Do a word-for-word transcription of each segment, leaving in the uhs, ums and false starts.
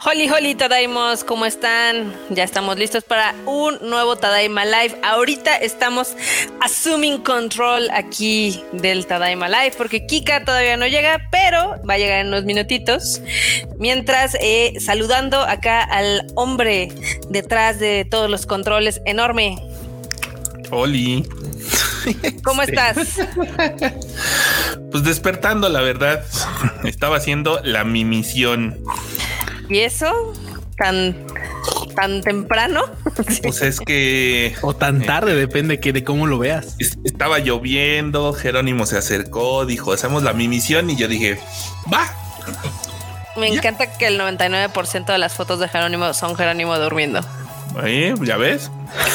Holi, holi, Tadaimos, ¿cómo están? Ya estamos listos para un nuevo Tadaima Live. Ahorita estamos assuming control aquí del Tadaima Live porque Kika todavía no llega, pero va a llegar en unos minutitos. Mientras, eh, saludando acá al hombre detrás de todos los controles, enorme. Holi. ¿Cómo Sí. estás? Pues despertando, la verdad. Estaba haciendo la mi misión. ¿Y eso? ¿Tan, tan temprano? Pues es que O tan tarde, depende que de cómo lo veas. es- estaba lloviendo, Jerónimo se acercó, dijo, hacemos la mi misión y yo dije, va. Me Ya. encanta que el noventa y nueve por ciento de las fotos de Jerónimo son Jerónimo durmiendo. Eh, ¿Ya ves?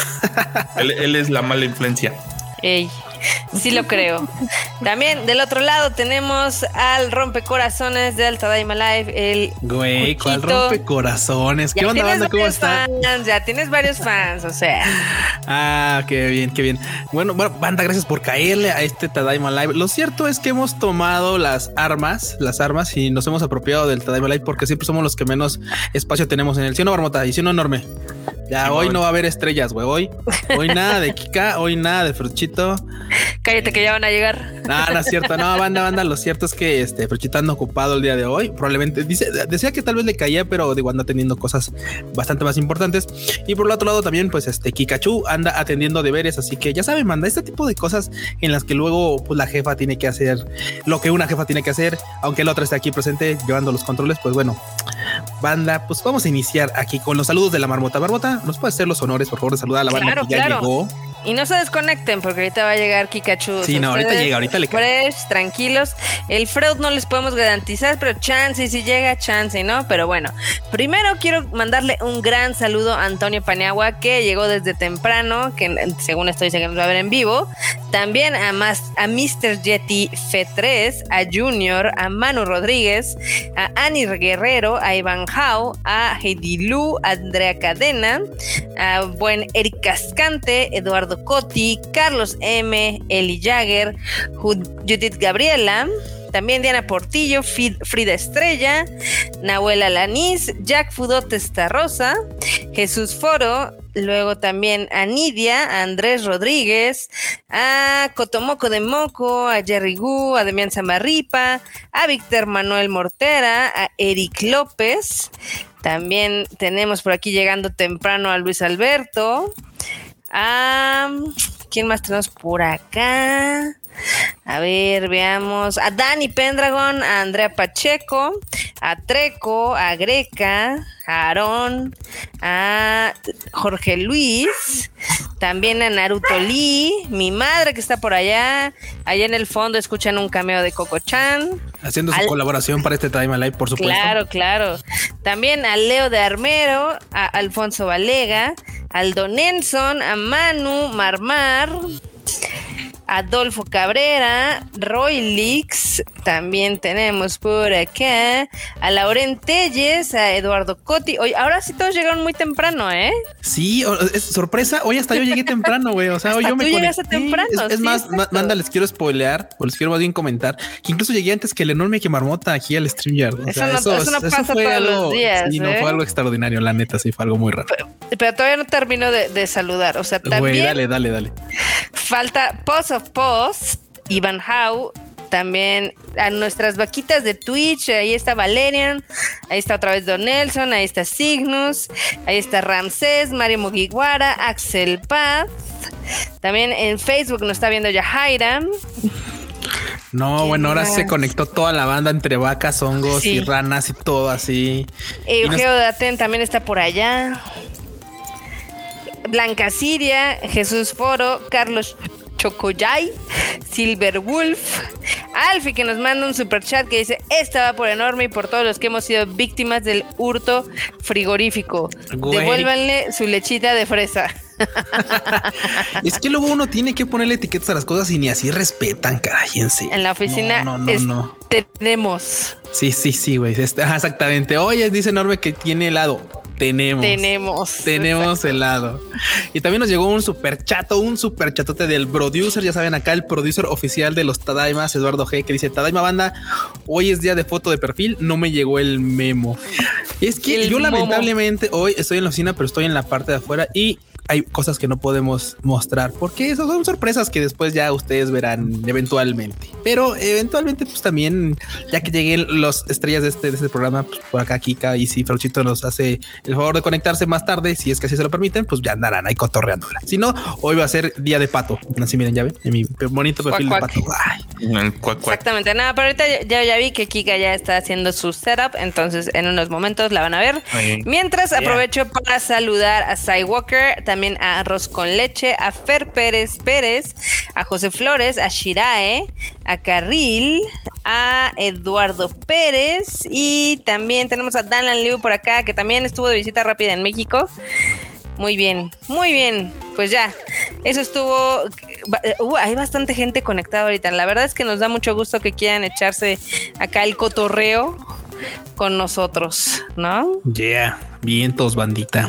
él, él es la mala influencia. Ey, sí lo creo. También del otro lado tenemos al rompecorazones del Tadaima Live, el Güey, ¿cuál Cuchito. rompecorazones? ¿Qué Ya onda, tienes banda? ¿Cómo varios está? fans, ya tienes varios fans, o sea. Ah, qué bien, qué bien. Bueno, bueno, banda, gracias por caerle a este Tadaima Live. Lo cierto es que hemos tomado las armas, las armas y nos hemos apropiado del Tadaima Live porque siempre somos los que menos espacio tenemos en el. ¿Sí o no, Marmota? Y sí o no, enorme. Ya, Sí, hoy bueno. no va a haber estrellas, güey. Hoy, hoy nada de Kika, hoy nada de Fruchito. Cállate que ya van a llegar. No, no es cierto, no, banda, banda. Lo cierto es que este Fruchito anda ocupado el día de hoy. Probablemente dice, decía que tal vez le caía, pero digo, anda teniendo cosas bastante más importantes. Y por el otro lado también, pues este Kikachu anda atendiendo deberes. Así que ya saben, manda este tipo de cosas en las que luego pues la jefa tiene que hacer lo que una jefa tiene que hacer, aunque la otra esté aquí presente llevando los controles. Pues bueno, banda, pues vamos a iniciar aquí con los saludos de la Marmota. Marmota, ¿nos puede hacer los honores, por favor, de saludar a la banda Claro, que ya claro. llegó? Y no se desconecten porque ahorita va a llegar Kikachu. Sí, no, ahorita Ustedes llega, ahorita le cae. fresh, tranquilos. El Freud no les podemos garantizar, pero chance, si llega, chance, ¿no? Pero bueno, primero quiero mandarle un gran saludo a Antonio Paniagua, que llegó desde temprano, que según esto dice que nos va a ver en vivo. También a, más, a mister Yeti F tres, a Junior, a Manu Rodríguez, a Ani Guerrero, a Iván Jau, a Heidi Lu, a Andrea Cadena, a buen Eric Cascante, Eduardo Cotti, Carlos M, Eli Jagger, Jud- Judith Gabriela, también Diana Portillo, Fid- Frida Estrella, Nahuel Alanís, Jack Fudote Rosa, Jesús Foro, luego también a Nidia, a Andrés Rodríguez, a Cotomoco de Moco, a Jerry Gu, a Demian Zamarripa, a Víctor Manuel Mortera, a Eric López. También tenemos por aquí llegando temprano a Luis Alberto. Ah, ¿quién más tenemos por acá? A ver, veamos. A Dani Pendragon, a Andrea Pacheco, a Treco, a Greca, a Aarón, a Jorge Luis, también a Naruto Lee, mi madre que está por allá. Allá en el fondo escuchan un cameo de Coco Chan. Haciendo su Al- colaboración para este Tadaima Live, por supuesto. Claro, claro. También a Leo de Armero, a Alfonso Valega, a Aldo Nelson, a Manu Marmar, Adolfo Cabrera, Roy Lix, también tenemos por acá a Lauren Telles, a Eduardo Cotti. Oye, ahora sí todos llegaron muy temprano, ¿eh? Sí, o- es sorpresa. Hoy hasta yo llegué temprano, güey. O sea, hoy Hasta yo me tú llegaste conecté. temprano, Es, es sí, más, exacto. ma- manda, les quiero spoilear o les quiero más bien comentar que incluso llegué antes que el enorme que Marmota aquí al StreamYard. O Eso sea, no- eso no pasa fue todos los algo, días, sí, no, ¿eh? fue algo extraordinario, la neta, sí, fue algo muy raro. Pero todavía no termino de, de saludar. O sea, Güey, también dale, dale, dale. falta Post of Post, Iván Jau, también a nuestras vaquitas de Twitch. Ahí está Valerian, ahí está otra vez Don Nelson, ahí está Cygnus, ahí está Ramsés, Mario Mugiwara, Axel Paz. También en Facebook nos está viendo Yahaira. No, ¿Quién bueno, ahora más? se conectó toda la banda entre vacas, hongos Sí. y ranas y todo así. Y nos- Eugeo de Aten también está por allá. Blanca Siria, Jesús Foro, Carlos Chocoyay, Silver Wolf, Alfie que nos manda un super chat que dice: esta va por enorme y por todos los que hemos sido víctimas del hurto frigorífico. Güey. Devuélvanle su lechita de fresa. Es que luego uno tiene que ponerle etiquetas a las cosas y ni así respetan, caray, en serio. En la oficina No, no, no, es- no. tenemos, Sí, sí, sí, güey. Este, ajá, exactamente. Oye, dice Enorme que tiene helado. Tenemos. tenemos. Tenemos Exacto. helado. Y también nos llegó un super chato, un super chatote del producer. Ya saben, acá el producer oficial de los Tadaimas, Eduardo G, que dice: Tadaima banda, hoy es día de foto de perfil. No me llegó el memo. Es que El yo momo. lamentablemente hoy estoy en la oficina, pero estoy en la parte de afuera y hay cosas que no podemos mostrar porque eso son sorpresas que después ya ustedes verán eventualmente. Pero eventualmente, pues también, ya que lleguen los estrellas de este, de este programa, pues por acá Kika y si Frauchito nos hace el favor de conectarse más tarde, si es que así se lo permiten, pues ya andarán ahí cotorreándola. Si no, hoy va a ser día de pato. Así miren, ya ven, en mi bonito perfil Cuac, de cuac. pato. Ay. El cuac, cuac. Exactamente, nada, pero ahorita ya, ya vi que Kika ya está haciendo su setup, entonces en unos momentos la van a ver. Ahí. Mientras Yeah. aprovecho para saludar a Cy Walker, también a Arroz con Leche, a Fer Pérez Pérez, a José Flores, a Shirae, a Carril, a Eduardo Pérez y también tenemos a Dan Liu por acá, que también estuvo de visita rápida en México. Muy bien, muy bien. Pues ya, eso estuvo. Uh, hay bastante gente conectada ahorita. La verdad es que nos da mucho gusto que quieran echarse acá el cotorreo con nosotros, ¿no? Yeah, vientos, bandita.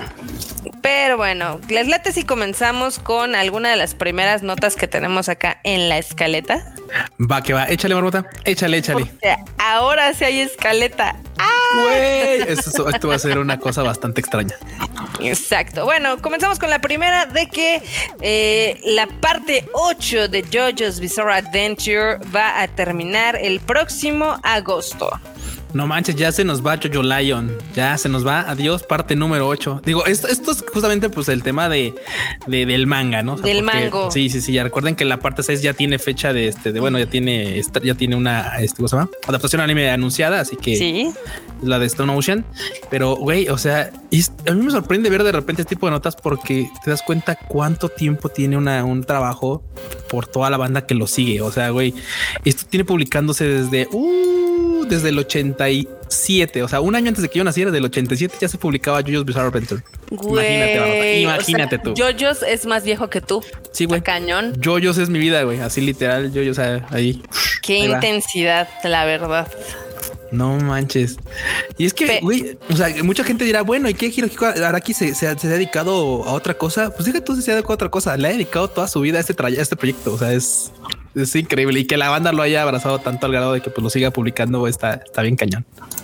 Pero bueno, ¿les late si comenzamos con alguna de las primeras notas que tenemos acá en la escaleta? Va que va, échale, Marmota, échale, échale. O sea, ahora sí hay escaleta. ¡Ah! Güey, esto, esto va a ser una cosa bastante extraña. Exacto. Bueno, comenzamos con la primera de que eh, la parte ocho de JoJo's Bizarre Adventure va a terminar el próximo agosto. No manches, ya se nos va Jojo Lion. Ya se nos va. Adiós, parte número ocho. Digo, esto, esto es justamente pues el tema de, de del manga, ¿no? O sea, del porque, mango. Sí, sí, sí. Ya recuerden que la parte seis ya tiene fecha de este, de bueno, ya tiene, ya tiene una este, ¿cómo se llama? Adaptación anime anunciada, así que Sí. la de Stone Ocean. Pero, güey, o sea, es, a mí me sorprende ver de repente este tipo de notas porque te das cuenta cuánto tiempo tiene una, un trabajo por toda la banda que lo sigue. O sea, güey, esto tiene publicándose desde uh, desde el ochenta y siete, o sea, un año antes de que yo naciera, del ochenta y siete ya se publicaba JoJo's Bizarre Adventure. Güey, Imagínate, Bárbara, imagínate o sea, tú. JoJo's es más viejo que tú. Sí, güey. A cañón. JoJo's es mi vida, güey. Así literal, JoJo's, o sea, ahí. Qué ahí va. intensidad, la verdad. No manches. Y es que, Pe- güey, o sea, mucha gente dirá, bueno, ¿y qué Hirohiko Araki se, se, ha, se ha dedicado a otra cosa? Pues fíjate tú, se ha dedicado a otra cosa. Le ha dedicado toda su vida a este, tra- a este proyecto. O sea, es, es increíble. Y que la banda lo haya abrazado tanto al grado de que pues lo siga publicando, está, está bien cañón.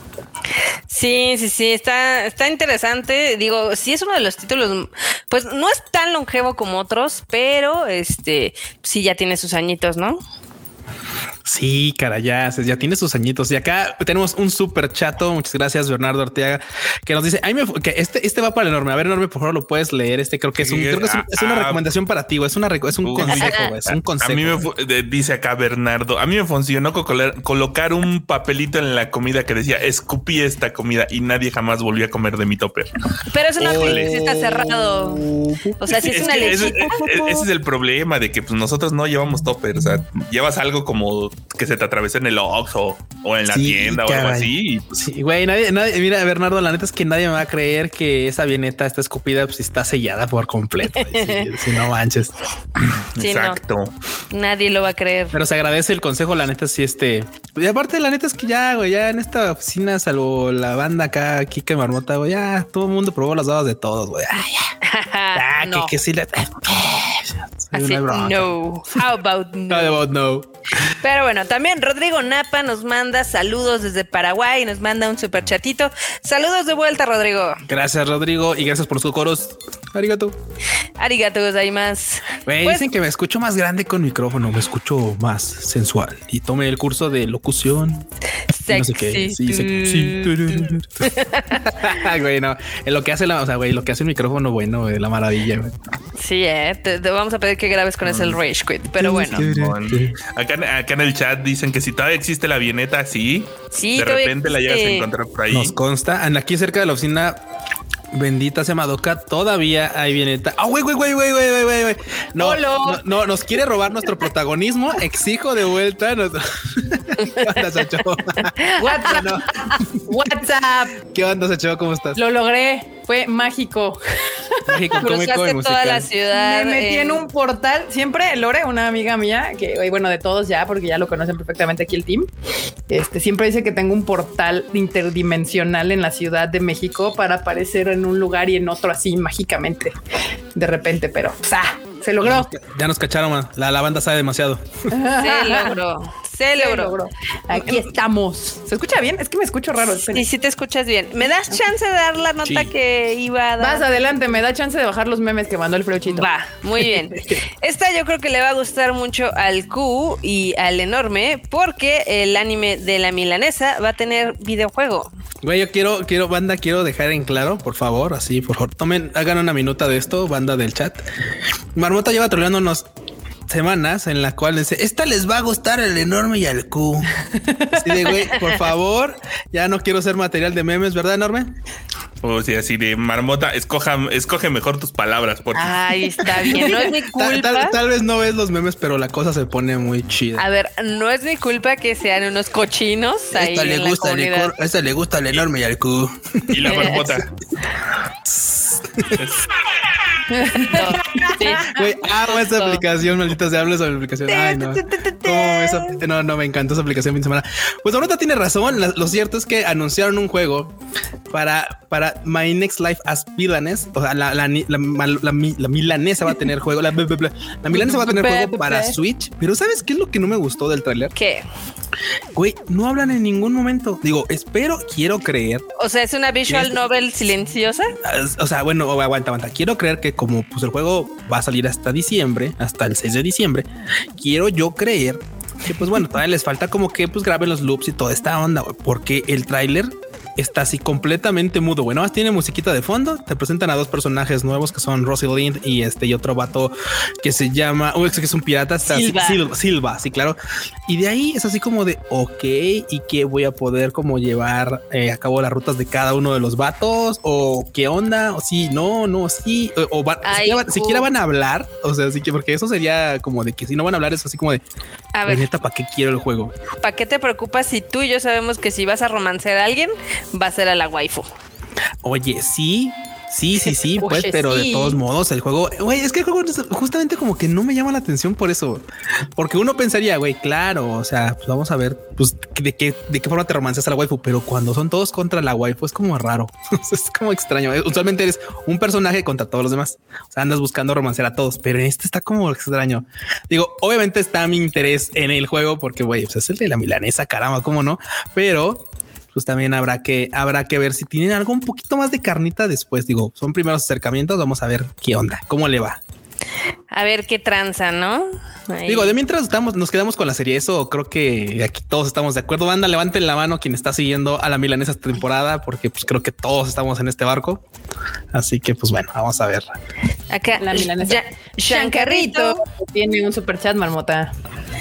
Sí, sí, sí, está, está interesante. Digo, sí es uno de los títulos, pues no es tan longevo como otros, pero este sí ya tiene sus añitos, ¿no? Sí, cara, ya, ya tiene sus añitos. Y acá tenemos un súper chato. Muchas gracias, Bernardo Arteaga, que nos dice: Ay, me, que este, este va para el Enorme. A ver, Enorme, por favor, lo puedes leer. Este creo que es un, Sí, creo que es, un- ah, es una ah, recomendación para ti, güey. Es una, reco- es un Uy. consejo, güey. Es un A consejo. mí me fu- de- dice acá Bernardo, a mí me funcionó co- colar- colocar un papelito en la comida que decía escupí esta comida y nadie jamás volvió a comer de mi topper. Pero eso no Ole. aplica si está cerrado. O sea, si es, Es una que ese, lechita. ese- ese es el problema de que pues, nosotros no llevamos topper. O sea, llevas algo como que se te atravesó en el Oxxo o en la Sí, tienda o algo caray. así. Y, pues, Sí, güey, nadie, nadie, mira, Bernardo, la neta es que nadie me va a creer que esa avioneta está escupida, pues está sellada por completo. güey. Sí, sí, no manches. Sí, no. exacto. Nadie lo va a creer. Pero se agradece el consejo, la neta, sí, este. Y aparte, la neta es que ya, güey, ya en esta oficina, salvo la banda acá, Kika y Marmota, güey, ya todo el mundo probó las babas de todos, güey. Ay, ya, no. que, que sí le. Así, Una bronca. no. How about no? How about no? Pero bueno, también Rodrigo Napa nos manda saludos desde Paraguay, nos manda un super chatito. Saludos de vuelta, Rodrigo. Gracias, Rodrigo, y gracias por los coros. Arigato. Arigato gozaimasu. Güey, Pues- dicen que me escucho más grande con micrófono, me escucho más sensual. Y tomé el curso de locución. y no sé qué. Sí, sí, sí. Güey, no. En lo que hace la, o sea, güey, lo que hace el micrófono, bueno, güey, la maravilla, güey. Sí, eh, te, te vamos a pedir que grabes con ese el Rage Quit, pero bueno. Bueno, acá, acá en el chat dicen que si todavía existe la avioneta, sí. Sí, de todavía repente la llegas a existe. encontrar por ahí. Nos consta, en- aquí cerca de la oficina, bendita sea Madoka, todavía hay vieneta. Ah, güey, güey, güey, güey, güey, güey, güey. No, Hola. no, no, nos quiere robar nuestro protagonismo. Exijo de vuelta. Nuestro... ¿Qué onda, Sacho? WhatsApp, No. WhatsApp, ¿Qué onda, Sacho? ¿Cómo estás? lo logré, fue mágico. México cómico y Cruzaste musical. toda la ciudad. Me metí en un portal, siempre Lore, una amiga mía, que hoy, bueno, de todos ya, porque ya lo conocen perfectamente aquí el team, este siempre dice que tengo un portal interdimensional en la Ciudad de México para aparecer en un lugar y en otro así mágicamente de repente, pero ¡psa! Se logró. Ya nos cacharon, la, la banda sabe demasiado. Se logró. Se logró. Se logró. Aquí estamos. ¿Se escucha bien? Es que me escucho raro. Espera. Sí, sí te escuchas bien. ¿Me das chance de dar la nota Sí. que iba a dar? Vas adelante, me da chance de bajar los memes que mandó el Freuchito. Va, muy bien. Esta yo creo que le va a gustar mucho al Q y al Enorme porque el anime de la milanesa va a tener videojuego. Güey, yo quiero, quiero, banda, quiero dejar en claro, por favor, así, por favor, tomen, hagan una minuta de esto, banda del chat. Marmota lleva troleándonos semanas en la cual dice, esta les va a gustar al Enorme y al Q. Así de, güey, por favor, ya no quiero ser material de memes, ¿verdad, Enorme? O sea, así de Marmota, escoja, escoge mejor tus palabras. Porque... Ay, está bien, no es mi Tal, culpa. tal, tal vez no ves los memes, pero la cosa se pone muy chida. A ver, no es mi culpa que sean unos cochinos ahí Esta le en la gusta, le comunidad. cor- esta le gusta al Enorme y al Q. Y la Marmota. Sí. Güey, amo esa Justo. aplicación, maldita sea, hablo sobre la aplicación. Ay, no. ¿Cómo esa? No, no, me encantó esa aplicación fin de semana. Pues ahorita tiene razón. La- lo cierto es que anunciaron un juego para, para My Next Life as Villainess. O sea, la, la, la, la, la, mi- la milanesa va a tener juego. La, bla, bla, bla. La milanesa va a tener juego para Switch. Pero ¿sabes qué es lo que no me gustó del tráiler? ¿Qué? Güey, no hablan en ningún momento. Digo, espero, quiero creer. O sea, es una visual Este- novel silenciosa. O sea, bueno, aguanta, aguanta. Quiero creer que como pues el juego va a salir hasta diciembre, hasta el seis de diciembre, quiero yo creer que pues bueno, todavía les falta como que pues graben los loops y toda esta onda, güey, porque el tráiler está así completamente mudo, güey. Nada más tiene musiquita de fondo. Te presentan a dos personajes nuevos que son Rosalind y este y otro vato que se llama, uy, que es un pirata, está así, Silva. Silva, Silva, sí, claro. Y de ahí es así como de ok, y que voy a poder como llevar eh, a cabo las rutas de cada uno de los vatos o qué onda, o sí, no, no, sí, o, o va- Ay, siquiera, cool. siquiera van a hablar, o sea, así que porque eso sería como de que si no van a hablar es así como de A "Güey, ver, neta, ¿para qué quiero el juego?" ¿para qué te preocupas si tú y yo sabemos que si vas a romancear a alguien, va a ser a la waifu? Oye, sí, sí, sí, sí, pues, Oye, pero sí. de todos modos, el juego, güey, es que el juego es justamente como que no me llama la atención por eso, porque uno pensaría, güey, claro, o sea, pues vamos a ver, pues de qué, de qué forma te romanceas a la waifu, pero cuando son todos contra la waifu es como raro, es como extraño. Usualmente eres un personaje contra todos los demás, o sea, andas buscando romancear a todos, pero en este está como extraño. Digo, obviamente está mi interés en el juego porque, güey, pues es el de la milanesa, caramba, cómo no, pero pues también habrá que, habrá que ver si tienen algo un poquito más de carnita después. Digo, son primeros acercamientos. Vamos a ver qué onda, cómo le va. A ver qué tranza, ¿no? Ahí. Digo, de mientras estamos, nos quedamos con la serie. Eso creo que aquí todos estamos de acuerdo. Banda, levanten la mano quien está siguiendo a la milanesa esta temporada, porque pues creo que todos estamos en este barco. Así que pues bueno, vamos a ver. Acá, La milanesa. Ya- Shankarrito. Tiene un super chat, Marmota.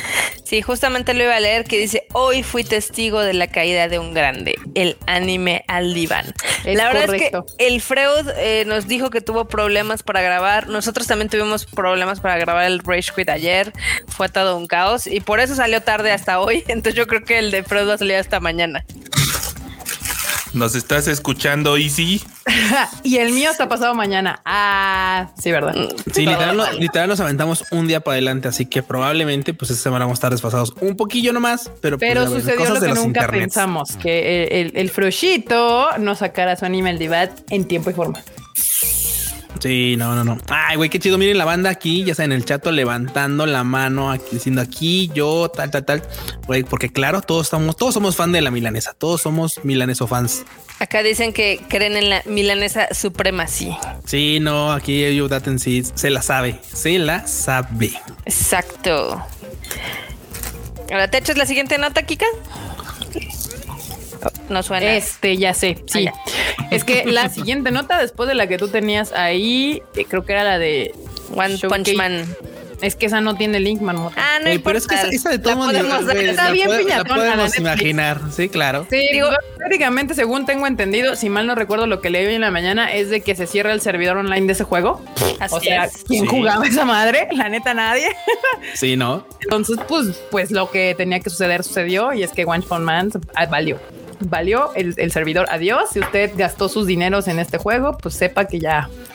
Sí, justamente lo iba a leer que dice, hoy fui testigo de la caída de un grande, el anime al diván. Es la verdad correcto. es que el Freud eh, nos dijo que tuvo problemas para grabar. Nosotros también tuvimos problemas para grabar el Rage Quit ayer. Fue todo un caos y por eso salió tarde hasta hoy. Entonces yo creo que el de Freud va a salir hasta mañana. ¿Nos estás escuchando, Easy? Y el mío está pasado mañana. Ah, sí, ¿verdad? Sí, literal, no- literal nos aventamos un día para adelante, así que probablemente pues esta semana vamos a estar desfasados un poquillo nomás, pero pues, Pero ya ven, sucedió cosas lo de que los nunca internets. pensamos, que el, el, el Freuchito no sacara su anime el Divat en tiempo y forma. Sí, no, no, no. Ay, güey, qué chido. Miren la banda aquí, ya sea en el chato levantando la mano, aquí diciendo aquí yo, tal, tal, tal. Güey, porque claro, todos estamos, todos somos fan de la milanesa, todos somos milaneso fans. Acá dicen que creen en la milanesa supremacy. Sí, no, aquí yo daten sí, se la sabe, se la sabe. Exacto. Ahora, ¿te echas la siguiente nota, Kika? Oh, no suena. Este, ya sé, sí. Ah, Es que la siguiente nota, después de la que tú tenías ahí, eh, creo que era la de One Showcase. Punch Man. Es que esa no tiene link, Marmota. Ah, no Güey, importa. pero es que esa, esa de La todo mundo podemos dar. güey, está la bien puede- piñatón, la a la podemos Netflix. imaginar. Sí, claro. Sí, Digo- prácticamente, según tengo entendido, si mal no recuerdo lo que leí hoy en la mañana, es de que se cierra el servidor online de ese juego. Así O sea, es. ¿quién Sí. jugaba esa madre? La neta, nadie. Sí, no. Entonces, pues, pues lo que tenía que suceder sucedió y es que One Punch Man ah, valió. Valió el, el servidor. Adiós. Si usted gastó sus dineros en este juego, pues sepa que ya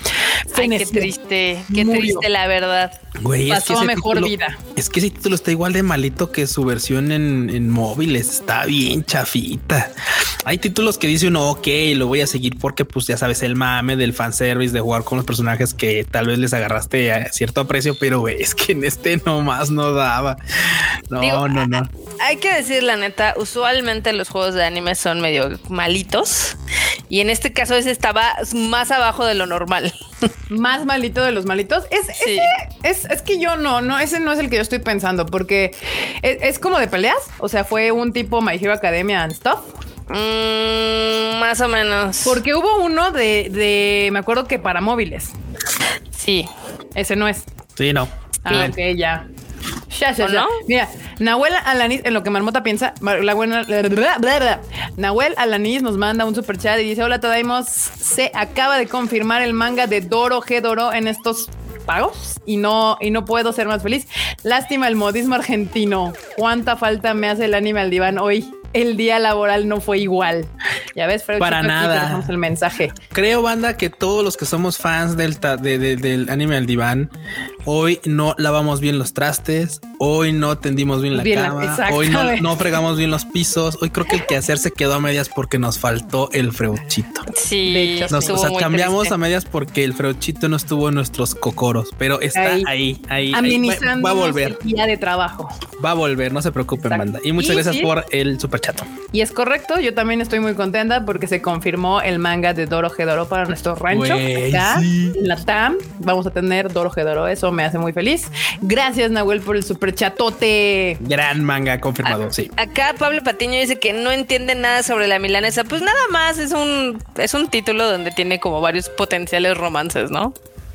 Ay, qué triste, qué Murió. triste la verdad. Güey, es que Pasó a ese mejor título- vida. Es que ese título está igual de malito que su versión en, en móviles. Está bien chafita. Hay títulos que dice uno, ok, lo voy a seguir porque pues ya sabes el mame del fanservice de jugar con los personajes que tal vez les agarraste a cierto aprecio, pero güey, es que en este nomás no daba. No, Digo, no, no. Hay que decir la neta, usualmente los juegos de anime son medio malitos y en este caso ese estaba más abajo de lo normal. Más malito de los malitos. Es, Sí. ese- es, es que yo no, no, ese no es el que yo estoy pensando, porque es, es como de peleas. O sea, fue un tipo My Hero Academia and stuff. Mm, más o menos. Porque hubo uno de, de, me acuerdo que para móviles. Sí. Ese no es. Sí, no. Ah, ok, ya. Ya, ya, ¿O ya. no? Mira, Nahuel Alanis, en lo que Marmota piensa, Mar- la buena, bla, bla, bla, bla. Nahuel Alanis nos manda un super chat y dice: Hola, Tadaimos. Se acaba de confirmar el manga de Doro G Doro en estos pagos y no, y no puedo ser más feliz. Lástima el modismo argentino. Cuánta falta me hace el anime al diván hoy. El día laboral no fue igual. Ya ves, Fred, Para aquí te nada. dejamos el mensaje. Creo, banda, que todos los que somos fans del, ta- de- de- del anime al diván, hoy no lavamos bien los trastes, hoy no tendimos bien la Bien la- cama, exactamente. hoy no, no fregamos bien los pisos. Hoy creo que el quehacer se quedó a medias porque nos faltó el freuchito. Sí. De hecho, Nos, estuvo o sea, muy cambiamos triste. a medias porque el freuchito no estuvo en nuestros cocoros, pero está Ahí. ahí, ahí, ahí. Va, Amenizando va a volver, el día de trabajo. va a volver, no se preocupen, Exacto. banda. Y muchas Y gracias sí. por el superchato. Y es correcto, yo también estoy muy contenta porque se confirmó el manga de Doro Gedoro para nuestro rancho. Güey, Acá sí. en la T A M vamos a tener Doro Gedoro, eso me hace muy feliz. Gracias, Nahuel, por el super chatote. Gran manga confirmado, sí. Acá Pablo Patiño dice que no entiende nada sobre la milanesa. Pues nada más es un es un título donde tiene como varios potenciales romances, ¿no?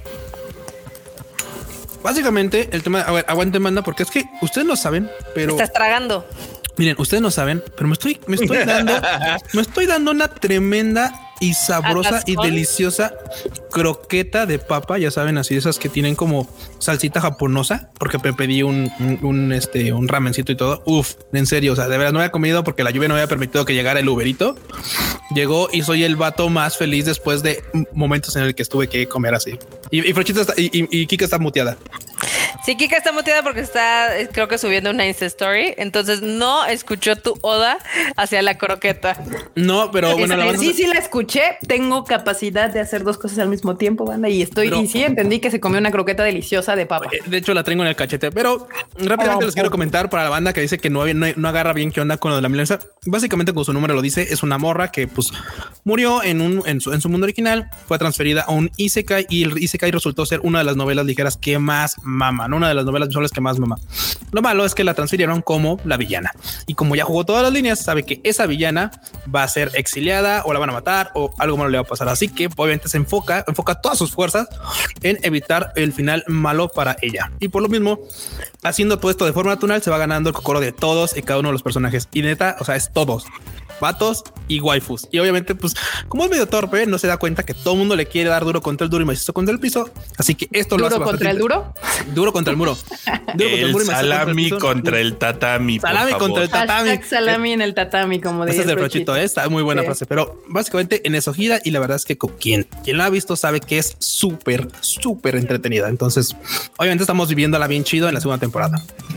Básicamente, el tema, a ver, aguanten, banda, porque es que ustedes no saben, pero Estás tragando. miren, ustedes no saben, pero me estoy, me estoy dando, me estoy dando una tremenda y sabrosa y ¿Atascón? deliciosa croqueta de papa, ya saben, así de esas que tienen como salsita japonosa, porque me pedí un, un, un, este, un ramencito y todo. Uf, en serio, o sea, de verdad no había comido porque la lluvia no había permitido que llegara el Uberito. Llegó y soy el vato más feliz después de momentos en el que estuve que comer así. Y, y Frochita está, y, y, y Kika está muteada. Sí, Kika está muteada porque está, eh, creo que subiendo una Insta Story. Entonces no escuchó tu oda hacia la croqueta. No, pero bueno, la Este, banda- sí, sí la escuché. Tengo capacidad de hacer dos cosas al mismo tiempo, banda. Y estoy, Pero- y sí entendí que se comió una croqueta deliciosa de papa. Eh, De hecho, la tengo en el cachete, pero rápidamente Oh, les quiero oh. comentar para la banda que dice que no, no, no agarra bien qué onda con lo de la milanesa. Básicamente, como su nombre lo dice, es una morra que pues murió en un en su, en su mundo original, fue transferida a un Isekai y el Isekai resultó ser una de las novelas ligeras que más maman, una de las novelas visuales que más mama. Lo malo es que la transfirieron como la villana y como ya jugó todas las líneas, sabe que esa villana va a ser exiliada o la van a matar o algo malo le va a pasar. Así que obviamente se enfoca, enfoca todas sus fuerzas en evitar el final malo para ella. Y por lo mismo, haciendo todo esto de forma natural, se va ganando el cocoro de todos y cada uno de los personajes. Y neta, o sea, es todos. Vatos y waifus. Y obviamente, pues, como es medio torpe, no se da cuenta que todo el mundo le quiere dar duro contra el duro y macizo contra el piso. Así que esto lo hace ¿Duro contra el bastante- duro? Duro contra el muro. Duro contra El muro y macizo salami piso. contra el tatami. por Salami favor. contra el tatami. Hashtag salami en el tatami, como Ese dice es del Frochito, ¿eh? Está muy buena Sí. frase, pero básicamente en eso gira y la verdad es que con quien, quien la ha visto sabe que es súper, súper entretenida. Entonces, obviamente estamos viviéndola bien chido en la segunda temporada.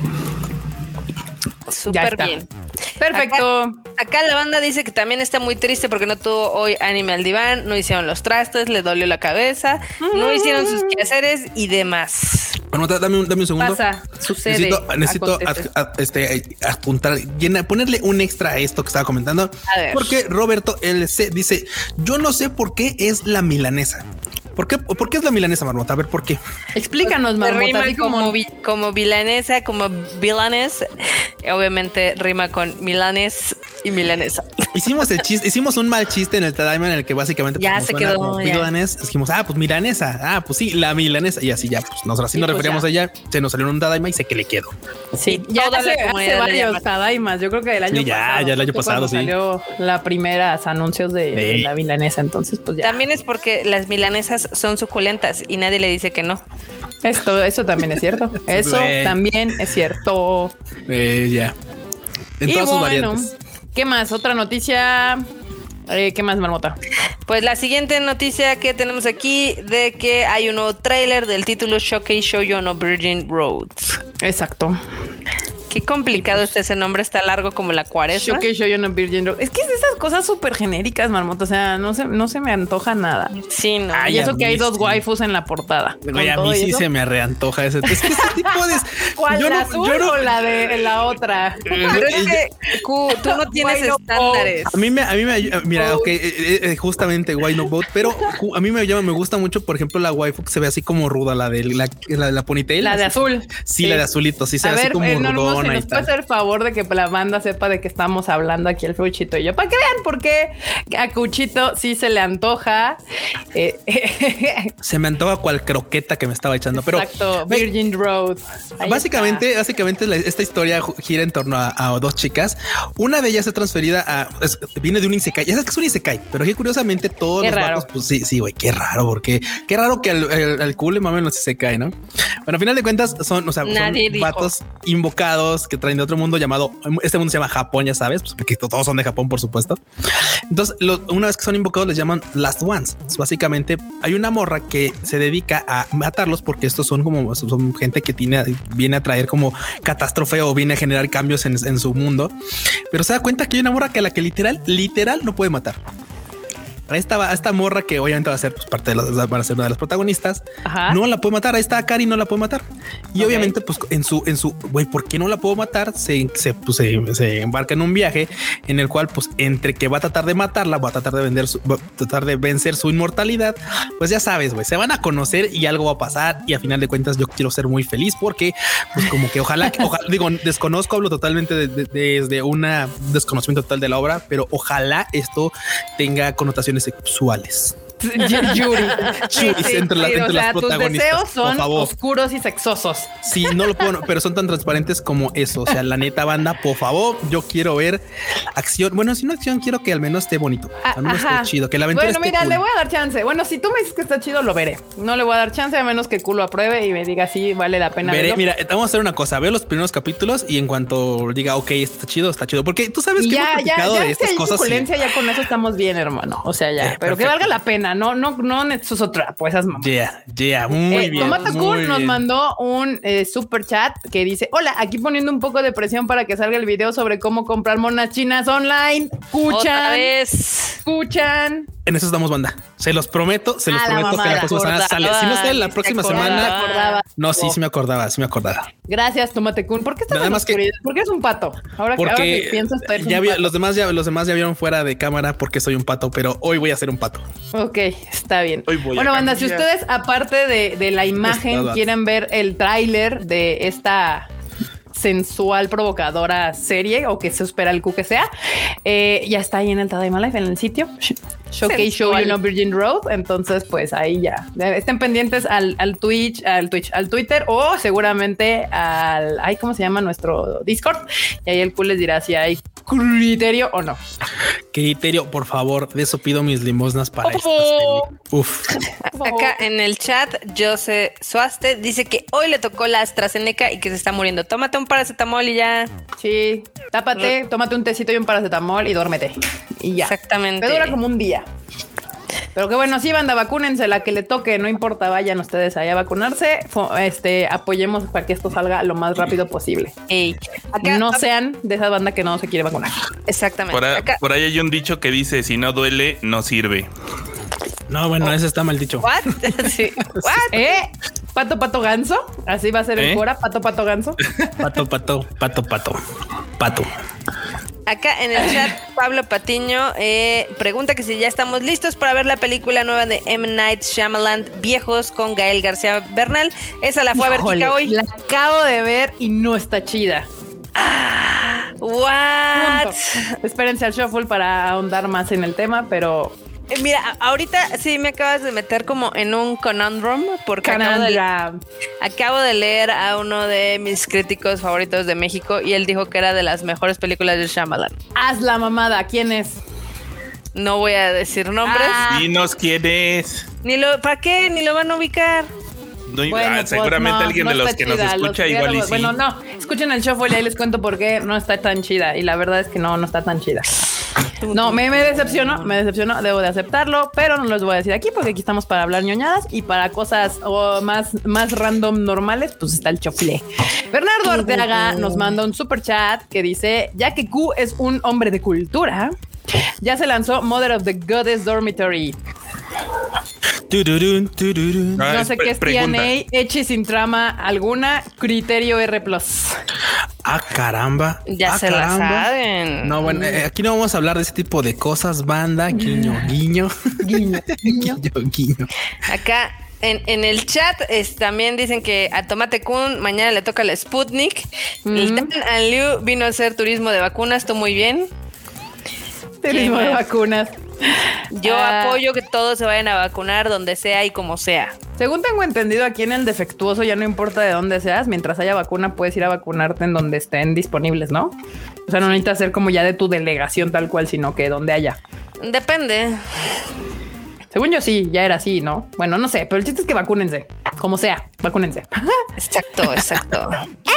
Súper está. bien. Perfecto. Acá, acá la banda dice que también está muy triste porque no tuvo hoy anime al diván, no hicieron los trastes, le dolió la cabeza, no hicieron sus quehaceres y demás. Bueno, dame un, dame un segundo. Pasa, sucede. Necesito, necesito acontece. ad- ad- este, apuntar, llena- ponerle un extra a esto que estaba comentando. A ver. Porque Roberto L C dice: Yo no sé por qué es la milanesa. ¿Por qué, ¿Por qué es la milanesa, Marmota? A ver, ¿por qué? Explícanos, Se Marmota. rima así como- como, vi- como vilanesa, como vilanes. Obviamente rima con milanes y milanesa. Hicimos el chiste, hicimos un mal chiste en el Tadaima en el que básicamente Ya como se suena quedó, como ya. milanés, dijimos, ah, pues milanesa, ah, pues sí, la milanesa, y así ya, pues nosotros así Sí, nos pues referíamos ya. a ella, se nos salió en un Tadaima y sé que le quedó. Sí, Ya toda hace, la hace comunidad le varios llama. Tadaimas. Yo creo que el año Sí, ya, pasado. ya el año fue pasado, cuando sí. Salió la primera anuncios de, Sí. de la milanesa. Entonces, pues ya. También es porque las milanesas son suculentas y nadie le dice que no. Esto, eso también es cierto. Eso Güey. también es cierto. Eh, ya. En Y todas sus bueno, variantes. ¿qué más? Otra noticia. Eh, ¿Qué más, Marmota? Pues la siguiente noticia que tenemos aquí de que hay un nuevo tráiler del título Shokugeki Shoujo no Virgin Roads. Exacto. Qué complicado está ese nombre, está largo como la cuaresma. Shokugeki Shoujo no Virgin Roads. Es que es de esas cosas súper genéricas, Marmota. O sea, no se, no se me antoja nada. Sí, no. Ay, y eso que hay dos waifus en la portada. Oye, a mí sí eso. se me reantoja ese. Es que ese tipo de. ¿Cuál, yo la no, azul yo no- o la de la otra? Pero es que Q, tú no tienes Bueno, estándares. A mí me, a mí me, mira, ok, eh, eh, justamente Why No Boat, pero ju- a mí me llama, me gusta mucho, por ejemplo, la waifu que se ve así como ruda, la de la, la, la ponytail. La de así. azul. Sí, la de azulito, sí se A ve así ver, como eh, no, no, rudona se y nos puede tal. hacer favor de que la banda sepa de que estamos hablando aquí el Fuchito y yo, para que vean por qué a Cuchito sí se le antoja. Eh, Se me antoja cual croqueta que me estaba echando, pero Exacto, Virgin Road. Ahí básicamente, está. básicamente la- esta historia ju- gira en torno a, a dos chicas. Una de ellas es transferida a, es- viene de un isekai. Ya sabes que es un isekai, pero que curiosamente todos Qué los raro. vatos, pues sí, sí, güey, qué raro, porque qué raro que al, al, al cool le mamen los isekai, ¿no? Bueno, al final de cuentas son, o sea, Nadie son dijo. vatos invocados que traen de otro mundo llamado, este mundo se llama Japón, ya sabes, pues porque todos son de Japón, por supuesto. Entonces, lo- una vez que son invocados, les llaman Last Ones. Entonces, básicamente, hay una morra que se dedica a matarlos porque estos son como son gente que tiene, viene a traer como catástrofe o viene a generar cambios en, en su mundo, pero se da cuenta que hay una morra que a la que literal, literal no puede matar. Ahí estaba esta morra que obviamente va a ser pues, parte de las, van a ser una de las protagonistas. Ajá. No la puede matar. Ahí está Akari, no la puede matar. Y Ok. obviamente, pues en su, en su güey, ¿por qué no la puedo matar? Se, se, pues, se, se embarca en un viaje en el cual, pues, entre que va a tratar de matarla, va a tratar de vender, su, va a tratar de vencer su inmortalidad. Pues ya sabes, güey, se van a conocer y algo va a pasar. Y a final de cuentas, yo quiero ser muy feliz porque, pues, como que ojalá, ojalá digo, desconozco, hablo totalmente de- de- desde una desconocimiento total de la obra, pero ojalá esto tenga connotaciones sexuales. Yuri. Churis entre las- entre o las sea, tus protagonistas, deseos por son favor. oscuros y sexosos. Sí, no lo puedo, pero son tan transparentes como eso. O sea, la neta banda, por favor, yo quiero ver acción. Bueno, si no acción, quiero que al menos esté bonito. Al menos Ajá. esté chido, que la aventura Bueno, esté mira, cool. le voy a dar chance. Bueno, si tú me dices que está chido, lo veré. No le voy a dar chance a menos que Culo apruebe y me diga si vale la pena Veré, verlo. mira, vamos a hacer una cosa. Veo los primeros capítulos y en cuanto diga, ok, está chido, está chido. Porque tú sabes Y que ya, hemos ya, platicado ya, de si estas hay cosas. y- suculencia, ya con eso estamos bien, hermano. O sea, ya, Eh, pero que perfecto. valga la pena. No, no, no, eso es otra, pues esas mamás. Yeah, yeah, muy Eh, bien. Tomato muy Kun nos bien. mandó un eh, super chat que dice: Hola, aquí poniendo un poco de presión para que salga el video sobre cómo comprar monas chinas online. Otra Escuchan, vez. escuchan. En eso estamos, banda. Se los prometo, se los A la prometo que mamada. la próxima semana sale. Si no sale la Ay, próxima se semana. acordaba. Acordaba. No, sí, sí me acordaba, sí me acordaba. Gracias, Tomate Kun. ¿Por qué estás Nada en más que- oscuridad? ¿Por qué es un pato? Ahora que, ahora Porque que pienso, estoy ya vi- los demás ya los demás ya vieron fuera de cámara porque soy un pato, pero hoy voy a ser un pato. Ok, está bien. Hoy voy a Bueno, banda, si cambiar. ustedes, aparte de, de la imagen, Estaba. quieren ver el tráiler de esta sensual, provocadora serie o que se espera el Q que sea, eh, ya está ahí en el Tadaima Life, en el sitio Showcase Show Sensual. You Know Virgin Road. Entonces, pues ahí ya estén pendientes al, al Twitch, al Twitch, al Twitter o seguramente al, ay, ¿cómo se llama? Nuestro Discord. Y ahí el Q les dirá si hay criterio o no. Criterio, por favor, de eso pido mis limosnas para esta Oh. serie. Uf. Acá en el chat, Jose Suaste dice que hoy le tocó la AstraZeneca y que se está muriendo. Tómate un paracetamol y ya. Sí, tápate, tómate un tecito y un paracetamol y duérmete. Y ya. Exactamente. Te dura como un día. Pero que bueno, sí, banda, vacúnense, la que le toque, no importa, vayan ustedes allá a vacunarse. Fo- Este, apoyemos para que esto salga lo más rápido posible. Ey. Acá, No sean de esa banda que no se quiere vacunar. Exactamente. Por, a- Acá, por ahí hay un dicho que dice, si no duele, no sirve. No, bueno, eso está mal dicho. ¿what? Sí. ¿What? ¿Eh? Pato, pato, ganso. Así va a ser el ¿Eh? Cora. Pato, pato, ganso. Pato, pato, pato, pato, pato. Acá en el chat, Pablo Patiño eh, pregunta que si ya estamos listos para ver la película nueva de M. Night Shyamalan, Viejos, con Gael García Bernal. Esa la fue a ver Híjole, Kika hoy. La acabo de ver y no está chida. What? Punto. Espérense al shuffle para ahondar más en el tema, pero Eh, Mira, a- ahorita sí me acabas de meter como en un conundrum porque acabo de, Canandra. acabo de leer a uno de mis críticos favoritos de México y él dijo que era de las mejores películas de Shyamalan. Haz la mamada. ¿Quién es? No voy a decir nombres. Ah. Dinos quién es. Ni lo, ¿para qué? Ni lo van a ubicar. No, Bueno, ah, pues seguramente no, alguien no de los está que nos chida, escucha los igual y diálogos- sí. Bueno, no, escuchen el shuffle y ahí les cuento por qué no está tan chida. Y la verdad es que no, no está tan chida. No, me, me decepcionó, me decepcionó, debo de aceptarlo, pero no los voy a decir aquí porque aquí estamos para hablar ñoñadas y para cosas oh, más, más random normales, pues está el chofle. Bernardo Arteaga nos manda un super chat que dice, ya que Q es un hombre de cultura, ya se lanzó Mother of the Goddess Dormitory. Tururún, tururún. Ah, No sé pre- qué es pregunta. T N A, Echi sin trama alguna, criterio R plus. Ah, caramba. Ya Ah, se la caramba. saben. No, bueno, eh, aquí no vamos a hablar de ese tipo de cosas, banda. Guiño, guiño. Guiño, guiño. guiño, guiño. Acá en, en el chat es, también dicen que a Tomate Kun mañana le toca la Sputnik. El Ujú. Tan and Liu vino a hacer turismo de vacunas, tú muy bien. Turismo de vacunas. Yo Ah. apoyo que todos se vayan a vacunar donde sea y como sea. Según tengo entendido, aquí en el defectuoso ya no importa de dónde seas, mientras haya vacuna puedes ir a vacunarte en donde estén disponibles, ¿no? O sea, no necesitas ser como ya de tu delegación tal cual, sino que donde haya. Depende. Según yo sí, ya era así, ¿no? Bueno, no sé, pero el chiste es que vacúnense, como sea, vacúnense. Exacto, exacto.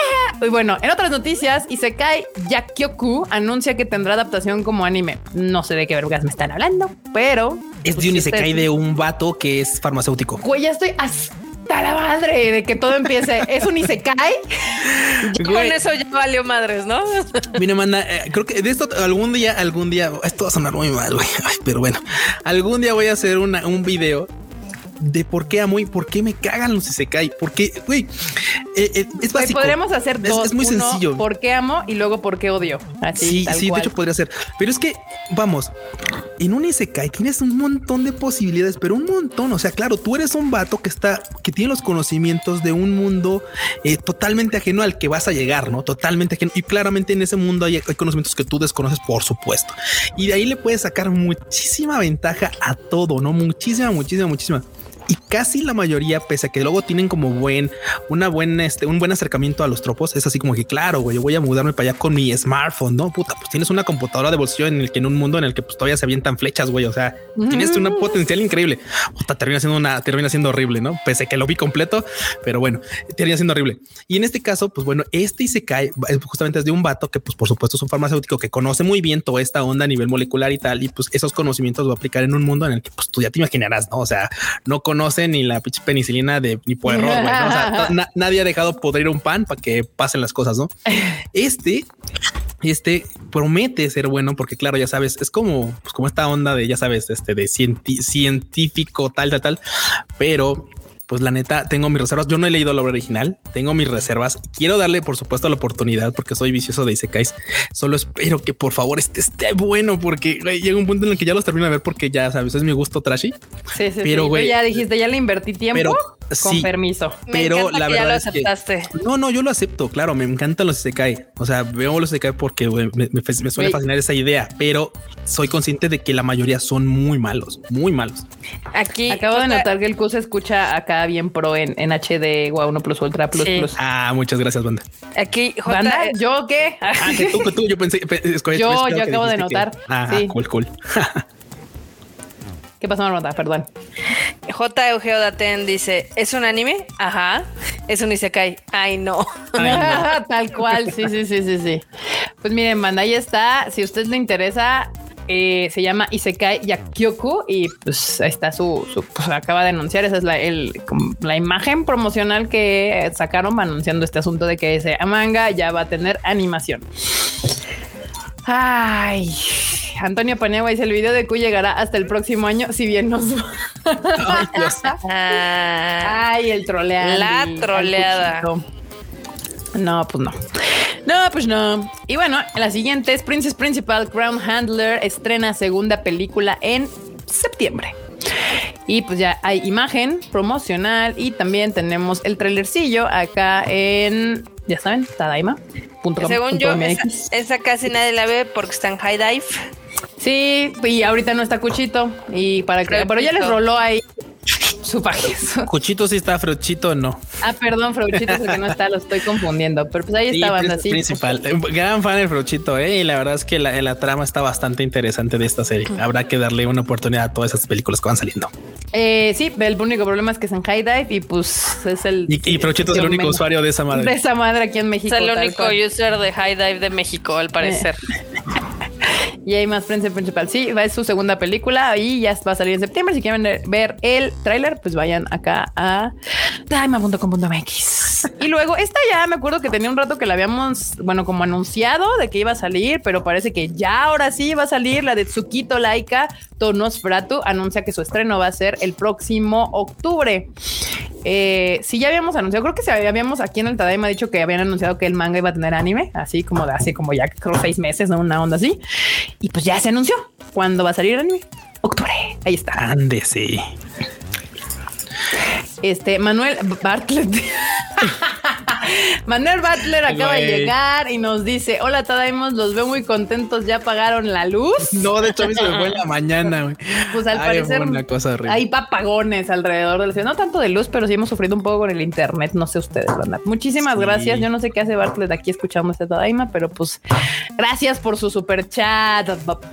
Y bueno, en otras noticias, Isekai Yakyoku anuncia que tendrá adaptación como anime. No sé de qué vergas me están hablando, pero... Es pues, de un si isekai ustedes- de un vato que es farmacéutico. Güey, ya estoy hasta la madre de que todo empiece. ¿Es un Isekai? Ya con Güey. eso ya valió madres, ¿no? Mira, manda, eh, creo que de esto algún día, algún día, esto va a sonar muy mal, güey. Ay, pero bueno, algún día voy a hacer una, un video de por qué amo y por qué me cagan los isekai. Porque, güey, eh, eh, es Güey, básico. podríamos hacer Es- dos. Es, muy Uno, sencillo. ¿por qué amo? Y luego, ¿por qué odio? Así, Sí, tal sí, cual. de hecho podría ser. Pero es que, vamos, en un isekai tienes un montón de posibilidades, pero un montón. O sea, claro, tú eres un vato que está, que tiene los conocimientos de un mundo eh, totalmente ajeno al que vas a llegar, ¿no? Totalmente ajeno. Y claramente en ese mundo hay, hay conocimientos que tú desconoces, por supuesto. Y de ahí le puedes sacar muchísima ventaja a todo, ¿no? Muchísima, muchísima, muchísima. Y casi la mayoría, pese a que luego tienen como buen, una buena, este, un buen acercamiento a los tropos, es así como que, claro, güey, yo voy a mudarme para allá con mi smartphone, ¿no? Puta, pues tienes una computadora de bolsillo en el que en un mundo en el que pues todavía se avientan flechas, güey, o sea, tienes una potencial increíble. Puta, termina siendo una, termina siendo horrible, ¿no? Pese a que lo vi completo, pero bueno, termina siendo horrible. Y en este caso, pues bueno, este Isekai justamente es de un vato que, pues por supuesto, es un farmacéutico que conoce muy bien toda esta onda a nivel molecular y tal, y pues esos conocimientos va a aplicar en un mundo en el que, pues tú ya te imaginarás, ¿no? O sea, no conoce ni la pinche penicilina de ni por error, güey, ¿no? O sea, na- nadie ha dejado podrir un pan para que pasen las cosas, ¿no? Este, este promete ser bueno porque, claro, ya sabes, es como, pues como esta onda de, ya sabes, este de cienti- científico, tal, tal, tal, pero pues la neta, tengo mis reservas. Yo no he leído la obra original, tengo mis reservas. Quiero darle, por supuesto, la oportunidad porque soy vicioso de isekais. Solo espero que por favor este esté bueno, porque güey, llega un punto en el que ya los termino de ver porque ya sabes, es mi gusto trashy. Sí, sí, Pero, sí. güey, Tú ya dijiste, ya le invertí tiempo. pero, con sí. permiso. Me Pero encanta la que ya verdad lo es que- aceptaste. No, no, yo lo acepto, claro, me encantan los isekai. O sea, veo los isekai porque güey, me, me, me suele Güey. fascinar esa idea, pero soy consciente de que la mayoría son muy malos, muy malos. Aquí Acabo de Jota- notar que el Q se escucha acá bien pro en, en H D Guau uno Plus Ultra Plus Sí. Plus. Ah, muchas gracias, banda. Aquí J, ¿Banda? eh, ¿Yo qué? Ah, que tú, que tú, yo pensé, pe- escogí- Yo- escogí yo que acabo de dijiste que- notar, Ah, sí. cool, cool. ¿Qué pasó, Marmota? Perdón. J Eugeo Daten dice, ¿es un anime? Ajá. Es un isekai. Ay, no. Tal cual, sí, sí, sí, sí, sí. Pues miren, banda, ahí está. Si a usted le interesa, eh, se llama Isekai Yakyoku y pues ahí está su, su pues, acaba de anunciar. Esa es la, el, como la imagen promocional que sacaron anunciando este asunto de que ese manga ya va a tener animación. Ay, Antonio Paniagua dice el video de Q llegará hasta el próximo año, si bien nos va. Ay, Dios. Ah, Ay, el troleada. La troleada. No, pues no. No, pues no. Y bueno, la siguiente es Princess Principal Crown Handler estrena segunda película en septiembre. Y pues ya hay imagen promocional y también tenemos el trailercillo acá en, ya saben, Tadaima. según yo, esa, esa casi nadie la ve porque está en High Dive. Sí, y ahorita no está Cuchito. Y para que, pero ya les roló ahí su página. Cuchito sí está, Freuchito no. Ah, perdón, Freuchito es el que no está, lo estoy confundiendo. Pero pues ahí Sí, está, banda, Princess sí. Principal. Eh, Gran fan del Freuchito, eh. Y la verdad es que la, la trama está bastante interesante de esta serie. Habrá que darle una oportunidad a todas esas películas que van saliendo. Eh, sí, el único problema es que es en High Dive y pues es el. Y, y Freuchito es el único menos- usuario de esa madre. De esa madre aquí en México. Es el tal único cual. user de High Dive de México, al parecer. Y hay más prensa principal. Sí, va, es su segunda película y ya va a salir en septiembre. Si quieren ver el tráiler, pues vayan acá a daima punto com punto m x. Y luego esta ya me acuerdo que tenía un rato que la habíamos, bueno, como anunciado de que iba a salir, pero parece que ya ahora sí va a salir la de Tsukito Laika to Nosferatu. Anuncia que su estreno va a ser el próximo octubre. Eh, sí, ya habíamos anunciado, creo que se habíamos aquí en el Tadaima dicho que habían anunciado que el manga iba a tener anime, así como de hace como ya creo seis meses, ¿no? Una onda así. Y pues ya se anunció cuándo va a salir el anime. Octubre. Ahí está. Ande, sí. Este Manuel Bartlett. Manuel Butler acaba Güey. de llegar y nos dice: hola Tadaimos, los veo muy contentos, ya pagaron la luz. No, de hecho a mí se me fue en la mañana, güey. Pues al Ay, parecer fue una cosa horrible. hay papagones alrededor del cielo. No tanto de luz, pero sí hemos sufrido un poco con el internet. No sé ustedes, ¿verdad? Muchísimas Sí. gracias. Yo no sé qué hace Bartlett aquí escuchando este Tadaima, pero pues gracias por su super chat.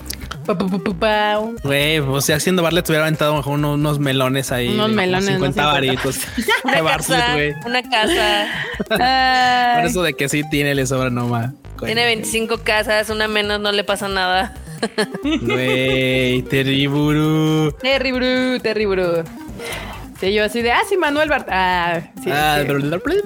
Güey, o sea, haciendo Bartlett hubiera aventado mejor unos, unos melones ahí. Unos de como melones, cincuenta no varitos. Una De Bartlett, casa, güey. una casa. Ay. Por eso de que sí tiene, le sobra nomás. Tiene veinticinco casas, una menos, no le pasa nada. Güey, Teriburu. Terry Bru, Terry Bru. Sí, yo así de, ah, sí, Manuel Bart. Ah, sí. Ah, sí.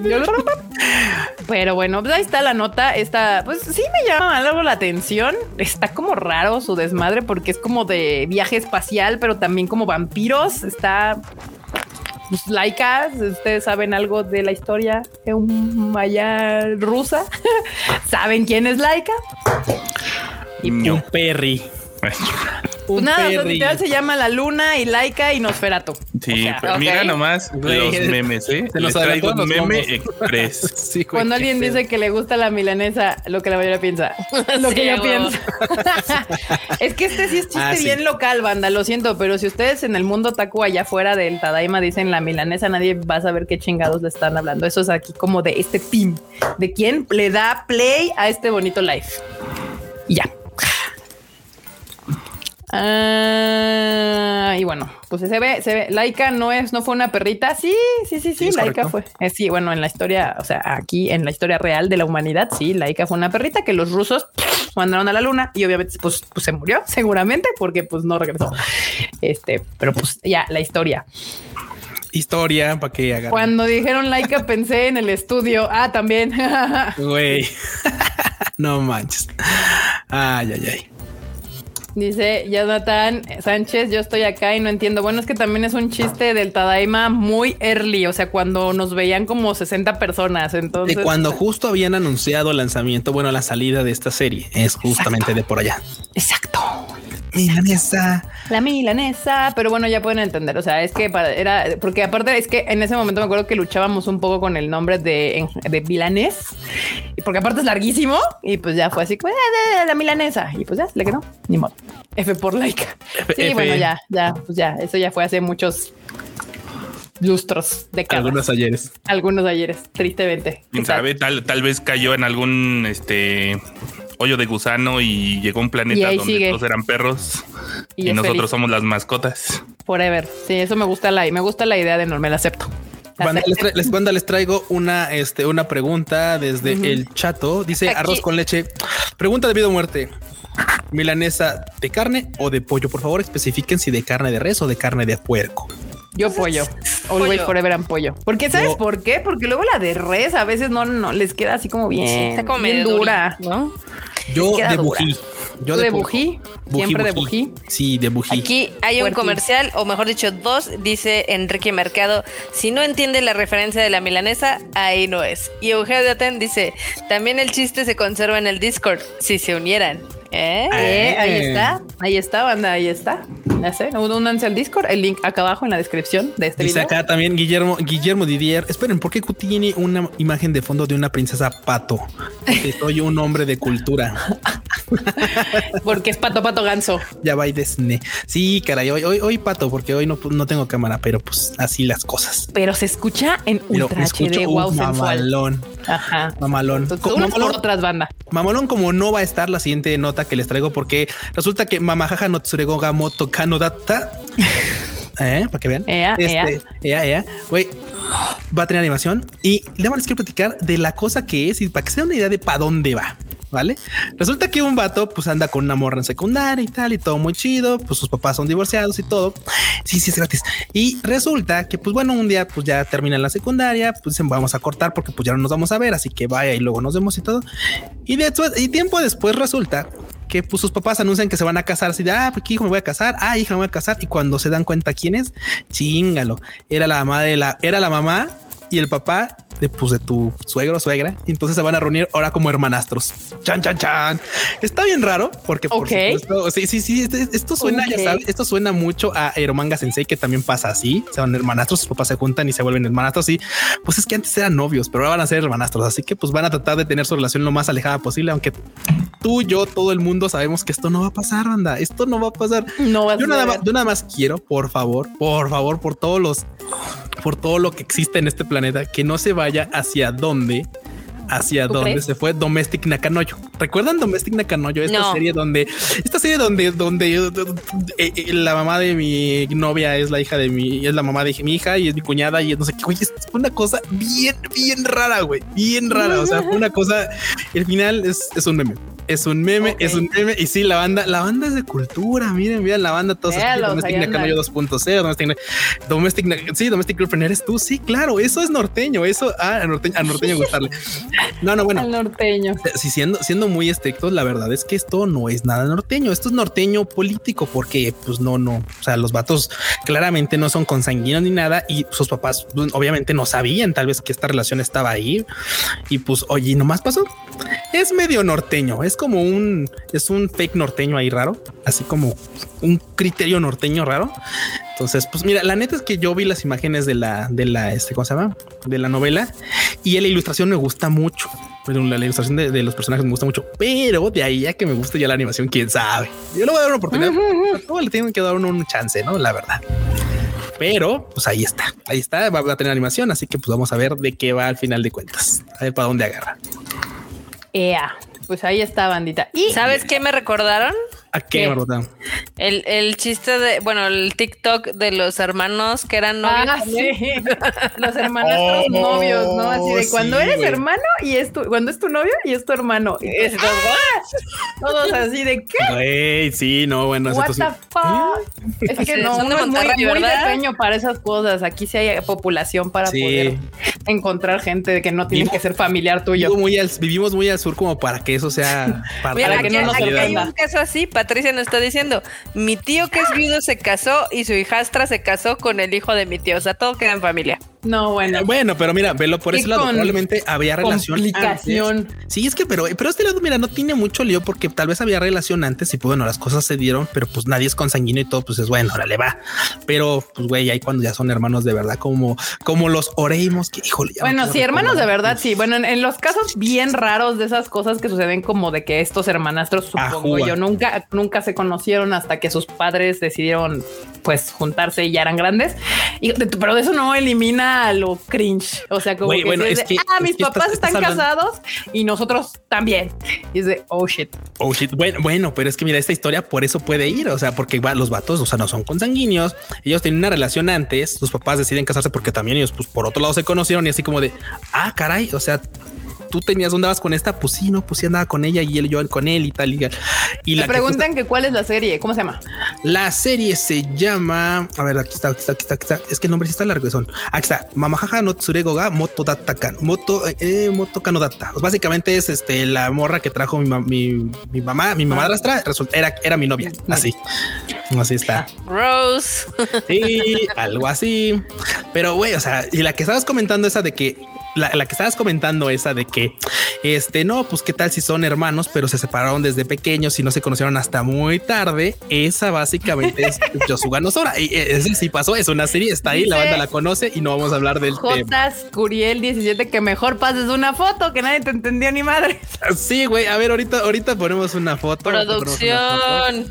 Pero bueno, pues ahí está la nota. Esta, pues sí me llama algo la atención. Está como raro su desmadre porque es como de viaje espacial, pero también como vampiros. Está... Pues Laika, ustedes saben algo de la historia de un allá rusa. ¿Saben quién es Laika? Y un Perry. Pues Un nada, o sea, Perry. literal se llama La Luna y Laika y Nosferatu. Sí, O sea, pero ok. mira nomás Güey, los memes, ¿eh? se nos Les traigo adelantó los meme bombos. express. Sí, güey, Cuando qué alguien pedo. dice que le gusta la milanesa, lo que la mayoría piensa, lo que Sí, yo huevo. pienso. Es que este sí es chiste Ah, sí. bien local, banda, lo siento, pero si ustedes en el mundo taku allá afuera del Tadaima dicen la milanesa, nadie va a saber qué chingados le están hablando. Eso es aquí como de este team, de quién le da play a este bonito live. Y ya. Ah, y bueno, pues se ve, se ve. Laika no es, no fue una perrita. Sí, sí, sí, sí. Sí, es Laika correcto. fue. Eh, sí, bueno, en la historia, o sea, aquí en la historia real de la humanidad, sí, Laika fue una perrita que los rusos mandaron a la luna y obviamente, pues, pues se murió, seguramente, porque pues no regresó. Este, pero pues ya la historia. Historia para que hagan. Cuando dijeron Laika, pensé en el estudio. Ah, también. Güey. No manches. Ay, ay, ay. Dice Jonathan Sánchez, yo estoy acá y no entiendo. Bueno, es que también es un chiste del Tadaima muy early, o sea, cuando nos veían como sesenta personas. Entonces, De cuando justo habían anunciado el lanzamiento, bueno, la salida de esta serie es justamente de por allá. exacto. Milanesa. La milanesa, pero bueno, ya pueden entender. O sea, es que para, era porque aparte es que en ese momento me acuerdo que luchábamos un poco con el nombre de, en- de milanés, y porque aparte es larguísimo y pues ya fue así como "Ah, la milanesa" y pues ya se le quedó. Ni modo. F por Laika. Sí, F. bueno, ya, ya, pues ya, eso ya fue hace muchos lustros, décadas. Algunos ayeres. Algunos ayeres, tristemente. Quién sabe, tal, tal vez cayó en algún este hoyo de gusano y llegó a un Y planeta ahí donde sigue. todos eran perros Y y, es nosotros feliz. somos las mascotas. Forever. Sí, eso me gusta la, me gusta la idea de no me la acepto. La Banda, les, acepto. tra- les- banda, les traigo una, este, una pregunta desde el chato. Dice Aquí. arroz con leche. Pregunta de vida o muerte. ¿Milanesa de carne o de pollo? Por favor, especifiquen si de carne de res o de carne de puerco. Yo pollo. Always Pollo. forever and pollo. Porque ¿sabes Yo- por qué? Porque luego la de res a veces no, no les queda así como bien, Está como bien medio dura. durito, ¿no? Yo Queda de dura. bují. Yo ¿Tú de puerco. bují? ¿Siempre de bují? Sí, de bují. Aquí hay un Fuertín. comercial, o mejor dicho, dos, dice Enrique Mercado. Si no entiende la referencia de la milanesa, ahí no es. Y Eugenio Aten dice, también el chiste se conserva en el Discord, si se unieran. ¿Eh? Eh, ahí está, ahí está, banda, ahí está. Ya sé, únanse al Discord, el link acá abajo en la descripción de este Dice video. acá también Guillermo, Guillermo Didier. Esperen, ¿por qué Q tiene una imagen de fondo de una princesa pato? Porque soy un hombre de cultura. Porque es pato, pato, ganso. Ya va y desne. Sí, caray, hoy, hoy, hoy pato, porque hoy no, no tengo cámara, pero pues así las cosas. Pero se escucha en Pero Ultra me H D, escucho wow, un sensual. mamalón. Ajá. Mamalón. Entonces, Co- unas por mamalón, otras, banda. mamalón como no va a estar la siguiente nota que les traigo, porque resulta que Mamajaja no Tsurego ga moto kanodata. Eh, para que vean. Ea, este, ea, ea. Güey, va a tener animación y le les quiero platicar de la cosa que es y para que se den una idea de para dónde va. ¿vale? Resulta que un vato pues anda con una morra en secundaria y tal y todo muy chido, pues sus papás son divorciados y todo. Sí, sí, es gratis. Y resulta que pues bueno, un día pues ya terminan la secundaria, pues vamos a cortar porque pues ya no nos vamos a ver, así que vaya y luego nos vemos y todo. Y, de, y tiempo después resulta que pues sus papás anuncian que se van a casar, así de, ah, pues hijo me voy a casar, ah, hija me voy a casar. Y cuando se dan cuenta quién es, chingalo, era la mamá de la, era la mamá y el papá de, pues, de tu suegro o suegra. Y entonces se van a reunir ahora como hermanastros. Chan, chan, chan. Está bien raro porque por okay. supuesto, sí, sí, sí. Este, esto suena, okay. ya sabes, esto suena mucho a Eromanga Sensei, que también pasa así. Se van hermanastros, sus papás se juntan y se vuelven hermanastros. Y pues es que antes eran novios, pero ahora van a ser hermanastros. Así que pues van a tratar de tener su relación lo más alejada posible, aunque tú, yo, todo el mundo sabemos que esto no va a pasar, banda. Esto no va a pasar. No va a yo, nada más, yo nada más quiero, por favor, por favor, por todos los, por todo lo que existe en este planeta, que no se vaya hacia dónde, hacia dónde crees? se fue Domestic Nakanoyo. ¿Recuerdan Domestic Nakanoyo? Esta no. serie donde, esta serie donde, donde eh, eh, la mamá de mi novia es la hija de mi, es la mamá de mi hija y es mi cuñada y es no sé qué, güey, es una cosa bien, bien rara, güey, bien rara. O sea, fue una cosa, el final es, es un meme. Es un meme, okay. es un meme. Y sí, la banda, la banda es de cultura. Miren, miren la banda, todos aquí, Domestic Nakanoyo dos punto cero, Domestic, Domestic, sí, Domestic Girlfriend, eres tú. Sí, claro, eso es norteño. Eso ah, a norteño, a norteño gustarle. No, no, bueno. Al norteño. Sí, siendo, siendo muy estrictos, la verdad es que esto no es nada norteño. Esto es norteño político, porque pues no, no. O sea, los vatos claramente no son consanguíneos ni nada. Y sus papás, pues, obviamente, no sabían tal vez que esta relación estaba ahí. Y pues, oye, nomás pasó. Es medio norteño. Es como un, es un fake norteño ahí raro, así como un criterio norteño raro. Entonces, pues mira, la neta es que yo vi las imágenes de la, de la, este, ¿cómo se llama? De la novela y la ilustración me gusta mucho. Pero la ilustración de, de los personajes me gusta mucho, pero de ahí a que me guste ya la animación, quién sabe. Yo le voy a dar una oportunidad. A todos le tienen que dar uno un chance, ¿no? La verdad. Pero pues ahí está, ahí está, va a tener animación, así que pues vamos a ver de qué va al final de cuentas, a ver para dónde agarra. Ea. Pues ahí está, bandita. ¿Y sabes qué me recordaron? ¿A qué, qué? El, el chiste de, bueno, el TikTok de los hermanos que eran novios. Ah, sí. Los hermanastros oh, novios, ¿no? Así de cuando sí, eres wey. hermano y es tu, cuando es tu novio y es tu hermano. Y es, ¡ah! Todos así de ¿qué? Wey, sí, no, bueno. What the fuck? Es que no, uno es muy, muy pequeño para esas cosas. Aquí sí hay población para sí. poder encontrar gente que no tiene Vivo, que ser familiar tuyo. Muy al, vivimos muy al sur como para que eso sea para, Mira, para que aquí, no nos aquí hay un caso así. Patricia nos está diciendo, mi tío que es viudo se casó y su hijastra se casó con el hijo de mi tío. O sea, todo queda en familia. No, bueno. Bueno, pero mira, velo por ese lado. Probablemente había relación complicación. Antes. Sí, es que, pero, pero este lado, mira, no tiene mucho lío porque tal vez había relación antes y pues bueno, las cosas se dieron, pero pues nadie es consanguíneo y todo, pues es bueno, órale, va. Pero pues güey, ahí cuando ya son hermanos de verdad, como, como los Oreimos, que híjole. Bueno, sí, hermanos de verdad, sí. Bueno, en, en los casos bien raros de esas cosas que suceden como de que estos hermanastros, supongo Ajúa. yo, nunca, nunca se conocieron hasta que sus padres decidieron pues juntarse y ya eran grandes. Y, pero eso no elimina lo cringe. O sea, como Wey, que, bueno, es de, que ah, mis papás estás, están estás casados y nosotros también. Y es de oh shit. Oh shit. Bueno, bueno, pero es que mira, esta historia por eso puede ir. O sea, porque va, los vatos, o sea, no son consanguíneos. Ellos tienen una relación antes. Sus papás deciden casarse porque también ellos, pues por otro lado, se conocieron y así como de ah, caray. O sea, tú tenías, andabas con esta, pues sí, no, pues sí andaba con ella y él, yo con él y tal. Y, y la preguntan que, que cuál es la serie, ¿cómo se llama? La serie se llama, a ver, aquí está, aquí está, aquí está, aquí está. Es que el nombre sí está largo, son. Aquí está, Mamajaja no Tsurego ga Moto Data Kan, Moto, eh, Moto Kanodata. Pues básicamente es este la morra que trajo mi, mi, mi mamá, mi madrastra, resulta, era, era mi novia, así. Así está. Rose. Sí, algo así. Pero güey, o sea, y la que estabas comentando esa de que La, la que estabas comentando esa de que este no, pues qué tal si son hermanos, pero se separaron desde pequeños y no se conocieron hasta muy tarde. Esa básicamente es Yosuga no Sora. Y ese sí pasó, es una serie, está ahí, dice, la banda la conoce y no vamos a hablar del J. tema. Curiel diecisiete, que mejor pases una foto, que nadie te entendió ni madre. Sí, güey, a ver, ahorita, ahorita ponemos una foto. Producción.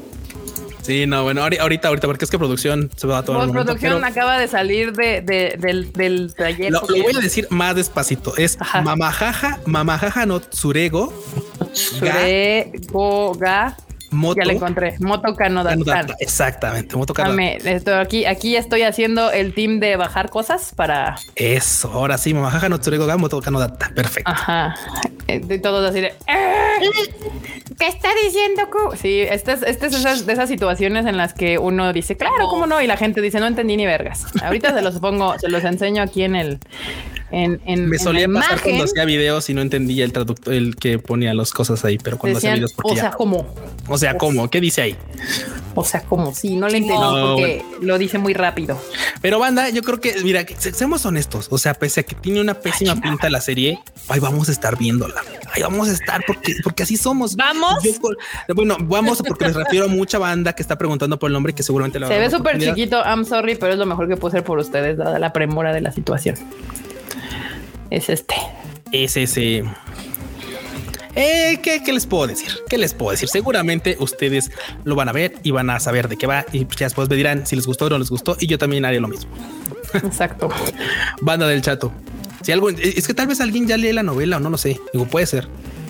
Sí, no, bueno, ahorita, ahorita, porque es que producción se va a tomar. Pues producción pero acaba de salir de, de, del, del taller. Lo, lo voy a decir más despacito. Es Ajá. Mamajaja, Mamajaja no Tsurego. Tsurego ga. Moto. Ya la encontré. Moto Kanodata. Kanodata, exactamente. Moto Kanodata. Estoy aquí, aquí estoy haciendo el team de bajar cosas para. Eso, ahora sí, Mamajaja no Tsurego ga Moto Kanodata. Perfecto. Ajá. De todos así de. ¿Qué está diciendo Q? Sí, esta es, esta es esas, de esas situaciones en las que uno dice, claro, cómo no, y la gente dice, no entendí ni vergas. Ahorita se los pongo, se los enseño aquí en el. En, en, Me en solía la pasar imagen. cuando hacía videos y no entendía el traductor, el que ponía las cosas ahí, pero cuando Decían, hacía videos, porque o sea, ya. ¿cómo? O sea, ¿cómo? ¿Qué dice ahí? O sea, como si no le entendí No, porque lo dice muy rápido. Pero banda, yo creo que, mira, que se- seamos honestos. O sea, pese a que tiene una pésima pinta la serie, ahí vamos a estar viéndola. Ahí vamos a estar porque, porque así somos. ¿Vamos? Yo con- bueno, vamos porque les refiero a mucha banda que está preguntando por el nombre que seguramente la Se ve súper chiquito, I'm sorry, pero es lo mejor que puedo hacer por ustedes, dada la premura de la situación. Es este. Es ese. Eh, ¿qué, ¿Qué les puedo decir? ¿Qué les puedo decir? Seguramente ustedes lo van a ver y van a saber de qué va y ya después me dirán si les gustó o no les gustó y yo también haré lo mismo. Exacto. Banda del chato. Si algo es que tal vez alguien ya lee la novela o no lo sé. Digo, puede ser.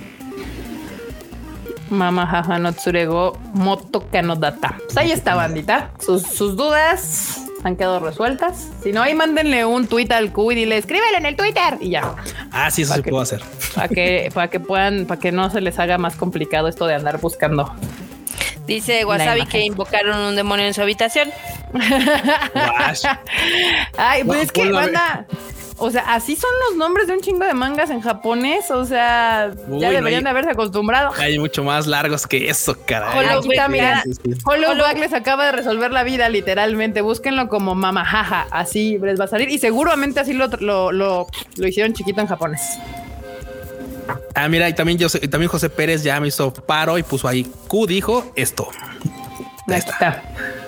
Mama jaja no tsurego Moto Kanodata. Pues ahí está, bandita. Sus, sus dudas han quedado resueltas. Si no, ahí mándenle un tweet al Q y dile, escríbelo en el Twitter y ya. Ah, sí, eso Pa' se que- puede hacer. Para que, para que puedan, para que no se les haga más complicado esto de andar buscando. Dice Wasabi imagen. que invocaron un demonio en su habitación. Guash. Ay, pues No, es que, ponlo a ver. banda, o sea, así son los nombres de un chingo de mangas en japonés. O sea, Uy, ya no deberían hay- de haberse acostumbrado. Hay mucho más largos que eso, caray. Hollow Aquí está, mira. Sí, sí. Hollow Back les acaba de resolver la vida, literalmente. Búsquenlo como mamajaja, así les va a salir. Y seguramente así lo, lo, lo, lo hicieron chiquito en japonés. Ah, mira, y también yo sé- también José Pérez ya me hizo paro y puso ahí Q dijo esto. Ahí Aquí está. está.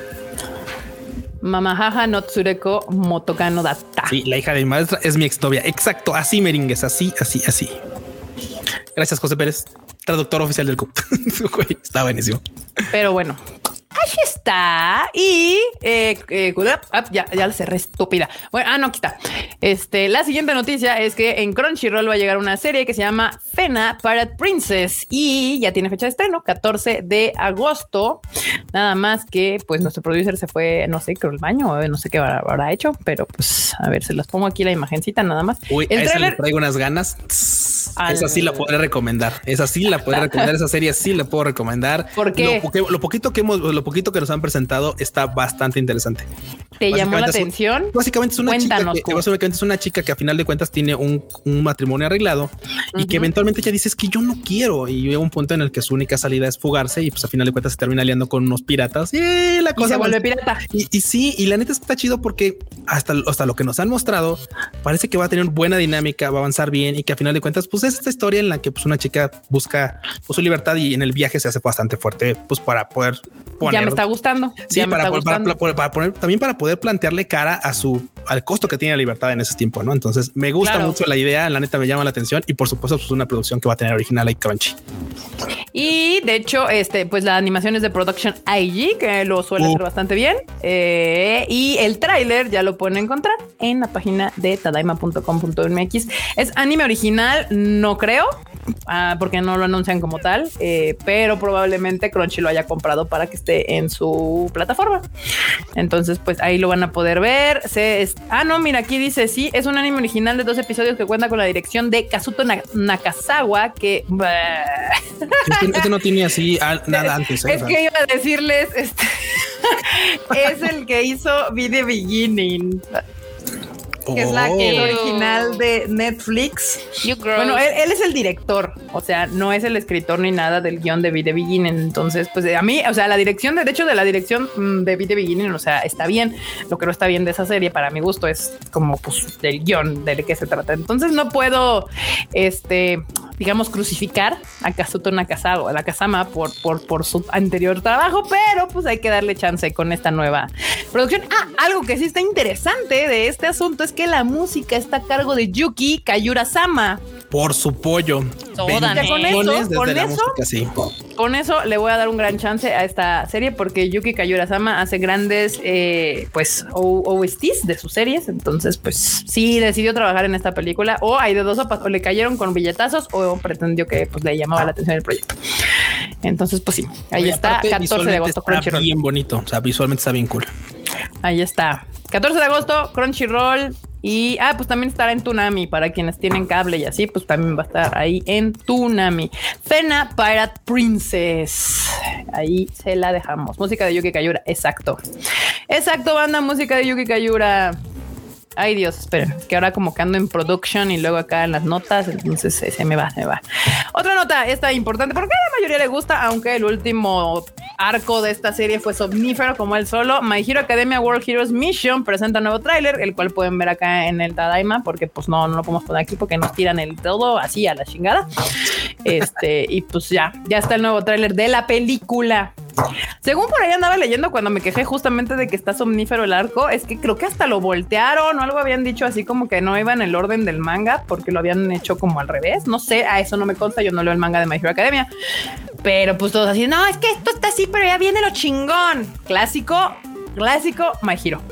Mamajaja no Tsureko Moto Kanodata. Sí, la hija de mi maestra es mi exnovia. Exacto, así merengues, así, así, así. Gracias, José Pérez, traductor oficial del Q. Güey, está buenísimo. Pero bueno, ahí está. Y eh, eh, ah, ya, ya la cerré, estúpida. Bueno, ah, no, aquí está. Este, la siguiente noticia es que en Crunchyroll va a llegar una serie que se llama Fena Pirate Princess y ya tiene fecha de estreno, catorce de agosto. Nada más que, pues, nuestro producer se fue, no sé, creo el baño, no sé qué habrá, habrá hecho, pero pues, a ver, se las pongo aquí la imagencita nada más. Uy, el a esa le trailer. traigo unas ganas. Tss, Al- Esa sí la podré recomendar. Esa sí la podré recomendar. Esa serie sí la puedo recomendar. ¿Por qué? Lo, poque- lo poquito que hemos, lo poquito que nos han presentado está bastante interesante. ¿Te llamó la Básicamente es un- atención? Básicamente es una Cuéntanos, chica que, Q. básicamente es una chica que a final de cuentas tiene un, un matrimonio arreglado y que Ujú. eventualmente ella dice es que yo no quiero y llega un punto en el que su única salida es fugarse y pues a final de cuentas se termina liando con unos piratas y la Y cosa se vuelve avanza. pirata. Y, y sí, y la neta está chido porque hasta, hasta lo que nos han mostrado parece que va a tener buena dinámica, va a avanzar bien y que a final de cuentas pues es esta historia en la que pues una chica busca pues, su libertad y en el viaje se hace bastante fuerte pues para poder poner... Ya me está gustando. Sí, ya me para, está poder- para, gustando. para- para poner también para poder plantearle cara a su al costo que tiene la libertad en ese tiempo, ¿no? Entonces me gusta Claro. mucho la idea, la neta me llama la atención y por supuesto pues una producción que va a tener original y Crunchy. Y de hecho, este, pues la animación es de Production I G, que lo suele Uh. hacer bastante bien. Eh, y el tráiler ya lo pueden encontrar en la página de tadaima punto com punto m x. Es anime original, no creo, ah, porque no lo anuncian como tal, eh, pero probablemente Crunchy lo haya comprado para que esté en su plataforma. Entonces, pues ahí lo van a poder ver. Se es- ah, no, mira, aquí dice sí, es un anime original de dos episodios que cuenta con la dirección de Kazuto Na- Nakazawa, que Este, este no tiene así ah, nada antes. ¿eh? es O sea, que iba a decirles, este es el que hizo Be the Beginning, que es la que es oh. original de Netflix. You girls. Bueno, él, él es el director, o sea, no es el escritor ni nada del guión de Be the Beginning. Entonces, pues a mí, o sea, la dirección, de, de hecho, de la dirección mm, de Be the Beginning, o sea, está bien. Lo que no está bien de esa serie, para mi gusto, es como pues del guión de qué se trata. Entonces, no puedo, este, digamos, crucificar a Kazuto Nakazawa, a la Kazama, por, por, por su anterior trabajo, pero pues hay que darle chance con esta nueva producción. Ah, algo que sí está interesante de este asunto es que la música está a cargo de Yuki Kayura-sama. Por su pollo. Toda, Bendiciones ¿eh? Con eso, desde con la eso. música, sí. Con eso le voy a dar un gran chance a esta serie porque Yuki Kayura-sama hace grandes eh, pues O- O S Ts de sus series. Entonces, pues sí decidió trabajar en esta película, o hay de dos sopas, o le cayeron con billetazos o pretendió que pues le llamaba la atención el proyecto. Entonces, pues sí, ahí y está, catorce de agosto, está Crunchyroll. Bien bonito, o sea, visualmente está bien cool. Ahí está. catorce de agosto, Crunchyroll. Y, ah, pues también estará en Toonami. Para quienes tienen cable y así, pues también va a estar ahí en Toonami. Fena Pirate Princess. Ahí se la dejamos. Música de Yuki Kayura. Exacto. Exacto, banda. Música de Yuki Kayura. Ay, Dios, esperen, que ahora como que ando en production y luego acá en las notas, entonces se, se me va, se me va. Otra nota, esta importante, porque a la mayoría le gusta, aunque el último arco de esta serie fue somnífero como él solo. My Hero Academia World Heroes Mission presenta un nuevo tráiler, el cual pueden ver acá en el Tadaima, porque pues no, no lo podemos poner aquí porque nos tiran el todo así a la chingada. Este, y pues ya, ya está el nuevo tráiler de la película. Según por ahí andaba leyendo cuando me quejé justamente de que está somnífero el arco, es que creo que hasta lo voltearon o algo habían dicho así como que no iba en el orden del manga porque lo habían hecho como al revés. No sé, a eso no me consta, yo no leo el manga de My Hero Academia. Pero pues todos así, no, es que esto está así, pero ya viene lo chingón. Clásico, clásico My Hero.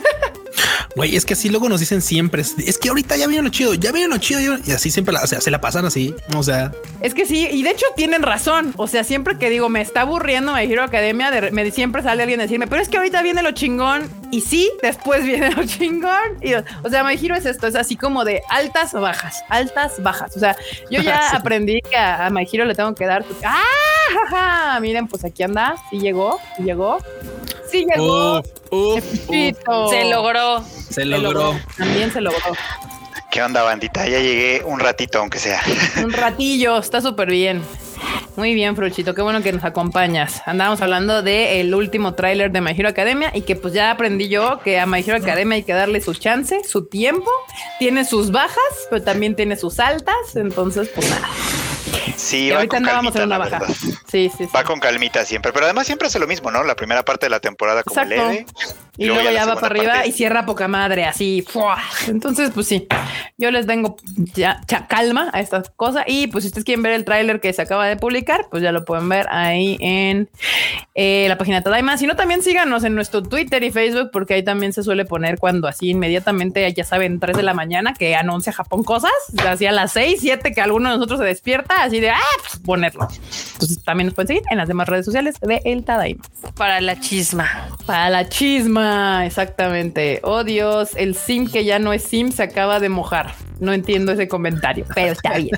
Güey, es que así luego nos dicen siempre, es que ahorita ya viene lo chido, ya viene lo chido, y así siempre la, o sea, se la pasan así, o sea. Es que sí, y de hecho tienen razón, o sea, siempre que digo, me está aburriendo My Hero Academia, de, me, siempre sale alguien a decirme, pero es que ahorita viene lo chingón, y sí, después viene lo chingón, y, o sea, My Hero es esto, es así como de altas o bajas, altas, bajas, o sea, yo ya sí. aprendí que a, a My Hero le tengo que dar, ¡ah! Jaja, miren, pues aquí anda, sí llegó, sí llegó. Sí llegó. Uh, uh, uh, se logró. Se, se logró. logró. También se logró. ¿Qué onda, bandita? Ya llegué un ratito, aunque sea. Un ratillo, está súper bien. Muy bien, Fruchito, qué bueno que nos acompañas. Andábamos hablando del último tráiler de My Hero Academia y que pues ya aprendí yo que a My Hero Academia hay que darle su chance, su tiempo. Tiene sus bajas, pero también tiene sus altas. Entonces, pues nada. Sí, y va ahorita con andábamos calmita, en una baja. verdad. Sí, sí, sí. Va con calmita siempre, pero además siempre hace lo mismo, ¿no? La primera parte de la temporada como Exacto. leve. Y luego ya, ya va para arriba parte. Y cierra poca madre, así. ¡fua! Entonces, pues sí, yo les tengo ya, ya calma a estas cosas. Y pues si ustedes quieren ver el tráiler que se acaba de publicar, pues ya lo pueden ver ahí en eh, la página de Tadaima. Si no, también síganos en nuestro Twitter y Facebook, porque ahí también se suele poner cuando así inmediatamente, ya saben, tres de la mañana que anuncia Japón cosas, así a las seis, siete que alguno de nosotros se despierta, así de, ah, pues ponerlo. Entonces también nos pueden seguir en las demás redes sociales de El Tadaima. Para la chisma. Para la chisma, exactamente. Oh Dios, el sim que ya no es sim se acaba de mojar. No entiendo ese comentario, pero está bien.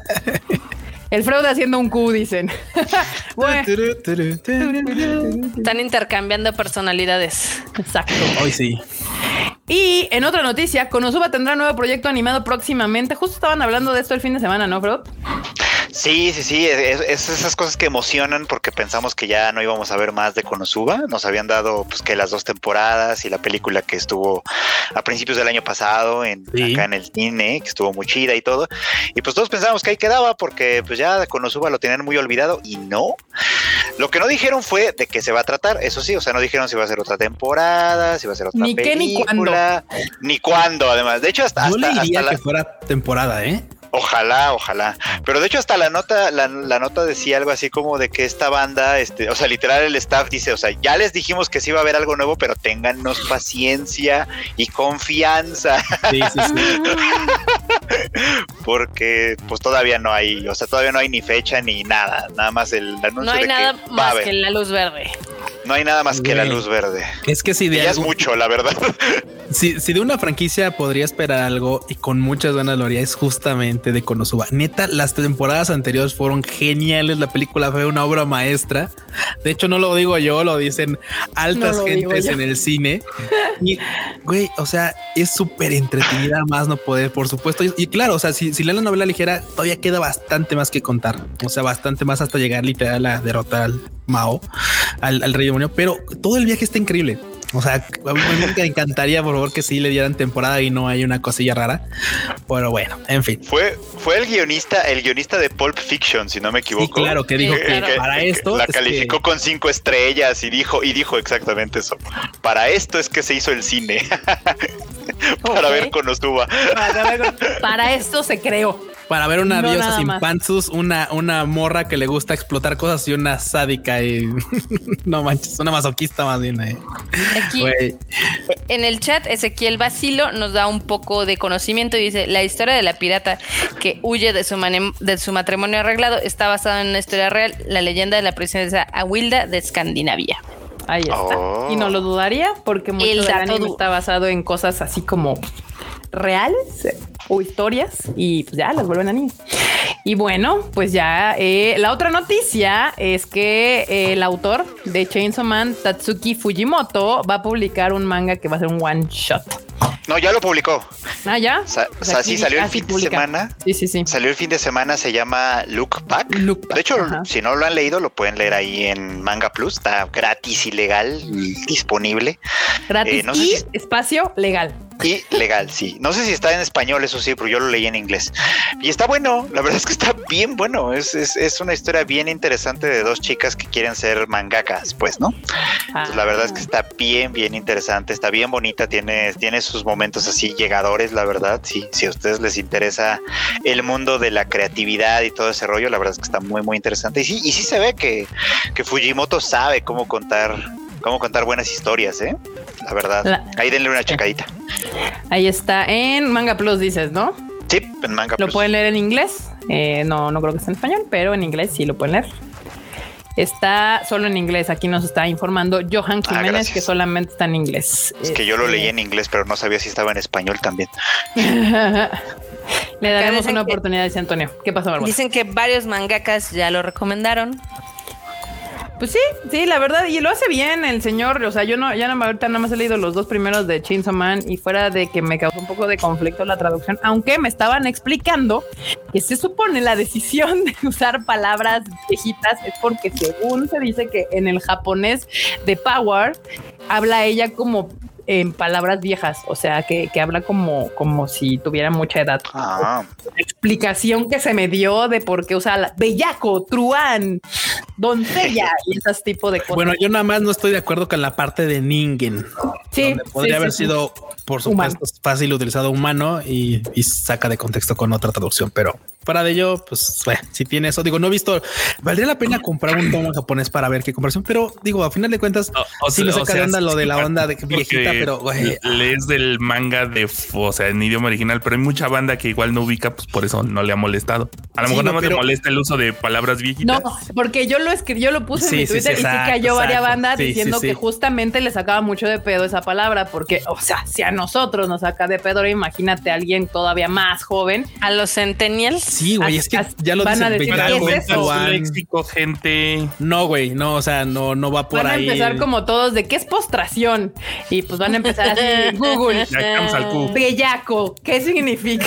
El fraude haciendo un Q, dicen. Bueno. Están intercambiando personalidades. Exacto. Hoy sí. Y en otra noticia, Konosuba tendrá un nuevo proyecto animado próximamente. Justo estaban hablando de esto el fin de semana, ¿no, Freud? Sí, sí, sí, es, es esas cosas que emocionan porque pensamos que ya no íbamos a ver más de Konosuba. Nos habían dado pues que las dos temporadas y la película que estuvo a principios del año pasado en, sí. acá en el cine, que estuvo muy chida y todo. Y pues todos pensábamos que ahí quedaba porque pues ya Konosuba lo tenían muy olvidado y no. Lo que no dijeron fue de qué se va a tratar, eso sí, o sea, no dijeron si va a ser otra temporada, si va a ser otra ni película. Ni qué, ni cuándo. Ni cuándo, además. De hecho, hasta... Yo hasta, le diría hasta que la... fuera temporada, ¿eh? Ojalá, ojalá. Pero de hecho hasta la nota, la, la nota decía algo así como de que esta banda, este, o sea, literal el staff dice, o sea, ya les dijimos que sí iba a haber algo nuevo, pero téngannos paciencia y confianza. Sí, sí, sí. Porque pues todavía no hay, o sea, todavía no hay ni fecha ni nada, nada más el anuncio no hay de nada que más que la luz verde. No hay nada más que la luz verde. Es que si de ya algo, es mucho, la verdad. Si, si de una franquicia podría esperar algo y con muchas ganas lo haría, es justamente de Konosuba. Neta, las temporadas anteriores fueron geniales. La película fue una obra maestra. De hecho, no lo digo yo, lo dicen altas no gentes en el cine. Y, güey, o sea, es súper entretenida, más no poder, por supuesto. Y, y claro, o sea, si, si leen la novela ligera, todavía queda bastante más que contar. O sea, bastante más hasta llegar literal a derrotar al Mao, al, al rey demonio. Pero todo el viaje está increíble. O sea, a mí me encantaría, por favor, que sí le dieran temporada y no hay una cosilla rara. Pero bueno, en fin. Fue, fue el guionista, el guionista de Pulp Fiction, si no me equivoco. Sí, claro, que dijo sí, que, claro. que para que, esto la es calificó que... con cinco estrellas y dijo, y dijo exactamente eso. Para esto es que se hizo el cine. Para okay. ver Konosuba. Para, para esto se creó. Para ver una No, diosa nada sin más. pantsus, una, una morra que le gusta explotar cosas y una sádica y no manches, una masoquista más bien. Eh. Aquí Güey. en el chat, Ezequiel Basilo nos da un poco de conocimiento y dice: la historia de la pirata que huye de su, mane- de su matrimonio arreglado está basada en una historia real, la leyenda de la princesa Awilda de Escandinavia. Ahí está. Oh. Y no lo dudaría porque mucho El del dato anime du- está basado en cosas así como reales eh, o historias y pues ya las vuelven anime. Y bueno, pues ya eh, la otra noticia es que eh, el autor de Chainsaw Man, Tatsuki Fujimoto, va a publicar un manga que va a ser un one shot. No, ya lo publicó. Ah, ya. Sa- Pues o sea, aquí sí, salió el así fin de publica. semana. Sí, sí, sí. Salió el fin de semana, se llama Look Back. Look Back, De hecho, ajá. si no lo han leído, lo pueden leer ahí en Manga Plus. Está gratis y legal y disponible. Gratis Eh, no sé y si- espacio legal. Y legal, sí. No sé si está en español, eso sí, pero yo lo leí en inglés. Y está bueno, la verdad es que está bien bueno. Es, es, es una historia bien interesante de dos chicas que quieren ser mangakas, pues, ¿no? Entonces, la verdad es que está bien, bien interesante, está bien bonita, tiene, tiene sus momentos así llegadores, la verdad. Sí, si a ustedes les interesa el mundo de la creatividad y todo ese rollo, la verdad es que está muy, muy interesante. Y sí, y sí se ve que, que Fujimoto sabe cómo contar, cómo contar buenas historias, ¿eh? La verdad. La- Ahí denle una checadita. Ahí está en Manga Plus, dices, ¿no? Sí, en Manga Lo Plus. pueden leer en inglés. Eh, no, no creo que esté en español, pero en inglés sí lo pueden leer. Está solo en inglés. Aquí nos está informando Johan Ah, Jiménez, gracias. que solamente está en inglés. Es que yo lo Este, leí en inglés, pero no sabía si estaba en español también. Le daremos dicen una que- oportunidad, dice Antonio. ¿Qué pasó, Bárbara? Dicen que varios mangakas ya lo recomendaron. Pues sí, sí, la verdad, y lo hace bien el señor. O sea, yo no, ya no, ahorita nada más he leído los dos primeros de Chainsaw Man y fuera de que me causó un poco de conflicto la traducción, aunque me estaban explicando que se supone la decisión de usar palabras viejitas es porque según se dice que en el japonés de Power habla ella como en palabras viejas, o sea, que, que habla como, como si tuviera mucha edad. Ah, Explicación que se me dio de por qué usa la bellaco, truán, doncella y esos tipos de cosas. Bueno, yo nada más no estoy de acuerdo con la parte de Ningen. sí, donde podría sí, haber sí, sí. sido, por Humano. supuesto, fácil utilizado humano y, y saca de contexto con otra traducción, pero fuera de ello, pues bueno, si tiene eso, digo, no he visto, valdría la pena comprar un tomo en japonés para ver qué comparación, pero digo, a final de cuentas, O- o sí me sea- saca o sea, de onda lo sí, de la porque onda de viejita, pero güey, lees del manga de, o sea, en idioma original, pero hay mucha banda que igual no ubica, pues por eso no le ha molestado. A lo Sí, mejor no, nada más pero- le molesta el uso de palabras viejitas. No, porque yo lo escribí, yo lo puse Sí, en mi sí, Twitter sí, y sí exacto, cayó varias exacto. bandas Sí, diciendo sí, sí. que justamente le sacaba mucho de pedo esa palabra, porque, o sea, si a nosotros nos saca de pedo, ahora imagínate a alguien todavía más joven. A los centennials. sí, güey, es que as- ya lo van dice a el decir, Para ¿qué bellaco, es aumentar eso? su truán. léxico, gente. No, güey, no, o sea, no, no va por Van a ahí. empezar como todos de qué es postración y pues van a empezar así Google. Ya estamos al cu. Bellaco, ¿qué significa?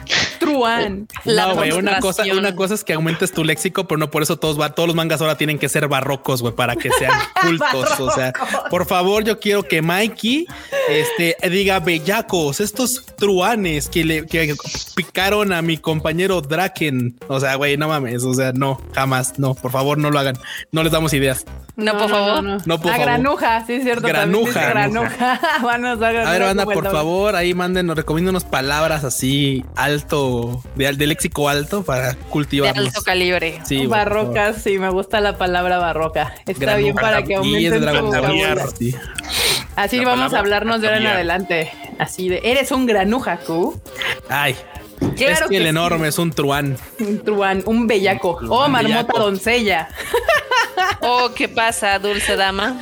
Truán. La No, güey, una cosa, postración. una cosa es que aumentes tu léxico, pero no por eso todos va, todos los mangas ahora tienen que ser barrocos, güey, para que sean cultos. O sea, por favor, yo quiero que Mikey este, diga bellacos, estos truanes que le que picaron a mi compañero Draken. O sea, güey, no mames. O sea, no, jamás, no, por favor, no lo hagan. No les damos ideas. No, por favor. No, No, por a favor. granuja, sí, es cierto. también dice Granuja. granuja. Van a usar A ver, granuja banda, como el por doble. favor, ahí manden, nos recomiendan unas palabras así alto, de, de léxico alto para De cultivarnos. alto calibre. Sí, güey, por favor. Barrocas, sí, me gusta la palabra barroca. Está Granuja. bien para que Y es de aumenten Dragon su Ball, vocabulario. sí. Así La vamos a palabra hablarnos de ahora en cambiar. adelante. Así de, eres un granuja, Q. Ay, Claro es que, que el sí. enorme es un truán. Un truán, un bellaco. Un Oh, marmota bellaco. doncella. Oh, ¿qué pasa, dulce dama?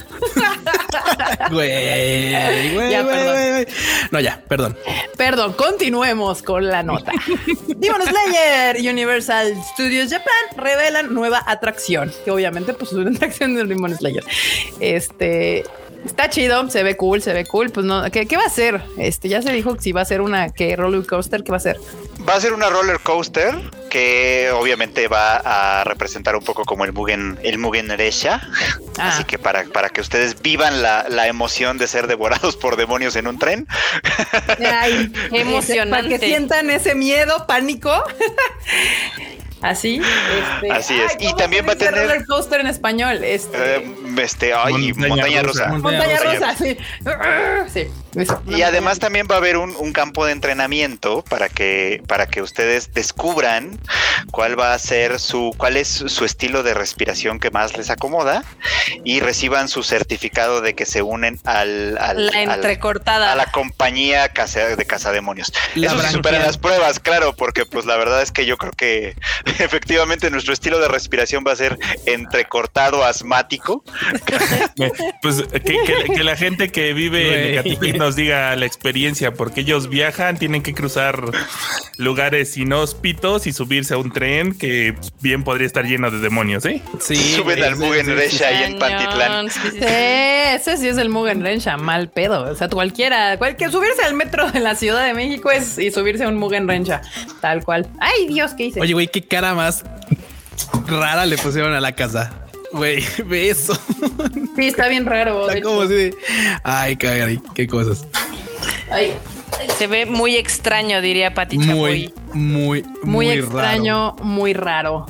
Güey, güey, Ya, güey, perdón. güey, güey. No, ya, perdón. Perdón, continuemos con la nota. Demon Slayer y Universal Studios Japan revelan nueva atracción, que obviamente pues es una atracción de Demon Slayer. Este está chido, se ve cool, se ve cool. Pues no, ¿qué, qué va a ser? Este ya se dijo que si va a ser una que roller coaster, ¿qué va a ser? va a ser una roller coaster que obviamente va a representar un poco como el Mugen, el Mugen Resha. Ah. Así que para, para que ustedes vivan la, la emoción de ser devorados por demonios en un tren. Ay, Qué emocionante. Para que sientan ese miedo, pánico. Así, este, Así es. ay, Y ¿cómo también se va a dice tener- roller coaster en español. Este, Eh, este, ay, Montaña montaña rusa. rusa. Montaña Montaña rusa, sí. Sí. Eso. Y además también va a haber un, un campo de entrenamiento para que para que ustedes descubran cuál va a ser su cuál es su estilo de respiración que más les acomoda y reciban su certificado de que se unen al, al La al- entrecortada. a la compañía casa- de cazademonios. La Eso se supera branquial. las pruebas, claro, porque pues la verdad es que yo creo que efectivamente nuestro estilo de respiración va a ser entrecortado asmático. Eh, Pues que, que- que la gente que vive en Güey. Ecatepec nos diga la experiencia, porque ellos viajan, tienen que cruzar lugares inhóspitos y subirse a un tren que bien podría estar lleno de demonios, ¿eh? Sí, Suben güey, al sí, Mugen sí, sí. Resha ahí en Cañón, Pantitlán. sí, sí, sí. Sí, ese sí es el Mugen Rensha, mal pedo. O sea, cualquiera, cualquier subirse al metro de la Ciudad de México es y subirse a un Mugen Rensha, tal cual. Ay, Dios, ¿qué hice? Oye, güey, qué cara más rara le pusieron a la casa. Güey, ve eso. Sí, está bien raro. de Está como hecho. así de, ay, caray, qué cosas. Ay, Se ve muy extraño, diría Pati Muy, Chapoy. muy, muy, muy extraño, muy raro.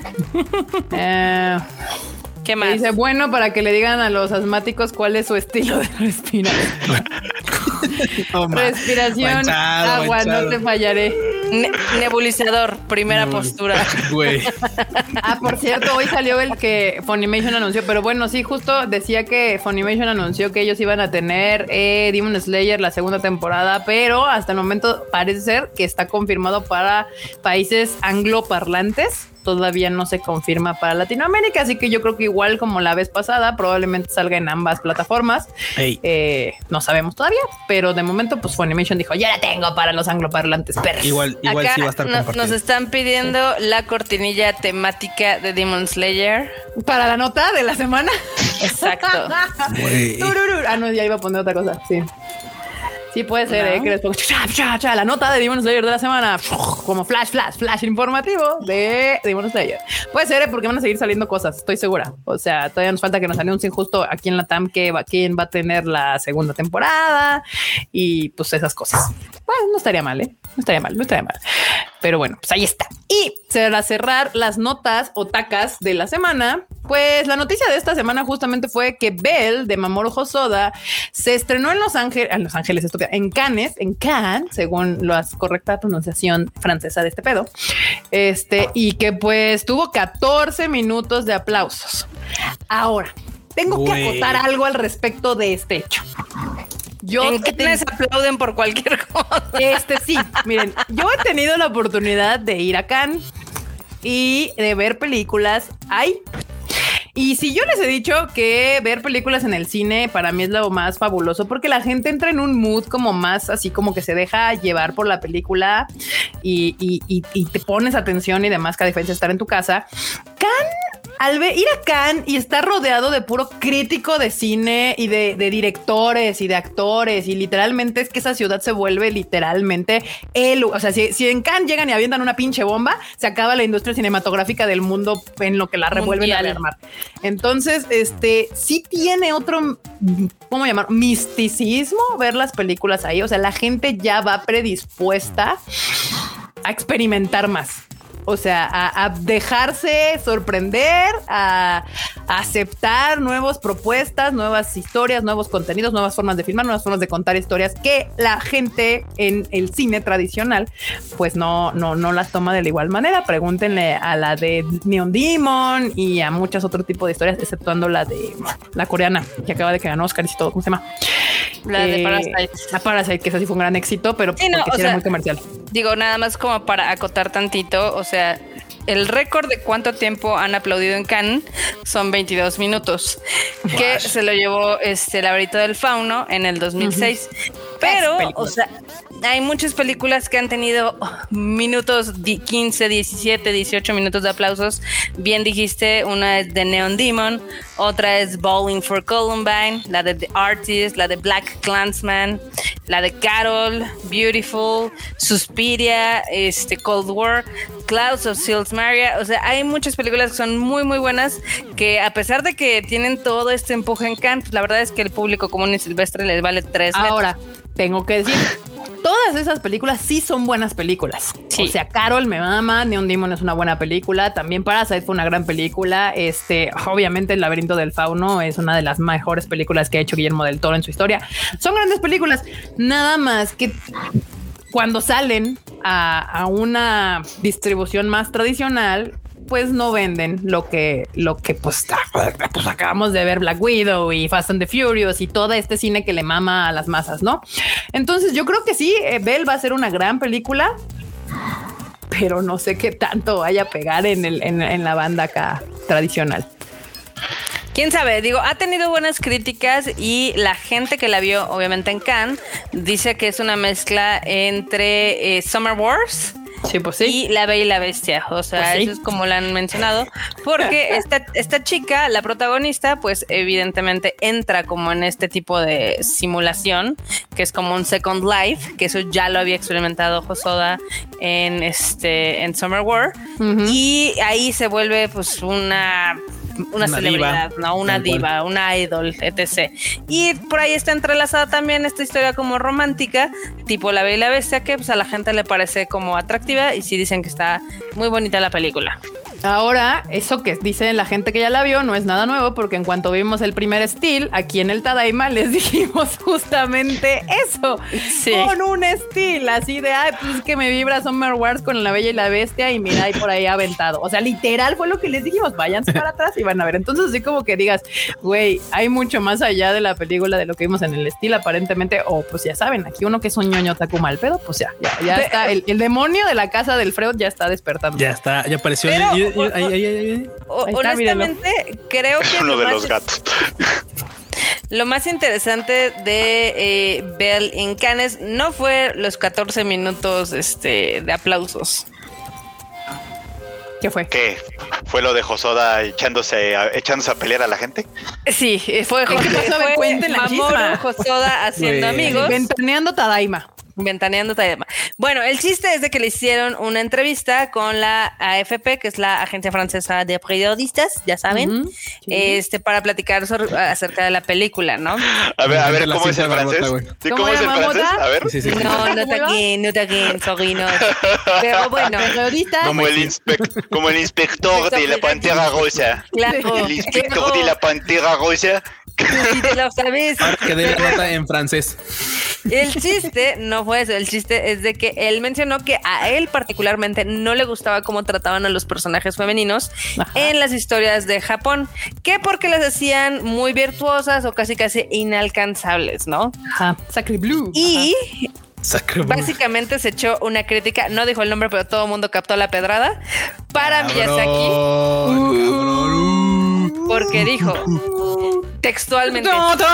Eh, ¿Qué más? dice, bueno, para que le digan a los asmáticos cuál es su estilo de respiración. raro. No, ma. Respiración, Manchado, agua, manchado. no te fallaré. Ne- nebulizador, primera Nebul- postura. Güey, Ah, por cierto, hoy salió el que Funimation anunció, pero bueno, sí, justo decía que Funimation anunció que ellos iban a tener eh, Demon Slayer la segunda temporada, pero hasta el momento parece ser que está confirmado para países angloparlantes. Todavía no se confirma para Latinoamérica, así que yo creo que igual como la vez pasada, probablemente salga en ambas plataformas. Ey. Eh, no sabemos todavía, pero de momento, pues Funimation dijo, ya la tengo para los angloparlantes, perros. igual, igual Acá sí va a estar no- compartido. nos están pidiendo la cortinilla temática de Demon Slayer. Para la nota de la semana. Exacto. Güey. Tururú. Ah, no, ya iba a poner otra cosa. Sí. Sí, puede ser, ¿No? ¿eh? Que les pongo cha, cha, cha, la nota de Demon Slayer de la semana. Como flash, flash, flash informativo de Demon Slayer. Puede ser, ¿eh? Porque van a seguir saliendo cosas, estoy segura. O sea, todavía nos falta que nos anuncien justo aquí en la T A M que va, quién va a tener la segunda temporada y pues esas cosas. Bueno, no estaría mal, ¿eh? No estaría mal, no estaría mal. Pero bueno, pues ahí está. Y para cerrar las notas otacas de la semana, pues la noticia de esta semana justamente fue que Belle de Mamoru Hosoda se estrenó en Los Ángeles, en Los Ángeles, estúpida, en Cannes, en Cannes, según la correcta pronunciación francesa de este pedo. Este, y que pues tuvo catorce minutos de aplausos. Ahora, tengo Güey. que acotar algo al respecto de este hecho. Yo ¿En he qué ten- aplauden por cualquier cosa? este sí, miren, yo he tenido la oportunidad de ir a Cannes y de ver películas ahí. Y si yo les he dicho que ver películas en el cine para mí es lo más fabuloso porque la gente entra en un mood como más así como que se deja llevar por la película y, y, y, y te pones atención y demás, que a diferencia de estar en tu casa. Cannes, al ver, ir a Cannes y estar rodeado de puro crítico de cine y de, de directores y de actores y literalmente es que esa ciudad se vuelve literalmente el, o sea, si, si en Cannes llegan y avientan una pinche bomba, se acaba la industria cinematográfica del mundo en lo que la revuelven a Mundial. rearmar. Entonces, este sí tiene otro, ¿cómo llamar? Misticismo ver las películas ahí. O sea, la gente ya va predispuesta a experimentar más. O sea, a, a dejarse sorprender, a, a aceptar nuevas propuestas, nuevas historias, nuevos contenidos, nuevas formas de filmar, nuevas formas de contar historias que la gente en el cine tradicional pues no, no, no las toma de la igual manera. Pregúntenle a la de Neon Demon y a muchos otros tipos de historias, exceptuando la de la coreana que acaba de ganar Oscar y todo, ¿cómo se llama? La de Eh, Parasite. La Parasite, que esa sí fue un gran éxito, pero Sí, no, porque o sí era sea, muy comercial. Digo, nada más como para acotar tantito, o sea, el récord de cuánto tiempo han aplaudido en Cannes son veintidós minutos, que se lo llevó este el laberinto del fauno en el dos mil seis. Pero, o sea, hay muchas películas que han tenido minutos di- quince, diecisiete, dieciocho minutos de aplausos. Bien dijiste, una es de Neon Demon, otra es Bowling for Columbine, la de The Artist, la de Black Klansman, la de Carol, Beautiful, Suspiria, este Cold War, Clouds of Sils Maria. O sea, hay muchas películas que son muy muy buenas, que a pesar de que tienen todo este empuje en Cannes, pues la verdad es que el público común y silvestre les vale tres metros. Ahora, tengo que decir, todas todas esas películas sí son buenas películas. Sí. O sea, Carol me mama, Neon Demon es una buena película, también Parasite fue una gran película. Este, obviamente El laberinto del fauno es una de las mejores películas que ha hecho Guillermo del Toro en su historia. Son grandes películas, nada más que cuando salen a, a una distribución más tradicional, pues no venden lo que, lo que pues, pues acabamos de ver, Black Widow y Fast and the Furious y todo este cine que le mama a las masas, ¿no? Entonces yo creo que sí, eh, Belle va a ser una gran película, pero no sé qué tanto vaya a pegar en, el, en, en la banda acá tradicional. Quién sabe, digo, ha tenido buenas críticas y la gente que la vio, obviamente en Cannes, dice que es una mezcla entre eh, Summer Wars. Sí, pues sí. Y La Bella y la Bestia, o sea, Pues sí. eso es como lo han mencionado, porque esta, esta chica, la protagonista, pues evidentemente entra como en este tipo de simulación, que es como un Second Life, que eso ya lo había experimentado Hosoda en este en Summer War, Uh-huh. y ahí se vuelve pues una una, Una celebridad, diva, ¿no? Una tal cual. diva, una idol, etcétera. Y por ahí está entrelazada también esta historia como romántica, tipo La Bella y la Bestia, que pues a la gente le parece como atractiva y sí dicen que está muy bonita la película. Ahora, eso que dice la gente que ya la vio no es nada nuevo, porque en cuanto vimos el primer Steel aquí en el Tadaima les dijimos justamente eso, Sí. con un Steel así de, ay, pues es que me vibra Summer Wars con La Bella y la Bestia y mira, ahí por ahí aventado. O sea, literal fue lo que les dijimos, váyanse para atrás y van a ver. Entonces, así como que digas, güey, hay mucho más allá de la película de lo que vimos en el Steel aparentemente, o pues ya saben, aquí uno que es un ñoño taku mal pedo, pues ya, ya, ya está, el, el demonio de la casa del Freud ya está despertando. Ya está, ya apareció. Pero- Y- y- Ahí, ahí, ahí, ahí. O- Ahí está, honestamente, creo que Uno lo de más- los gatos. Lo más interesante de eh, Belle en Cannes no fue los catorce minutos este, de aplausos. ¿Qué fue? ¿Qué? ¿Fue lo de Hosoda echándose a, echándose a pelear a la gente? Sí, fue, ¿Qué pasó? fue Cuenten la Mamoru chisma. Hosoda haciendo Güey. amigos. Ventaneando Tadaima. Ventaneando Tadaima. Bueno, el chiste es de que le hicieron una entrevista con la A F P, que es la Agencia Francesa de Periodistas, ya saben, Ujú, sí. este para platicar sobre- acerca de la película, ¿no? A ver, a ver, La ¿cómo es cinta el francés? barbota, güey. Sí, ¿Cómo ¿Cómo es el era, francés? mamota? A ver. Sí, sí, sí. No, no ¿Cómo está iba? aquí, no está aquí, sobrino. Pero bueno, Periodistas. Como el, inspec- como el inspector de la Pantera Rosa. claro, El inspector claro, de la Pantera Rosa. si te lo sabes. Ahora que dé la nota en francés. El chiste no fue eso, el chiste es de que él mencionó que a él particularmente no le gustaba cómo trataban a los personajes femeninos Ajá. en las historias de Japón, que porque las hacían muy virtuosas o casi casi inalcanzables, ¿no? Ajá. Sacre Blue. Y Sacre blue. básicamente se echó una crítica, no dijo el nombre, pero todo el mundo captó la pedrada para Miyazaki, Cabrón, cabrón. porque dijo textualmente,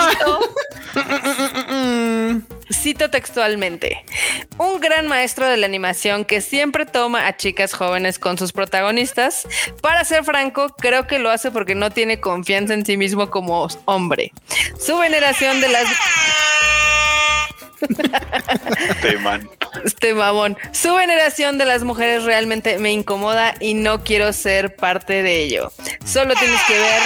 cito textualmente, un gran maestro de la animación que siempre toma a chicas jóvenes con sus protagonistas. Para ser franco, creo que lo hace porque no tiene confianza en sí mismo como hombre. Su veneración de las... Este man. Este mamón. Su veneración de las mujeres realmente me incomoda y no quiero ser parte de ello. Solo tienes que ver...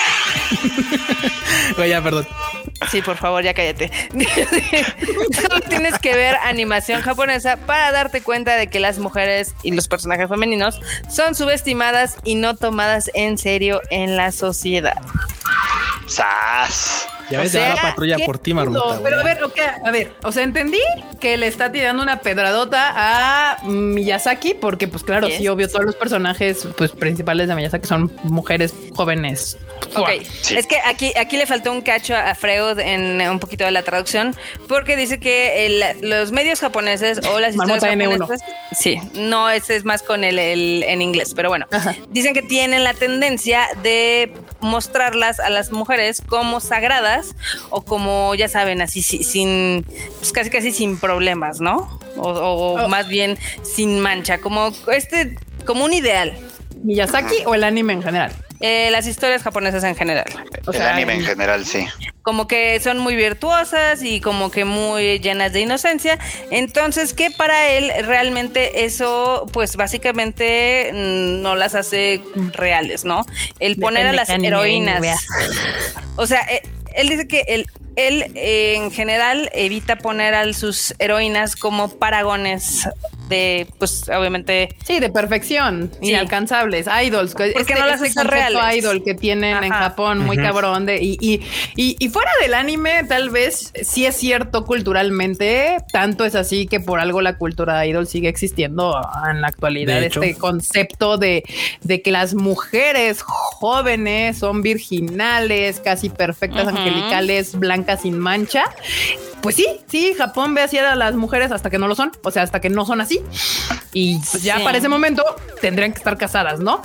Oye, ya, perdón. Sí, por favor, ya cállate. Solo tienes que ver animación japonesa para darte cuenta de que las mujeres y los personajes femeninos son subestimadas y no tomadas en serio en la sociedad. ¡Sas! Ya O ves, ya sea, va la patrulla ¿qué por ti, Marmota. No, pero a güey. ver, ok, a ver, o sea, entendí que le está tirando una pedradota a Miyazaki, porque pues claro, Yes. sí, obvio, todos los personajes pues principales de Miyazaki son mujeres jóvenes. Ok, Sí. es que aquí, aquí le faltó un cacho a Freud en un poquito de la traducción, porque dice que el- los medios japoneses o las historias Marmota N uno. japonesas, sí, no, ese es más con el, el- en inglés, pero bueno, Ajá. dicen que tienen la tendencia de mostrarlas a las mujeres como sagradas o como, ya saben, así si- sin, pues casi casi sin problemas, ¿no? O, o Oh. más bien sin mancha, como este, como un ideal. ¿Miyazaki o el anime en general? Eh, las historias japonesas en general. O El sea, anime en en- general, sí. Como que son muy virtuosas y como que muy llenas de inocencia. Entonces, que para él realmente eso, pues básicamente mm, no las hace reales, ¿no? El poner a Depende las qué anime heroínas. veas. O sea, eh, él dice que el, él eh, en general evita poner a sus heroínas como paragones de, pues obviamente... Sí, de perfección, sí. Inalcanzables, idols. Porque este, no las este hace reales. Idol que tienen Ajá. en Japón, muy uh-huh. cabrón. De, y, y, y, y fuera del anime, tal vez sí es cierto culturalmente, tanto es así que por algo la cultura idol sigue existiendo en la actualidad. Este concepto de, de que las mujeres jóvenes son virginales, casi perfectas, uh-huh. angelicales, blancas sin mancha. Pues sí, sí, Japón ve así a las mujeres hasta que no lo son, o sea, hasta que no son así. Y pues ya sí. para ese momento tendrían que estar casadas, ¿no?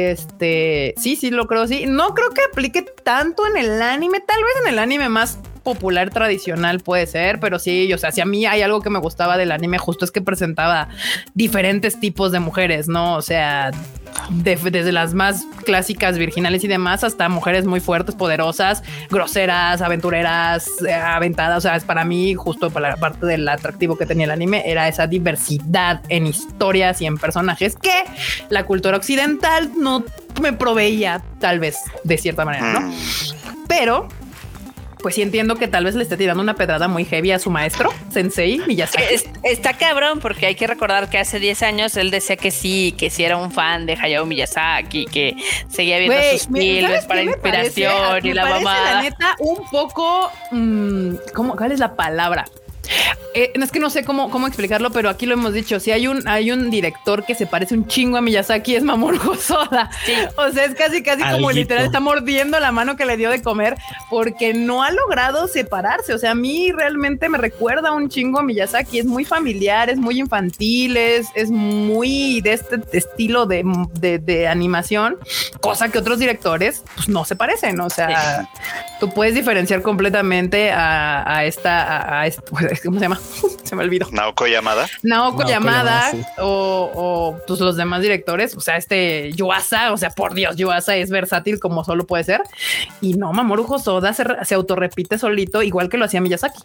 Este, sí, sí, lo creo, sí. No creo que aplique tanto en el anime, tal vez en el anime más popular tradicional puede ser, pero sí, o sea, si a mí hay algo que me gustaba del anime justo es que presentaba diferentes tipos de mujeres, ¿no? O sea, de, desde las más clásicas virginales y demás hasta mujeres muy fuertes, poderosas, groseras, aventureras, eh, aventadas. O sea, es para mí justo para la parte del atractivo que tenía el anime era esa diversidad en historias y en personajes que la cultura occidental no me proveía, tal vez de cierta manera, ¿no? Pero pues sí entiendo que tal vez le esté tirando una pedrada muy heavy a su maestro, Sensei Miyazaki. Es, está cabrón, porque hay que recordar que hace diez años él decía que sí, que sí era un fan de Hayao Miyazaki, que seguía viendo Wey, sus filmes para inspiración parece? y me la parece, mamá. La neta, un poco, mmm, ¿cómo, ¿cuál es la palabra? Eh, es que no sé cómo, cómo explicarlo, pero aquí lo hemos dicho. Si hay un, hay un director que se parece un chingo a Miyazaki, es Mamoru Hosoda. Sí. O sea, es casi, casi Alguito. como literal está mordiendo la mano que le dio de comer porque no ha logrado separarse. O sea, a mí realmente me recuerda un chingo a Miyazaki. Es muy familiar, es muy infantil, es, es muy de este estilo de, de, de animación, cosa que otros directores pues, no se parecen. O sea, sí. tú puedes diferenciar completamente a, a esta, a, a esta, ¿cómo se llama? Se me olvidó. Naoko Yamada. Naoko, Naoko Yamada, Yamada sí. o, o pues, los demás directores. O sea, este Yuasa, o sea, por Dios, Yuasa es versátil como solo puede ser. Y no, Mamoru Hosoda se, se autorrepite solito, igual que lo hacía Miyazaki.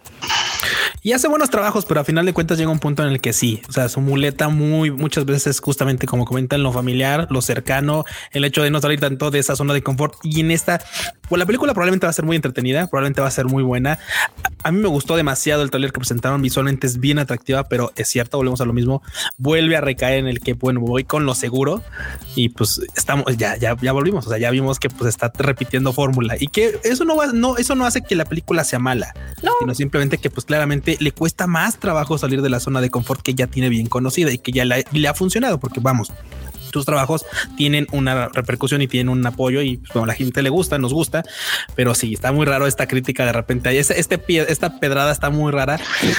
Y hace buenos trabajos, pero a final de cuentas llega un punto en el que sí, o sea, su muleta muy muchas veces justamente como comentan lo familiar, lo cercano, el hecho de no salir tanto de esa zona de confort. Y en esta, pues la película probablemente va a ser muy entretenida, probablemente va a ser muy buena. A mí me gustó demasiado el trailer que presentaron, visualmente es bien atractiva, pero es cierto, volvemos a lo mismo, vuelve a recaer en el que, bueno, voy con lo seguro y pues estamos, ya, ya, ya volvimos, o sea, ya vimos que pues está repitiendo fórmula y que eso no va, no, eso no hace que la película sea mala, no. sino simplemente que pues claramente le cuesta más trabajo salir de la zona de confort que ya tiene bien conocida y que ya la, le ha funcionado, porque vamos, tus trabajos tienen una repercusión y tienen un apoyo y pues, bueno, a la gente le gusta, nos gusta, pero sí, está muy raro esta crítica de repente. Este, este pie, esta pedrada está muy rara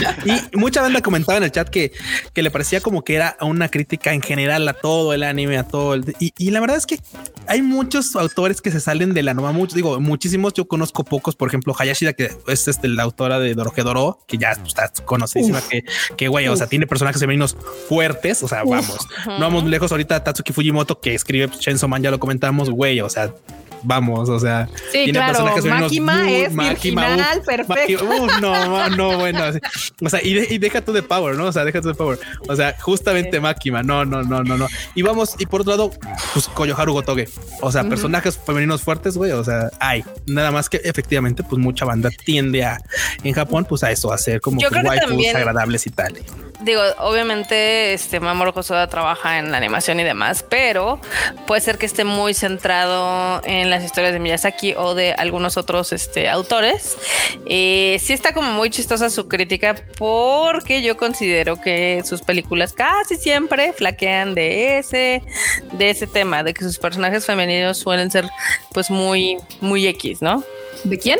y mucha banda comentaba en el chat que, que le parecía como que era una crítica en general a todo el anime, a todo el... Y, y la verdad es que hay muchos autores que se salen de la norma, muchos, digo, muchísimos, yo conozco pocos, por ejemplo, Hayashida, que es este, la autora de Dorohedoro, que ya está conocidísima, Uf. que, que güey, o sea, tiene personajes femeninos fuertes, o sea, Uf. vamos, no vamos lejos ahorita, Tatsuki Fujimoto, que escribe Chainsaw Man, ya lo comentamos, güey, o sea, vamos, o sea, sí, tiene claro, personajes Makima muy, es Makima, virginal, uf, perfecto. Makima, uf, no, no, bueno, o sea, y, de, y deja tú de Power, ¿no? O sea, deja tú de Power, o sea, justamente sí. Makima, no, no, no, no, no. Y vamos, y por otro lado, pues Koyoharu Gotoge, o sea, uh-huh. personajes femeninos fuertes, güey, o sea, hay, nada más que efectivamente, pues mucha banda tiende a, en Japón, pues a eso, a hacer como Yo que waifus también... agradables y tal. Digo, obviamente este Mamoru Hosoda trabaja en la animación y demás, pero puede ser que esté muy centrado en las historias de Miyazaki o de algunos otros este, autores. Eh, sí está como muy chistosa su crítica porque yo considero que sus películas casi siempre flaquean de ese, de ese tema, de que sus personajes femeninos suelen ser pues muy, muy X, ¿no? ¿De quién?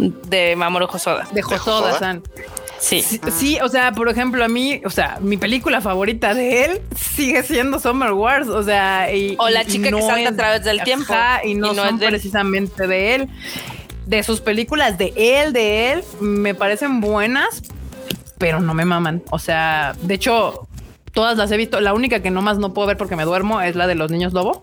De Mamoru Hosoda. De Hosoda-san. Sí. sí, sí, o sea, por ejemplo, a mí, o sea, mi película favorita de él sigue siendo Summer Wars, o sea, y, o la chica no que salta es, a través del tiempo ajá, y no, y no son de precisamente de él. De sus películas de él, de él, me parecen buenas, pero no me maman. O sea, de hecho, todas las he visto. La única que nomás no puedo ver porque me duermo es la de los niños lobo.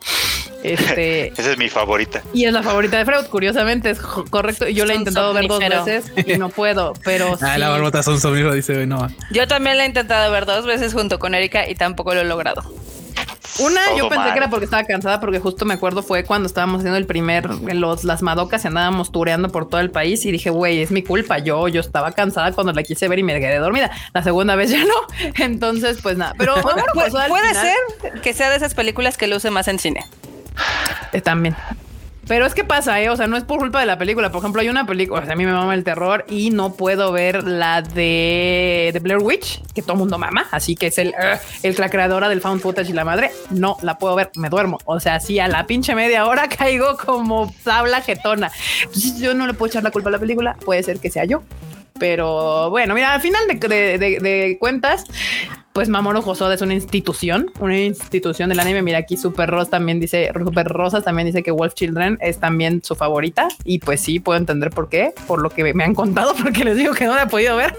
Este, esa es mi favorita. Y es la favorita de Freud, curiosamente, es correcto. Yo la he intentado ver dos veces y no puedo, pero ah, sí. La barbota son sobrino, dice no. Yo también la he intentado ver dos veces junto con Erika y tampoco lo he logrado. Una, todo yo pensé mal. que era porque estaba cansada, porque justo me acuerdo fue cuando estábamos haciendo el primer, los, las Madocas y andábamos tureando por todo el país y dije, güey, es mi culpa. Yo, yo estaba cansada cuando la quise ver y me quedé dormida. La segunda vez ya no. Entonces, pues nada. Pero bueno, Pu- pues, al puede final, ser que sea de esas películas que luce más en cine. eh, también. Pero es que pasa, ¿eh? O sea, no es por culpa de la película. Por ejemplo, hay una película, o sea, a mí me mama el terror y no puedo ver la de, de Blair Witch, que todo mundo mama. Así que es el, uh, el la creadora del found footage y la madre. No la puedo ver, me duermo. O sea, sí, a la pinche media hora caigo como tabla jetona. Entonces yo no le puedo echar la culpa a la película. Puede ser que sea yo. Pero bueno, mira, al final de, de, de, de cuentas, pues Mamoru Hosoda es una institución, una institución del anime. Mira, aquí Super Rosa también dice, Super Rosas también dice que Wolf Children es también su favorita. Y pues sí, puedo entender por qué, por lo que me han contado, porque les digo que no la he podido ver.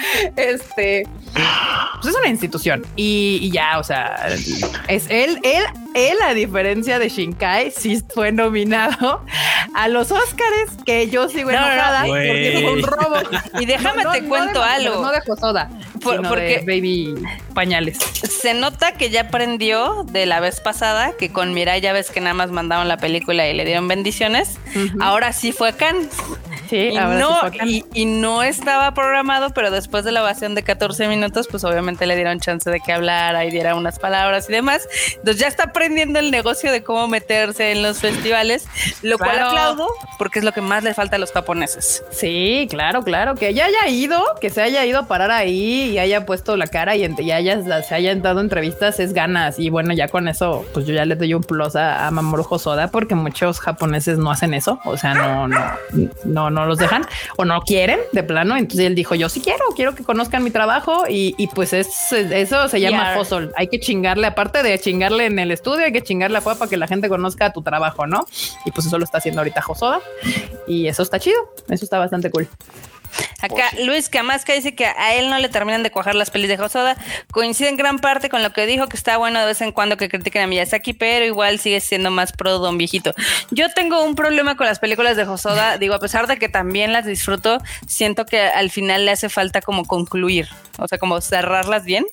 este, pues es una institución. Y, y ya, o sea, es él, él, él, a diferencia de Shinkai, sí fue nominado a los Óscares, que yo sigo No, no, enojada no, porque güey. fue un robo. Y déjame No, no, te no cuento de- algo. No de Hosoda, Por- sino porque- de Baby Pañales. Se nota que ya aprendió de la vez pasada, que con Mirai ya ves que nada más mandaron la película y le dieron bendiciones. Ujú. Ahora sí fue a Cannes. Sí, Y ahora no, sí fue acá. y, y no estaba programado, pero después de la ovación de catorce minutos, pues obviamente le dieron chance de que hablara y diera unas palabras y demás. Entonces ya está aprendiendo el negocio de cómo meterse en los festivales, lo cual Claro. aplaudo porque es lo que más les falta a los japoneses. Sí, claro, claro, que ella haya ido, que se haya ido a parar ahí y haya puesto la cara y, ent- y haya, se haya dado entrevistas es ganas. Y bueno, ya con eso, pues yo ya le doy un plus a, a Mamoru Hosoda porque muchos japoneses no hacen eso. O sea, no, no, no, no los dejan o no quieren de plano. Entonces él dijo, yo sí quiero, quiero que conozcan mi trabajo y, y pues es, eso se llama Yeah. hustle. Hay que chingarle, aparte de chingarle en el estudio, hay que chingarle afuera para que la gente conozca tu trabajo, ¿no? Y pues eso lo está haciendo ahorita Hosoda y eso está chido. Eso está bastante cool. Acá Luis Camasca dice que a él no le terminan de cuajar las pelis de Hosoda. Coincide en gran parte con lo que dijo, que está bueno de vez en cuando que critiquen a Miyazaki, pero igual sigue siendo más pro don viejito. Yo tengo un problema con las películas de Hosoda. Digo, a pesar de que también las disfruto, siento que al final le hace falta como concluir, o sea, como cerrarlas bien.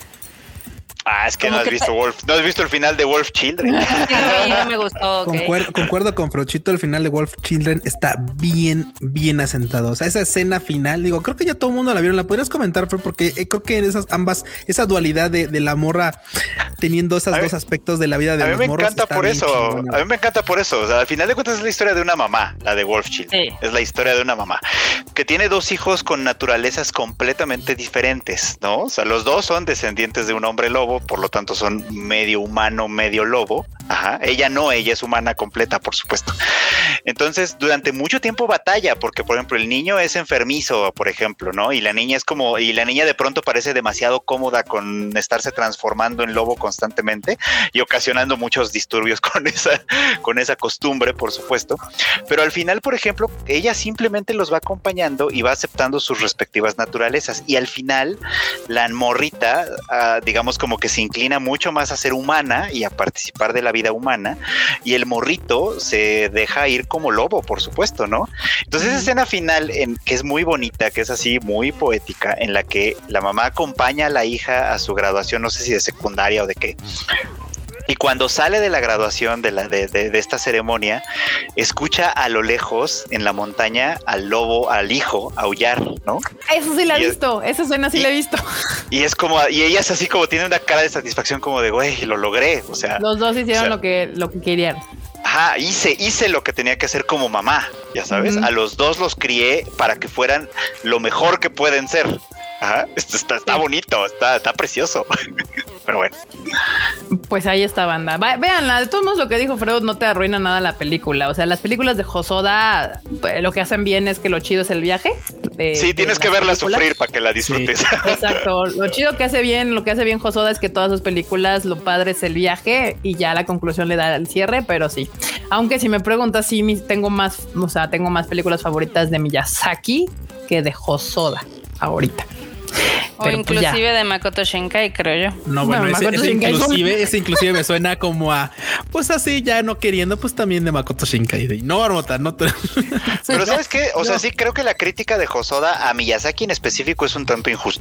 Ah, es que Como no has que visto ta- Wolf, no has visto el final de Wolf Children. Sí, no me gustó. ok. Concuerdo, concuerdo con Frochito, el final de Wolf Children está bien, bien asentado. O sea, esa escena final, digo, creo que ya todo el mundo la vieron. ¿La podrías comentar, Fro? Porque eh, creo que en esas ambas, esa dualidad de, de la morra teniendo esos A mí- dos aspectos de la vida de A mí los me morros. encanta está por bien eso. chingona. A mí me encanta por eso. O sea, al final de cuentas es la historia de una mamá, la de Wolf Children. Sí. Es la historia de una mamá que tiene dos hijos con naturalezas completamente diferentes, ¿no? O sea, los dos son descendientes de un hombre lobo, por lo tanto son medio humano, medio lobo. Ajá. Ella no, ella es humana completa, por supuesto. Entonces, durante mucho tiempo batalla, porque por ejemplo, el niño es enfermizo, por ejemplo, ¿no? Y la niña es como, y la niña de pronto parece demasiado cómoda con estarse transformando en lobo constantemente y ocasionando muchos disturbios con esa, con esa costumbre, por supuesto. Pero al final, por ejemplo, ella simplemente los va acompañando y va aceptando sus respectivas naturalezas. Y al final, la morrita, uh, digamos como que se inclina mucho más a ser humana y a participar de la vida humana, y el morrito se deja ir como lobo, por supuesto, ¿no? Entonces esa escena final en, que es muy bonita, que es así muy poética, en la que la mamá acompaña a la hija a su graduación, no sé si de secundaria o de qué, y cuando sale de la graduación de, la, de, de, de esta ceremonia, escucha a lo lejos en la montaña al lobo, al hijo aullar, ¿no? Eso sí la he Y es- visto. Esa escena sí y- la he visto. Y es como, y ella es así como tiene una cara de satisfacción como de, güey, lo logré, o sea, Los dos hicieron o sea, lo que, lo que querían. ajá, hice, hice lo que tenía que hacer como mamá, ya sabes, Ujú. a los dos los crié para que fueran lo mejor que pueden ser. Ajá, esto está, está bonito, está, está precioso. Pero bueno, Pues ahí está, banda. Va- Véanla. De todos modos, lo que dijo Freud no te arruina nada la película. O sea, las películas de Hosoda, pues, lo que hacen bien es que lo chido es el viaje. de- sí, de tienes que las verla películas. sufrir para que la disfrutes. Exacto. Lo chido que hace bien, lo que hace bien Hosoda es que todas sus películas, lo padre es el viaje y ya la conclusión le da el cierre, pero sí. Aunque si me preguntas, sí, mis- tengo más, o sea, tengo más películas favoritas de Miyazaki que de Hosoda ahorita. O Pero, pues, inclusive ya. de Makoto Shinkai, creo yo. No, bueno, Bueno, ese, Makoto ese Shinkai son- inclusive, ese inclusive me suena como a, pues así ya no queriendo, pues también de Makoto Shinkai. De, no, Armota, no te... Pero ¿sabes qué? O sea, No. sí creo que la crítica de Hosoda a Miyazaki en específico es un tanto injusta.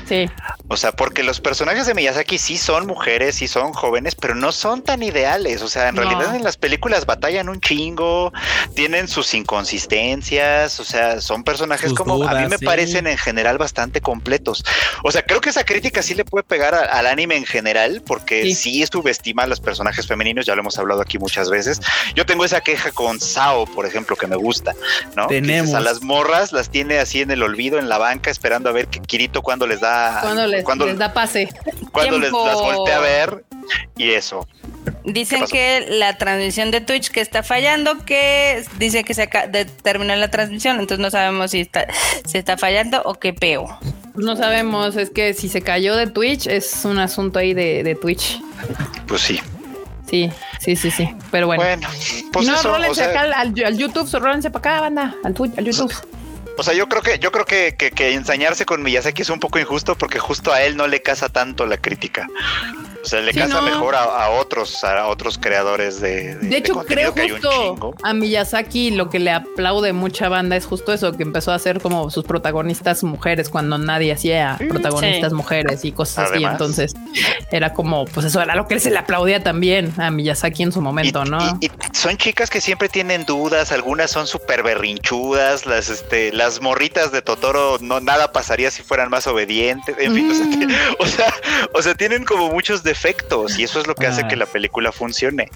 Sí. O sea, porque los personajes de Miyazaki sí son mujeres, sí son jóvenes, pero no son tan ideales. O sea, en No. realidad en las películas batallan un chingo, tienen sus inconsistencias, o sea, son personajes Sus como, a mí dudas, me sí. parecen en general bastante completos. O sea, creo que esa crítica sí le puede pegar a- al anime en general, porque Sí. sí. subestima a los personajes femeninos, ya lo hemos hablado aquí muchas veces. Yo tengo esa queja con Sao, por ejemplo, que me gusta, ¿no? Que dices, Tenemos. a las morras las tiene así en el olvido, en la banca, esperando a ver que Kirito cuando les da... Cuando les, cuando- les da pase. cuando les Tiempo. las voltea a ver y eso. Dicen pasó? que la transmisión de Twitch que está fallando, que dice que se acaba de terminar la transmisión, entonces no sabemos si está, si está fallando o qué peo. No sabemos, es que si se cayó de Twitch es un asunto ahí de, de Twitch. Pues sí. Sí, sí, sí, sí. Pero bueno. Bueno, pues Y no, eso, rólense o sea, acá al, al- al YouTube, rólense para acá, banda, al, Twitch, al YouTube. o sea, yo creo que yo creo que, que, que ensañarse con Miyazaki es un poco injusto porque justo a él no le casa tanto la crítica. O sea, le Sí, casa no. mejor a, a otros a otros creadores de, de, De hecho, contenido, creo que hay un justo chingo. a Miyazaki lo que le aplaude mucha banda es justo eso, que empezó a hacer como sus protagonistas mujeres cuando nadie hacía protagonistas sí. mujeres y cosas así. Además. Entonces era como, pues eso era lo que él se le aplaudía también a Miyazaki en su momento, y, ¿no? y- y son chicas que siempre tienen dudas, algunas son súper berrinchudas, las este, las morritas de Totoro no nada pasaría si fueran más obedientes, en fin, o sea, Mm. ti- o sea, o sea, tienen como muchos defectos y eso es lo que hace Ah. que la película funcione.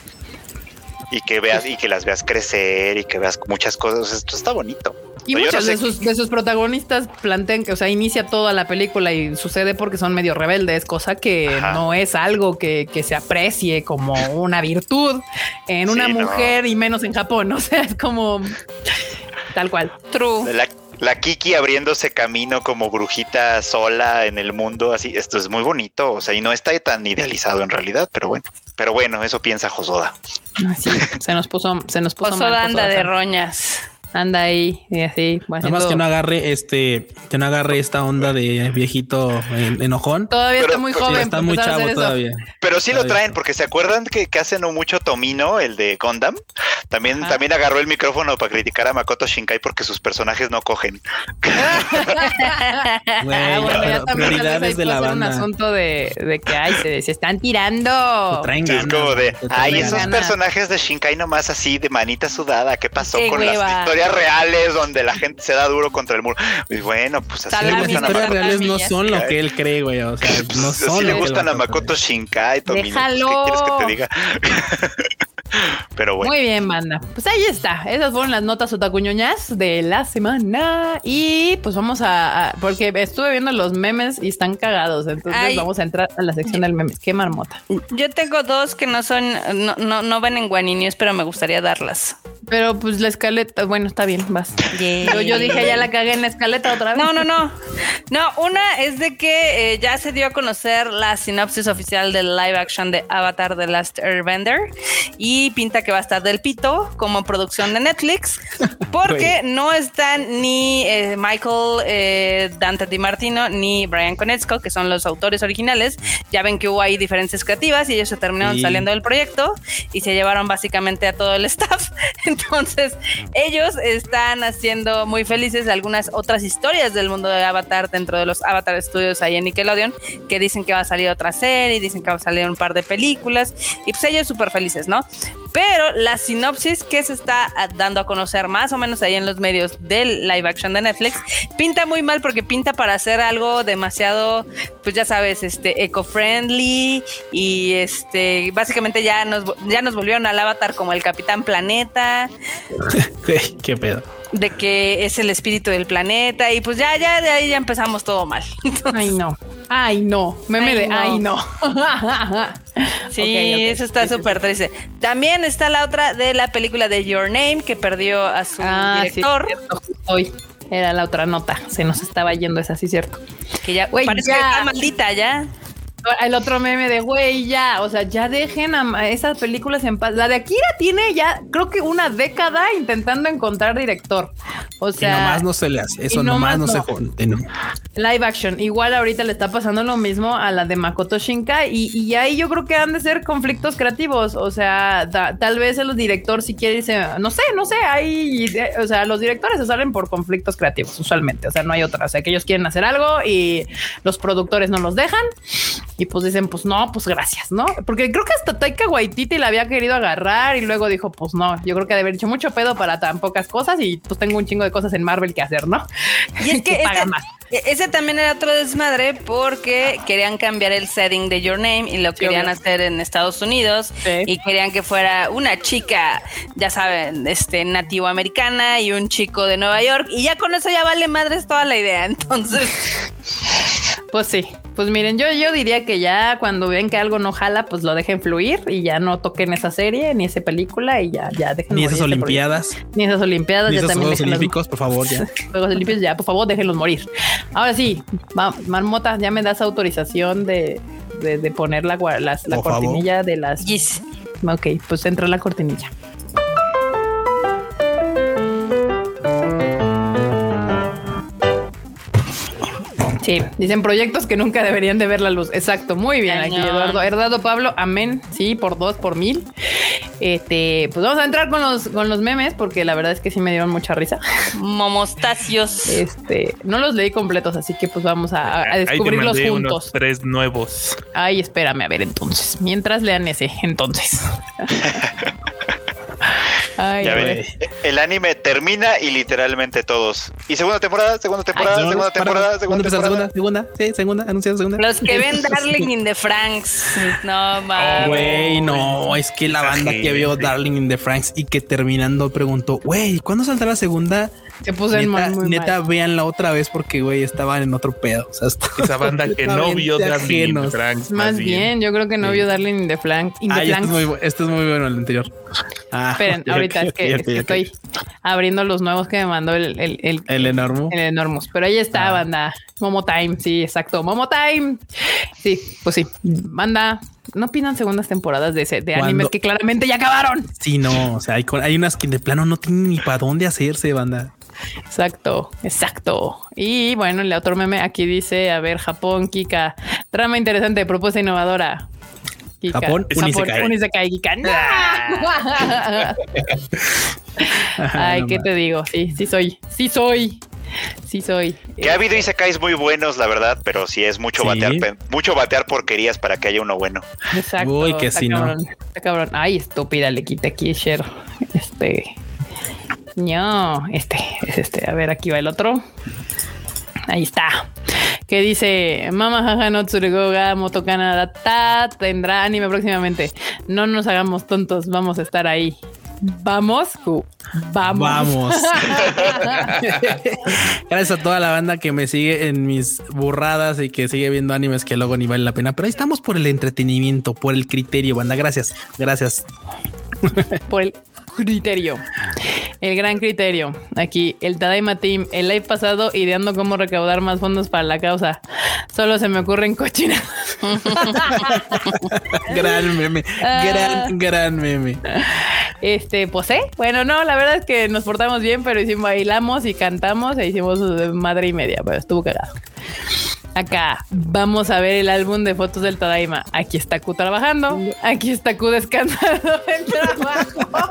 Y que veas, y que las veas crecer y que veas muchas cosas. Esto está bonito. Y Yo no muchos sé de sus, de sus protagonistas plantean que, o sea, inicia toda la película y sucede porque son medio rebeldes, cosa que Ajá. no es algo que, que se aprecie como una virtud en una Sí, no. mujer y menos en Japón. O sea, es como tal cual. True. La, la Kiki abriéndose camino como brujita sola en el mundo, así, esto es muy bonito, o sea, y no está tan idealizado en realidad, pero bueno, pero bueno, eso piensa Josoda. Así se nos puso, se nos puso Pozo mal, anda Josoda. de roñas. Anda ahí y así. Nada más que no agarre este, que no agarre esta onda de viejito en- enojón. Todavía Pero- está muy pero joven. Está para muy empezar a chavo hacer eso. todavía. Pero sí lo Todavía traen, está. porque se acuerdan que, que hace no mucho Tomino, el de Gundam, también, Ajá. también agarró el micrófono para criticar a Makoto Shinkai porque sus personajes no cogen. Güey, Ah, bueno, ya pero también tal vez ahí prioridades de la puede ser un banda. asunto de, de que ay, se, se están tirando. Te traen Sí, es ganas, como de, te traen ay, ganas. esos ganas. personajes de Shinkai nomás así de manita sudada, ¿qué pasó Qué con hueva. las historias reales donde la gente se da duro contra el muro? Y bueno, pues así Sí, le Salami, las gustan a historias Makoto, reales no Salami, son lo Shinkai. que él cree, güey. O sea, no Pues, son así le lo que gustan él a va Makoto Shinkai, Tomino. pues, Déjalo. ¿qué quieres que te diga? Pero bueno. Muy bien, banda. Pues ahí está. Esas fueron las notas otacuñoñas de la semana. Y pues vamos a, a- porque estuve viendo los memes y están cagados. Entonces Ay. vamos a entrar a la sección del memes. Qué marmota. Yo tengo dos que no son, no, no, no van en Guani News, pero me gustaría darlas. Pero pues la escaleta, bueno, está bien, vas. Yo, yo dije, ya la cagué en la escaleta otra vez. No, no, no. No, una es de que eh, ya se dio a conocer la sinopsis oficial del live action de Avatar The Last Airbender y pinta que va a estar del pito como producción de Netflix porque no están ni eh, Michael eh, Dante DiMartino ni Brian Konietzko, que son los autores originales. Ya ven que hubo ahí diferencias creativas y ellos se terminaron Sí. saliendo del proyecto y se llevaron básicamente a todo el staff. Entonces, ellos están haciendo muy felices algunas otras historias del mundo de Avatar dentro de los Avatar Studios ahí en Nickelodeon, que dicen que va a salir otra serie, dicen que va a salir un par de películas, y pues ellos súper felices, ¿no? Pero la sinopsis que se está dando a conocer más o menos ahí en los medios del live action de Netflix, pinta muy mal porque pinta para hacer algo demasiado, pues ya sabes, este, eco-friendly y este, básicamente ya nos, ya nos volvieron al Avatar como el Capitán Planeta, Güey, qué pedo. de que es el espíritu del planeta y pues ya, ya de ahí ya empezamos todo mal. Ay, no. Ay, no. Meme Ay, de no. ay, no. Sí, Ok, ok. eso está súper triste. También está la otra de la película de Your Name, que perdió a su Ah, sí, director, cierto, hoy era la otra nota. Se nos estaba yendo esa, sí, cierto. que ya Güey, parece ya. que está maldita ya. El otro meme de güey, ya, o sea, ya dejen a a esas películas en paz. La de Akira tiene ya, creo que una década intentando encontrar director. O sea, y nomás no se le hace. Eso nomás, nomás no, no se no. Live action. Igual ahorita le está pasando lo mismo a la de Makoto Shinkai y, y ahí yo creo que han de ser conflictos creativos. O sea, da, tal vez el director si quiere irse, no sé, no sé, ahí, o sea, los directores se salen por conflictos creativos usualmente. O sea, no hay otra. O sea, que ellos quieren hacer algo y los productores no los dejan y pues dicen, pues no, pues gracias, ¿no? Porque creo que hasta Taika Waititi la había querido agarrar y luego dijo, pues no, yo creo que ha de haber hecho mucho pedo para tan pocas cosas y pues tengo un chingo de cosas en Marvel que hacer, ¿no? Y es que, que paga ese, más. ese también era otro desmadre porque querían cambiar el setting de Your Name y lo sí, querían obvio. hacer en Estados Unidos sí. y querían que fuera una chica, ya saben, este nativo americana y un chico de Nueva York y ya con eso ya vale madres toda la idea. Entonces, pues sí. Pues miren, yo, yo diría que ya cuando ven que algo no jala, pues lo dejen fluir y ya no toquen esa serie ni esa película y ya, ya dejen. Ni esas olimpiadas. Proyecto. Ni esas olimpiadas. Ni ya esos también Juegos Olímpicos, por favor, ya. Juegos Olímpicos, ya, por favor, déjenlos morir. Ahora sí, va, Marmota, ya me das autorización de, de, de poner la, la, la cortinilla favor. de las... Yes. Ok, pues entra la cortinilla. Sí, dicen proyectos que nunca deberían de ver la luz. Exacto, muy bien. Aquí Eduardo, Eduardo Pablo, amén. Sí, por dos, por mil. Este, pues vamos a entrar con los con los memes porque la verdad es que sí me dieron mucha risa. Momostacios. Este, no los leí completos, así que pues vamos a, a descubrirlos juntos. Unos tres nuevos. Ay, espérame, a ver entonces. Mientras lean ese, entonces. Ay, ya ven, el anime termina y literalmente todos. Y segunda temporada, segunda temporada, Ay, no, segunda temporada, para, segunda temporada. Segunda, segunda, sí, segunda, anunciado segunda. Los que ven Darling in the Franxx. No, mames. Güey, no, es que la banda que vio Darling in the Franxx y que terminando preguntó, güey, ¿cuándo saldrá la segunda? Se puso en neta, muy neta mal. Véanla otra vez porque, güey, estaban en otro pedo. O sea, esa banda que no vio Darling in the Franxx. Más bien, bien, yo creo que no sí. vio Darling in the Franxx. Ah, este, es muy, este es muy bueno, el anterior. Ah, Esperen, okay, ahorita okay, es que, okay, es que okay. estoy abriendo los nuevos que me mandó el el, el, el Enormo. El Enormous. Pero ahí está, ah. banda. Momo Time, sí, exacto. Momo Time. Sí, pues sí. Banda. ¿No opinan segundas temporadas de ese, de animes que claramente ya acabaron? Sí, no. O sea, hay, hay unas que de plano no tienen ni para dónde hacerse, banda. Exacto, exacto. Y bueno, el otro meme aquí dice, a ver, Japón, Kika, trama interesante, propuesta innovadora. Kika. Japón, Unisekai. Unisekai, Kika. ¡No! Ay, no ¿qué más. Te digo? Sí, sí soy, sí soy. Sí soy. Que ha habido isekais muy buenos, la verdad, pero sí es mucho sí. batear, mucho batear porquerías para que haya uno bueno. Exacto. Uy, que sí, cabrón, no. Está cabrón. Ay, estúpida, le quité aquí share. Este. No, este es este. A ver, aquí va el otro. Ahí está. Que dice Mama Jaja no Tsurugoga Motokana Data tendrá anime próximamente. No nos hagamos tontos, vamos a estar ahí. Vamos, uh, vamos. Vamos. Gracias a toda la banda que me sigue en mis burradas y que sigue viendo animes que luego ni vale la pena. Pero ahí estamos por el entretenimiento, por el criterio, banda. Gracias, gracias. Por el criterio. El gran criterio. Aquí, el Tadaima Team, el live pasado ideando cómo recaudar más fondos para la causa. Solo se me ocurren cochinas. Gran meme. Gran, gran meme. Este, pues, ¿eh? Bueno, no, la verdad es que nos portamos bien, pero hicimos, bailamos y cantamos e hicimos madre y media, pero estuvo cagado. Acá vamos a ver el álbum de fotos del Tadaima. Aquí está Q trabajando. Aquí está Q descansando en trabajo.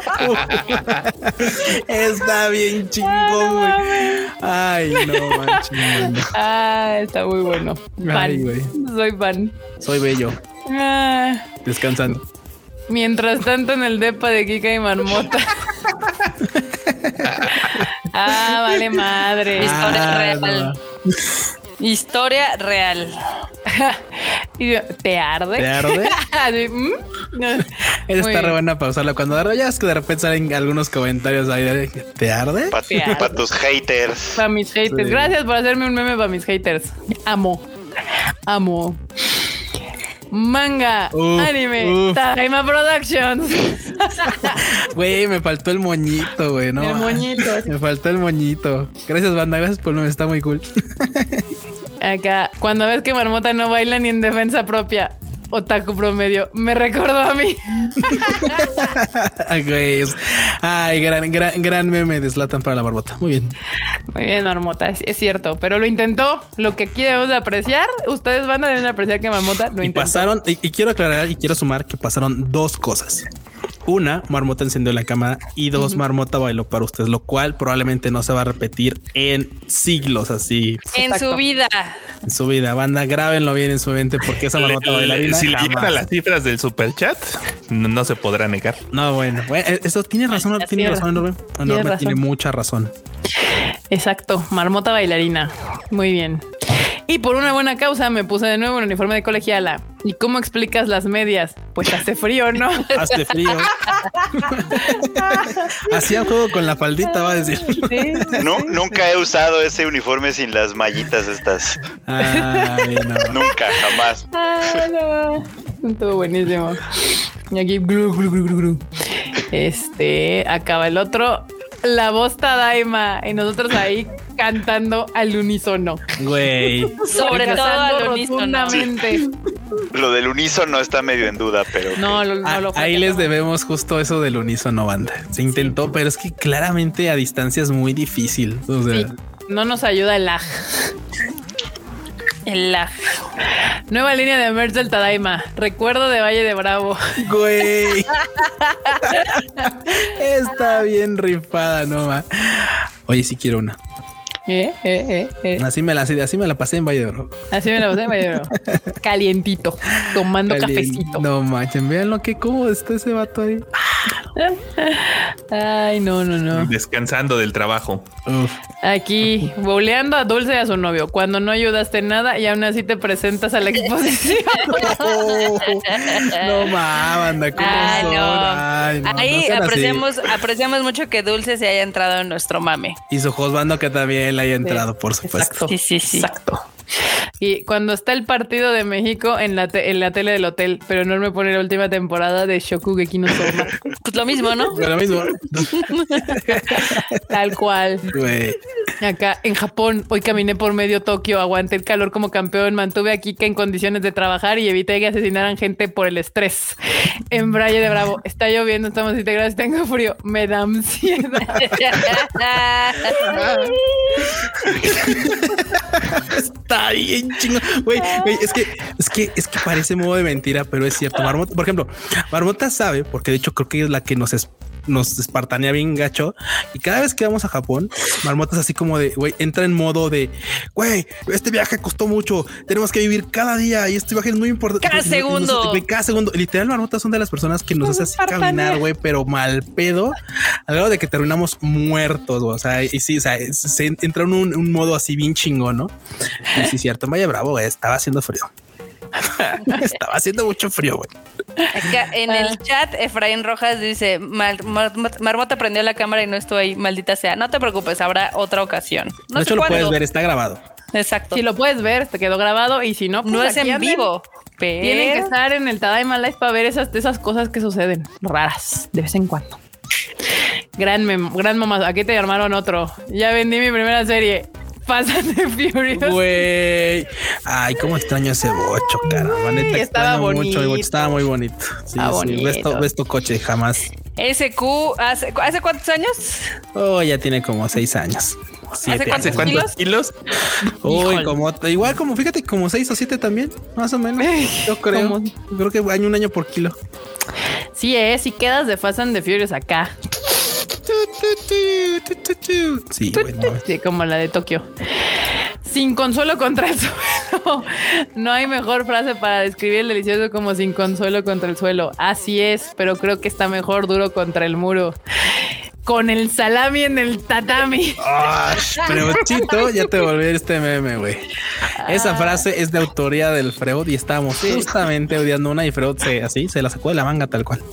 Está bien chingón, güey. Ay, no, manches. Ah, está muy bueno. Fan. Ay, güey. Soy fan. Soy bello. Ah. Descansando. Mientras tanto, en el depa de Kika y Marmota. Ah, vale madre. Historia Ah, real. no. Historia real. Y yo, ¿te arde? ¿Te arde? Así, ¿mm? No. Esa Muy está re bien. buena para usarla cuando arde. Ya es que de repente salen algunos comentarios ahí de ¿te arde? Para pa tus haters. Para mis haters. Sí. Gracias por hacerme un meme para mis haters. Amo. Amo. Manga, Uf, anime, uf. Tadaima Productions. Güey, me faltó el moñito, güey, ¿no? El moñito. Me faltó el moñito. Gracias, banda. Gracias por el meme. Está muy cool. Acá, cuando ves que Marmota no baila ni en defensa propia. otaku promedio. Me recordó a mí. Ay, güey. Ay, gran, gran, gran meme de Zlatan para la Marmota. Muy bien. Muy bien, Marmota, es, es cierto, pero lo intentó. Lo que aquí debemos de apreciar, ustedes van a deben apreciar que Marmota lo y intentó. Pasaron, y, y quiero aclarar y quiero sumar que pasaron dos cosas. Una, Marmota encendió la cámara y dos, uh-huh. Marmota bailó para ustedes, lo cual probablemente no se va a repetir en siglos así. En Exacto. su vida. En su vida. Banda, grábenlo bien en su mente porque esa Marmota bailarina. Si le llegan las cifras del superchat, no, no se podrá negar. No, bueno, bueno eso tiene razón, tiene, tiene razón, Enorme. Enorme tiene, tiene mucha razón. Exacto, Marmota bailarina. Muy bien. Y por una buena causa me puse de nuevo un uniforme de colegiala. ¿Y cómo explicas las medias? Pues hace frío, ¿no? Hace frío. Hacía juego con la faldita, va a decir. Sí. No, nunca he usado ese uniforme sin las mallitas estas. Ay, no. Nunca, jamás. Ah, no. Estuvo buenísimo. Y aquí, gru, gru, gru, gru, gru. Este, acaba el otro. La voz Tadaima y nosotros ahí cantando al unísono. Güey. Sobre todo al unísono. Sí. Lo del unísono está medio en duda, pero... No, lo, no a, lo ahí les debemos justo eso del unísono, banda. Se intentó, sí. Pero es que claramente a distancia es muy difícil. O sea... sí. No nos ayuda el lag. El lag. Nueva línea de merch del Tadaima. Recuerdo de Valle de Bravo. Güey. Está bien rifada, no ma. Oye, sí quiero una. Eh, eh, eh, eh. Así me la así me la pasé en Valle de Bravo. Así me la pasé en Valle de Bravo. Calientito, tomando Calien... cafecito. No manchen, vean lo que cómo está ese vato ahí. Ay, no, no, no. Descansando del trabajo. Uf. Aquí, boleando a Dulce y a su novio. Cuando no ayudaste en nada y aún así te presentas a la exposición. Oh, no mames, banda, ¿cómo ah, son? No. Ay, no, ahí no apreciamos, apreciamos mucho que Dulce se haya entrado en nuestro mame. Y su Josbando que también le haya entrado, sí, por supuesto. Exacto. Sí, sí, sí. Exacto. Y cuando está el partido de México en la, te en la tele del hotel, pero no me pone la última temporada de Shokugeki no Soma. Pues lo mismo, ¿no? Lo mismo. Tal cual. Güey. Acá en Japón, hoy caminé por medio Tokio, aguanté el calor como campeón, mantuve a Kika en condiciones de trabajar y evité que asesinaran gente por el estrés. En Valle de Bravo, está lloviendo, estamos a siete grados, tengo frío, me da ansiedad. Está bien chingo. Güey, güey, es que, es que, es que parece modo de mentira, pero es cierto. Marmota, por ejemplo, Marmota sabe, porque de hecho creo que es la que nos es, nos espartanea bien gacho. Y cada vez que vamos a Japón, Marmota es así como de, güey, entra en modo de, güey, este viaje costó mucho. Tenemos que vivir cada día y este viaje es muy importante. Cada segundo. No, no, cada segundo. Literal, Marmota son de las personas que nos hace así caminar, güey, pero mal pedo, al grado de que terminamos muertos, güey. O sea, y sí, o sea, se entra en un, un modo así bien chingón, ¿no? Y sí, cierto, en Valle Bravo, güey, estaba haciendo frío. Estaba haciendo mucho frío, güey. Acá en el chat, Efraín Rojas dice: Mar Mar Marmota prendió la cámara y no estuvo ahí, maldita sea. No te preocupes, habrá otra ocasión. No de hecho, sé lo cuándo. puedes ver, está grabado. Exacto. Si lo puedes ver, te quedó grabado y si no, pues no es en anden. vivo. Pero... tienen que estar en el Tadaima Live para ver esas, esas cosas que suceden raras de vez en cuando. Gran, gran mamá. Aquí te armaron otro. Ya vendí mi primera serie. Fast and Furious. Güey. Ay, cómo extraño ese bocho, caramba. Neta, estaba bonito. Mucho el bocho. Estaba muy bonito. Sí, estaba sí. bonito. Ves tu, ves tu coche, jamás. S Q, ¿hace, ¿hace cuántos años? Oh, ya tiene como seis años. ¿Hace cuántos, ¿Cuántos kilos? Uy, como, igual como, fíjate, como seis o siete también, más o menos. Yo creo. ¿Cómo? Creo que año un año por kilo. Sí, es. Si quedas de Fast and the Furious acá. Sí, bueno. Sí, como la de Tokio. Sin consuelo contra el suelo. No hay mejor frase para describir el delicioso como sin consuelo contra el suelo. Así es, pero creo que está mejor duro contra el muro. Con el salami en el tatami. Oh, pero Chito, ya te volví a este meme, güey. Esa ah. frase es de autoría del Freud y estábamos sí. justamente odiando una y Freud se, así se la sacó de la manga tal cual.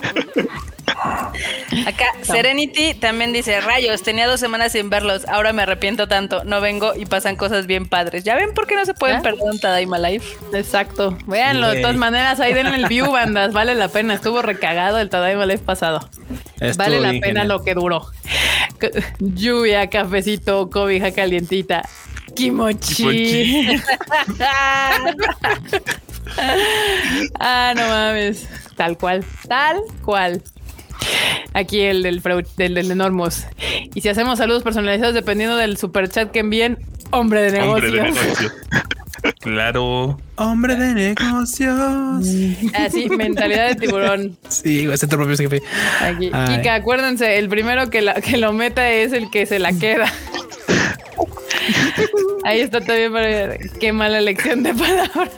Acá Serenity también dice: rayos, tenía dos semanas sin verlos, ahora me arrepiento tanto, no vengo y pasan cosas bien padres. ¿Ya ven por qué no se pueden ¿Eh? perder un Tadaima Live? Exacto, véanlo, sí. De todas maneras ahí denle el view, bandas, vale la pena, estuvo recagado el Tadaima Live pasado. Estuvo vale la pena genial. Lo que duró. Lluvia, cafecito, cobija calientita. Kimochi. Kimochi. Ah, no mames. Tal cual, tal cual. Aquí el del, del, del Enormos. Y si hacemos saludos personalizados dependiendo del superchat que envíen, hombre de negocios. Hombre de negocios. Claro. Hombre de negocios. Así, mentalidad de tiburón. Sí, ese es tu propio jefe. Aquí. Kika, acuérdense, el primero que, la, que lo meta es el que se la queda. Ahí está también para ver. Qué mala elección de palabras.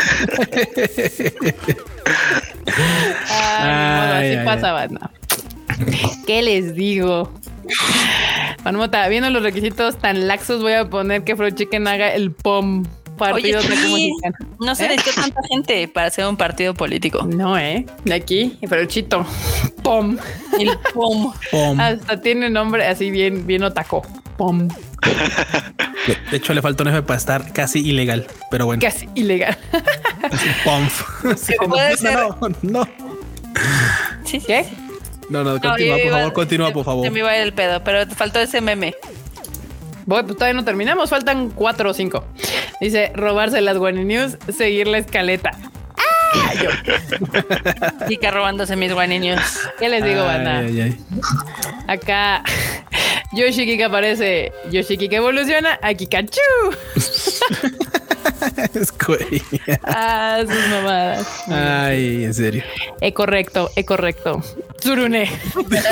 Ay, ay, así ay, pasa, ay. Banda. ¿Qué les digo? Manmota, viendo los requisitos tan laxos, voy a poner que Fruit Chicken haga el P O M. Partido Oye, sí, no se necesita ¿Eh? tanta gente para hacer un partido político. No, ¿eh? De aquí, pero chito. P O M. El P O M. P O M. Hasta tiene nombre así bien, bien otaco. P O M. De, de hecho, le falta un F para estar casi ilegal, pero bueno. Casi ilegal. P O M. Sí, puede no, ser. No, no. ¿Sí? ¿Qué? No, no, continúa, no, por favor, continúa, se, por favor. Se me iba el pedo, pero te faltó ese meme. Bueno, pues todavía no terminamos, faltan cuatro o cinco. Dice, robarse las Guani News, seguir la escaleta. ¡Ah! Yo. Kika robándose mis Guani News. ¿Qué les digo, banda? Ay, ay, ay. Acá Yoshikika aparece. Yoshikika evoluciona a Kikachu. Es güey. Ah, sus mamadas. Ay, en serio. Es correcto, es correcto. Tsurune. Güey,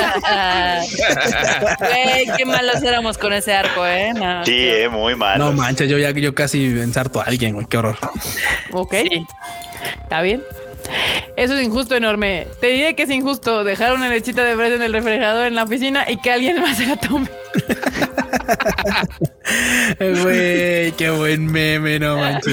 qué malos éramos con ese arco, ¿eh? No, sí, eh, muy mal. No manches, yo ya yo casi ensarto a alguien, güey. Qué horror. Ok. Sí. Está bien. Eso es injusto enorme. Te diré que es injusto dejar una lechita de fresa en el refrigerador en la oficina y que alguien más se la tome. Güey, qué buen meme, no manches.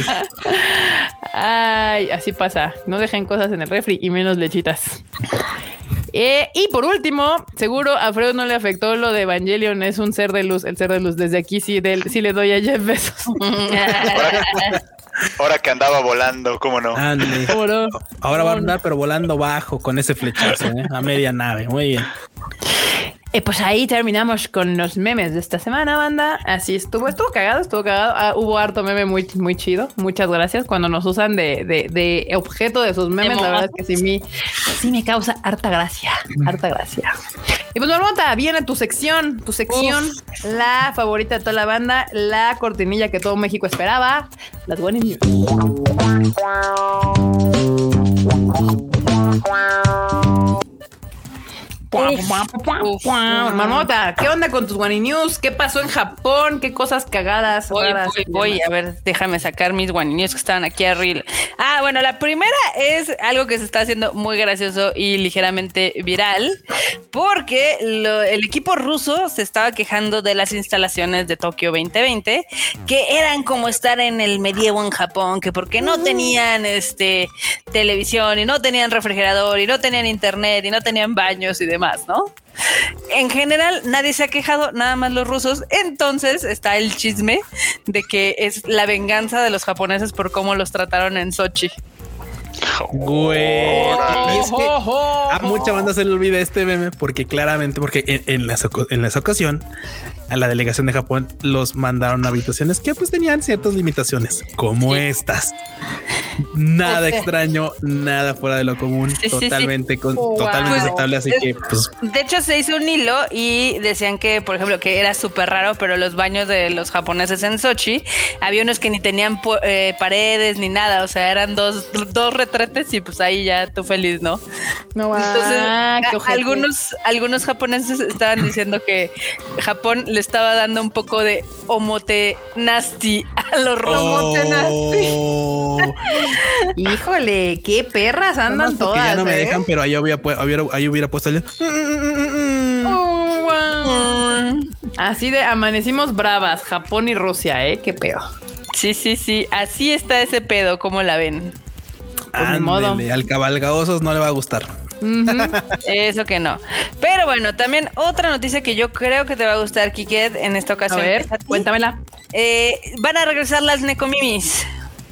Ay, así pasa. No dejen cosas en el refri y menos lechitas. Eh, y por último, seguro a Freud no le afectó lo de Evangelion, es un ser de luz, el ser de luz. Desde aquí sí, de, sí le doy a Jeff besos. Ahora, ahora que andaba volando, ¿cómo no? Ande. ¿Cómo no? Ahora va a andar, pero volando bajo con ese flechazo, ¿eh? A media nave. Muy bien. Eh, pues ahí terminamos con los memes de esta semana, banda. Así estuvo, estuvo cagado, estuvo cagado. Ah, hubo harto meme muy, muy chido. Muchas gracias. Cuando nos usan de, de, de objeto de sus memes, la verdad es que sí me, sí me causa harta gracia, harta gracia. Y pues, Marmota, viene tu sección, tu sección, Uf. la favorita de toda la banda, la cortinilla que todo México esperaba, las Guani News. Uf, Marmota, ¿qué onda con tus Guani News? ¿Qué pasó en Japón? ¿Qué cosas cagadas? Voy, raras, voy, voy. A ver, déjame sacar mis Guani News que estaban aquí arriba. Ah, bueno, la primera es algo que se está haciendo muy gracioso y ligeramente viral, porque lo, el equipo ruso se estaba quejando de las instalaciones de Tokio veinte veinte, que eran como estar en el medievo en Japón, que porque no tenían este televisión y no tenían refrigerador y no tenían internet y no tenían baños y demás, ¿no? En general nadie se ha quejado, nada más los rusos. Entonces está el chisme de que es la venganza de los japoneses por cómo los trataron en Sochi. Güey, y es que a mucha banda se le olvida este meme porque claramente, porque en, en, la, en esa ocasión a la delegación de Japón los mandaron a habitaciones que pues tenían ciertas limitaciones como sí. estas. Nada pues, extraño, nada fuera de lo común, sí, totalmente, sí, sí. Con, wow. totalmente aceptable. Así de, que, pues, de hecho, se hizo un hilo y decían que, por ejemplo, que era súper raro, pero los baños de los japoneses en Sochi había unos que ni tenían eh, paredes ni nada. O sea, eran dos, dos retretes y pues ahí ya tú feliz, ¿no? No, entonces, ah, a, algunos, algunos japoneses estaban diciendo que Japón le estaba dando un poco de omote nasty a los rusos. Oh. Híjole, qué perras andan no, todas. Ya no me ¿eh? dejan, pero ahí hubiera, hubiera, ahí hubiera puesto el... Oh, wow. Así de amanecimos bravas, Japón y Rusia, ¿eh? Qué pedo. Sí, sí, sí. Así está ese pedo, ¿cómo la ven? Pues ni modo. Al cabalgaosos no le va a gustar. Uh-huh. Eso que no. Pero bueno, también otra noticia que yo creo que te va a gustar, Kiket, en esta ocasión. A ver, cuéntamela. Eh, van a regresar las Nekomimis.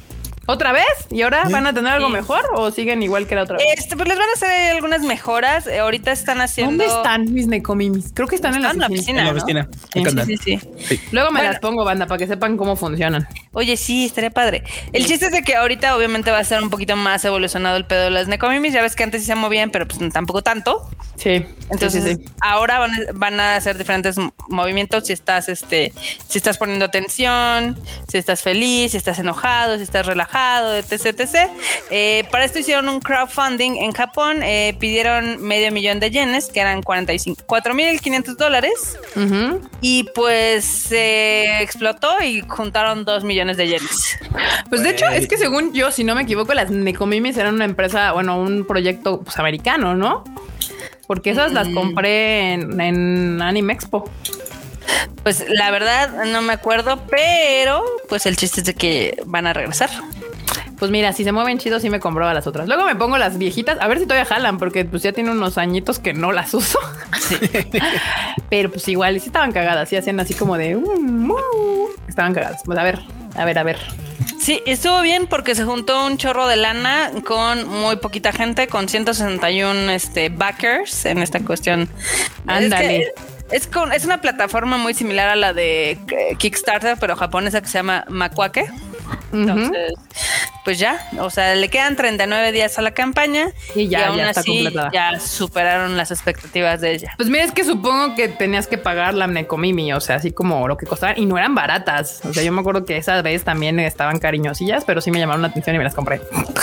¿Otra vez? ¿Y ahora ¿Sí? van a tener algo Sí. mejor o siguen igual que la otra vez? Este, pues les van a hacer algunas mejoras. Eh, ahorita están haciendo. ¿Dónde están mis Necomimis? Creo que están en la Están en la oficina. En la ¿no? oficina. Sí, Acá andan. sí, sí, sí. Luego me Bueno. las pongo, banda, para que sepan cómo funcionan. Oye, sí, estaría padre. El chiste es de que ahorita obviamente va a ser un poquito más evolucionado el pedo de las Necomimis. Ya ves que antes sí se movían, pero pues tampoco tanto. Sí. Entonces sí, sí, sí. ahora van a, van a hacer diferentes m- movimientos. Si estás, este, si estás poniendo atención, si estás feliz, si estás enojado, si estás relajado, etc, etcétera. Eh, para esto hicieron un crowdfunding en Japón. Eh, pidieron medio millón de yenes, que eran cuarenta y cinco, cuatro mil quinientos dólares. Ujú. Y pues se explotó y juntaron dos millones de yenes. Pues de hecho, es que según yo, si no me equivoco, las Necomimis eran una empresa, bueno, un proyecto pues, americano, ¿no? Porque esas las compré en, en Anime Expo. Pues la verdad no me acuerdo, pero pues el chiste es de que van a regresar. Pues mira, si se mueven chido, sí me compraba las otras. Luego me pongo las viejitas, a ver si todavía jalan, porque pues ya tiene unos añitos que no las uso. Pero pues igual, sí estaban cagadas, sí hacían así como de... "Mm, uh", estaban cagadas. Pues a ver, a ver, a ver. Sí, estuvo bien porque se juntó un chorro de lana con muy poquita gente, con ciento sesenta y uno este, backers en esta cuestión. Ándale. Es, que es, con, es una plataforma muy similar a la de eh, Kickstarter, pero japonesa, que se llama Makwake. Entonces, pues ya, o sea, le quedan treinta y nueve días a la campaña Y ya, aún ya está así completada. ya superaron las expectativas de ella. Pues mira, es que supongo que tenías que pagar la Necomimi, o sea, así como lo que costaban y no eran baratas. O sea, yo me acuerdo que esa vez también estaban cariñosillas, pero sí me llamaron la atención y me las compré.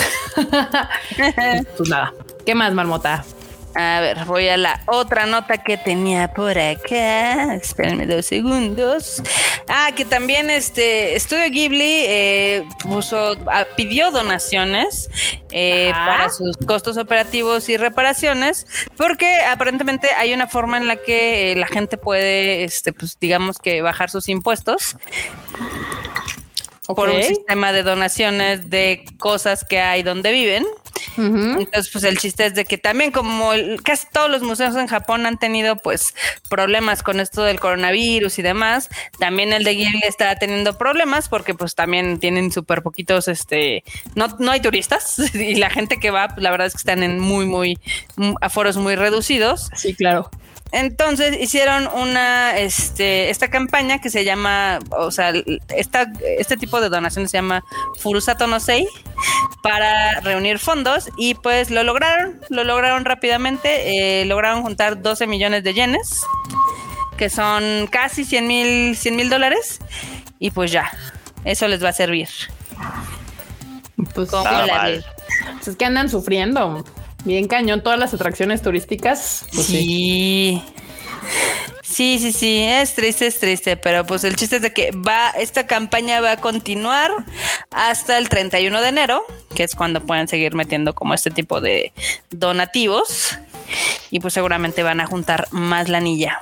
Pues nada. ¿Qué más, Marmota? A ver, voy a la otra nota que tenía por acá. Espérenme dos segundos. Ah, que también este Estudio Ghibli eh, puso, ah, pidió donaciones eh, Ajá. para sus costos operativos y reparaciones, porque aparentemente hay una forma en la que eh, la gente puede, este, pues digamos que bajar sus impuestos. Por un Ok. sistema de donaciones de cosas que hay donde viven. Ujú. Entonces, pues el chiste es de que también como el- casi todos los museos en Japón han tenido pues problemas con esto del coronavirus y demás, también el de Ghibli está teniendo problemas porque pues también tienen súper poquitos, este, no, no hay turistas y la gente que va, pues, la verdad es que están en muy, muy, mm, aforos muy reducidos. Sí, claro. Entonces hicieron una, este, esta campaña que se llama, o sea, esta, este tipo de donaciones se llama Furusato no Sei, para reunir fondos y pues lo lograron, lo lograron rápidamente, eh, lograron juntar doce millones de yenes, que son casi cien mil dólares y pues ya, eso les va a servir. Pues, ¿Cómo Nada la mal. ven? pues es que andan sufriendo. Bien cañón todas las atracciones turísticas. Pues sí. Sí. Sí, sí, sí, es triste, es triste, pero pues el chiste es de que va, esta campaña va a continuar hasta el treinta y uno de enero, que es cuando pueden seguir metiendo como este tipo de donativos y pues seguramente van a juntar más lanilla.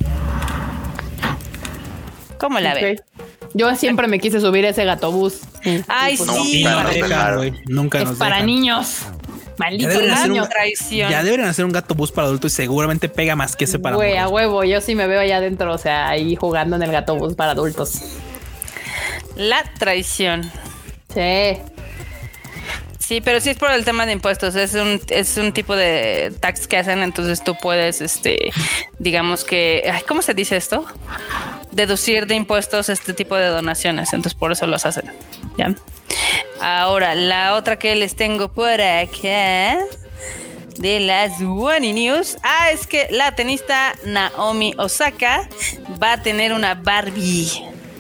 ¿Cómo la ven? Ok. Yo siempre me quise subir a ese gatobús. Sí. Ay, Y pues, sí. nunca No nos dejan, dejaron. güey. Nunca es nos para dejan. niños. Maldito Ya deberían hacer niño. un- Traición. Ya deberían hacer un gato bus para adultos y seguramente pega más que ese para Güey, a morros. huevo, yo sí me veo allá adentro, o sea, ahí jugando en el gatobús para adultos. La traición. Sí. Sí, pero sí es por el tema de impuestos. Es un, es un tipo de tax que hacen, entonces tú puedes, este, digamos que, ay, ¿cómo se dice esto? Deducir de impuestos este tipo de donaciones. Entonces por eso los hacen. ¿Ya? Ahora, la otra que les tengo por acá de las One News. Ah, es que la tenista Naomi Osaka va a tener una Barbie.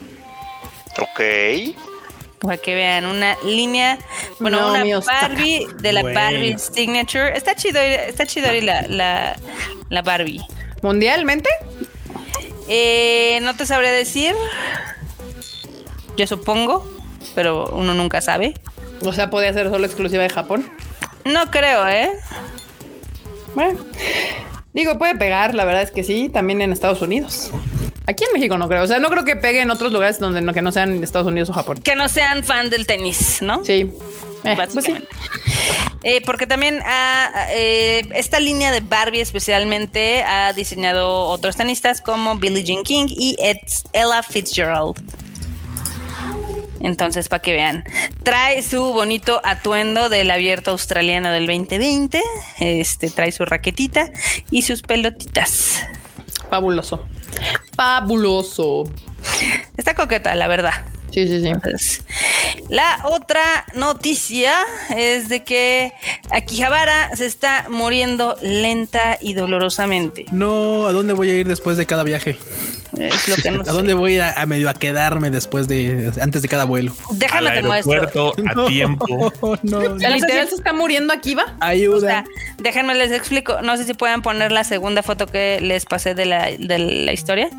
Ok. Para que vean una línea, bueno, Naomi una Osaka. Barbie de la Güey. Barbie Signature. Está chido, está chido ahí la, la, la Barbie. ¿Mundialmente? Eh, no te sabría decir. Yo supongo, pero uno nunca sabe. O sea, podía ser solo exclusiva de Japón. No creo, ¿eh? Bueno, digo, puede pegar, la verdad es que sí, también en Estados Unidos. Aquí en México no creo, o sea, no creo que pegue en otros lugares donde no, que no sean Estados Unidos o Japón. Que no sean fan del tenis, ¿no? Sí. Eh, pues sí. Básicamente. Eh, porque también ha, eh, esta línea de Barbie especialmente ha diseñado otros tenistas como Billie Jean King y Ed- Ella Fitzgerald. Entonces, para que vean. trae su bonito atuendo del abierto australiano del veinte veinte. Este trae su raquetita y sus pelotitas. Fabuloso. Fabuloso. Está coqueta, la verdad. Sí, sí, sí. Entonces, la otra noticia es de que Akihabara se está muriendo lenta y dolorosamente. No, ¿a dónde voy a ir después de cada viaje? Es lo que no ¿A sé. dónde voy a, a medio a quedarme después de, antes de cada vuelo? Déjame Al te muestro. aeropuerto a No, tiempo. no, O sea, no. literal se está muriendo aquí, ¿va? O Ayuda. sea, déjenme les explico. No sé si puedan poner la segunda foto que les pasé de la, de la historia.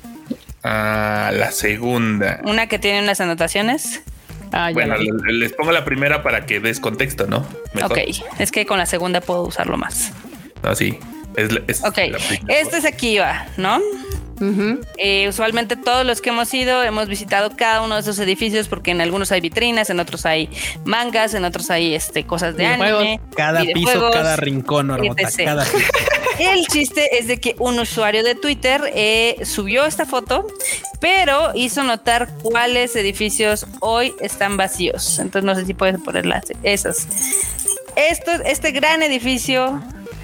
Ah, la segunda. Una que tiene unas anotaciones. Ah, ya Bueno, la vi. le- les pongo la primera para que des contexto, ¿no? Mejor. Ok, es que con la segunda puedo usarlo más. No, sí. Es, la- es Ok, la primera. este es Akiba, ¿no? Ujú. Eh, usualmente todos los que hemos ido hemos visitado cada uno de esos edificios porque en algunos hay vitrinas, en otros hay mangas, en otros hay este, cosas de Videojuegos. anime. Cada piso, videojuegos, cada rincón, Marmota, etcétera. cada piso. El chiste es de que un usuario de Twitter eh, subió esta foto, pero hizo notar cuáles edificios hoy están vacíos. Entonces no sé si puedes ponerlas esas. Esto, este gran edificio,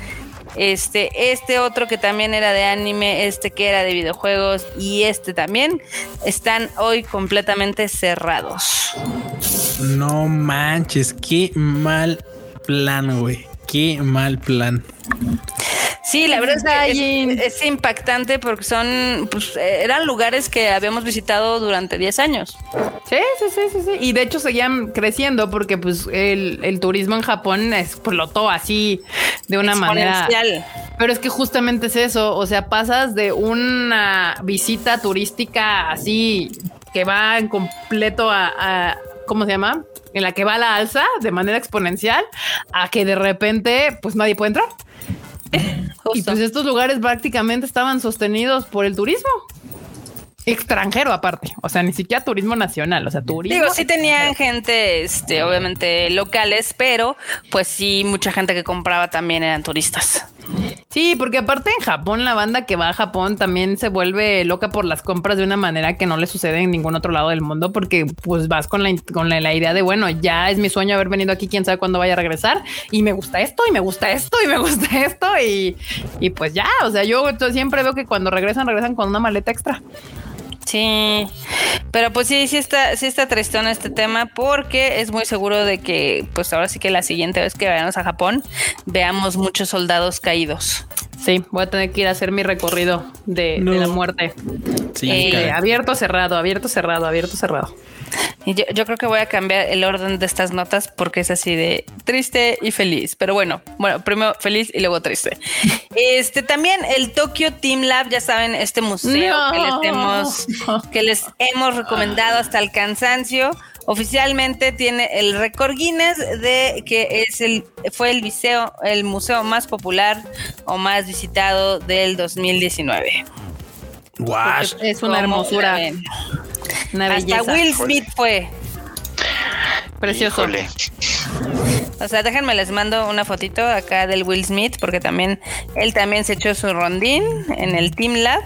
este, este otro que también era de anime, este que era de videojuegos y este también están hoy completamente cerrados. No manches, qué mal plan, güey. Qué mal plan. Sí, la verdad es que Dying. es, es impactante porque son, pues, eh, eran lugares que habíamos visitado durante diez años. Sí, sí, sí, sí, sí. Y de hecho seguían creciendo porque pues el, el turismo en Japón explotó así de una manera. Exponencial. Pero es que justamente es eso. O sea, pasas de una visita turística así que va en completo a, a ¿cómo se llama? En la que va a la alza de manera exponencial a que de repente pues nadie puede entrar. Justo. Y pues estos lugares prácticamente estaban sostenidos por el turismo extranjero aparte, o sea, ni siquiera turismo nacional, o sea, turismo. Digo, sí tenían gente, este, obviamente locales, pero pues sí, mucha gente que compraba también eran turistas. Sí, porque aparte en Japón, la banda que va a Japón también se vuelve loca por las compras de una manera que no le sucede en ningún otro lado del mundo, porque pues vas con la, con la, la idea de, bueno, ya es mi sueño haber venido aquí, quién sabe cuándo vaya a regresar, y me gusta esto, y me gusta esto, y me gusta esto, y, y pues ya, o sea, yo, yo siempre veo que cuando regresan, regresan con una maleta extra. Sí, pero pues sí, sí está, sí está tristón este tema porque es muy seguro de que pues ahora sí que la siguiente vez que vayamos a Japón veamos muchos soldados caídos. Sí, voy a tener que ir a hacer mi recorrido de, No. de la muerte. Sí, Eh, caray. Abierto, cerrado, abierto, cerrado, abierto, cerrado. Y yo, yo creo que voy a cambiar el orden de estas notas porque es así de triste y feliz. Pero bueno, bueno, primero feliz y luego triste. Este también el Tokyo Team Lab, ya saben, este museo No. que les hemos que les hemos recomendado hasta el cansancio. Oficialmente tiene el récord Guinness de que es el fue el museo el museo más popular o más visitado del dos mil diecinueve. Guash. Es una ¿Cómo hermosura, la ven? una belleza. Hasta Will Smith fue. Precioso. Híjole. O sea, déjenme les mando una fotito acá del Will Smith porque también él también se echó su rondín en el Team Lab.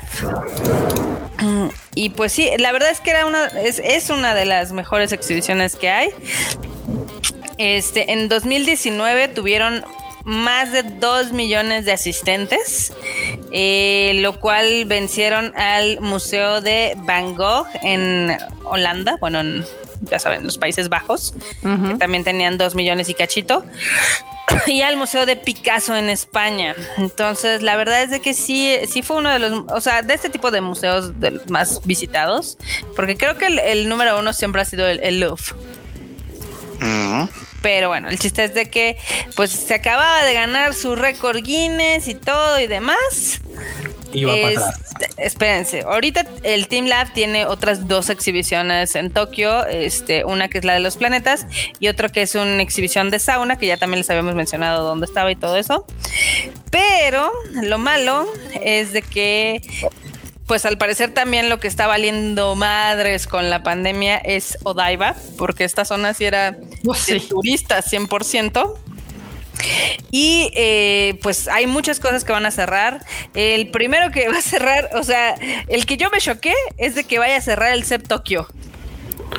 Y pues sí, la verdad es que era una es, es una de las mejores exhibiciones que hay. Este, en dos mil diecinueve tuvieron más de dos millones de asistentes, eh, lo cual vencieron al Museo de Van Gogh en Holanda, bueno, en, ya saben, los Países Bajos, Ujú. que también tenían dos millones y cachito, y al Museo de Picasso en España. Entonces, la verdad es de que sí, sí fue uno de los, o sea, de este tipo de museos de los más visitados, porque creo que el, el número uno siempre ha sido el, el Louvre. Ujú. Pero bueno, el chiste es de que pues se acababa de ganar su récord Guinness y todo y demás. Y va para Es- atrás. Espérense, ahorita el Team Lab tiene otras dos exhibiciones en Tokio, este, una que es la de los planetas y otra que es una exhibición de sauna, que ya también les habíamos mencionado dónde estaba y todo eso. Pero lo malo es de que pues al parecer también lo que está valiendo madres con la pandemia es Odaiba, porque esta zona sí era Oh, de sí. turistas cien por ciento. Y eh, pues hay muchas cosas que van a cerrar. El primero que va a cerrar, o sea, el que yo me choqué es de que vaya a cerrar el C E P Tokio.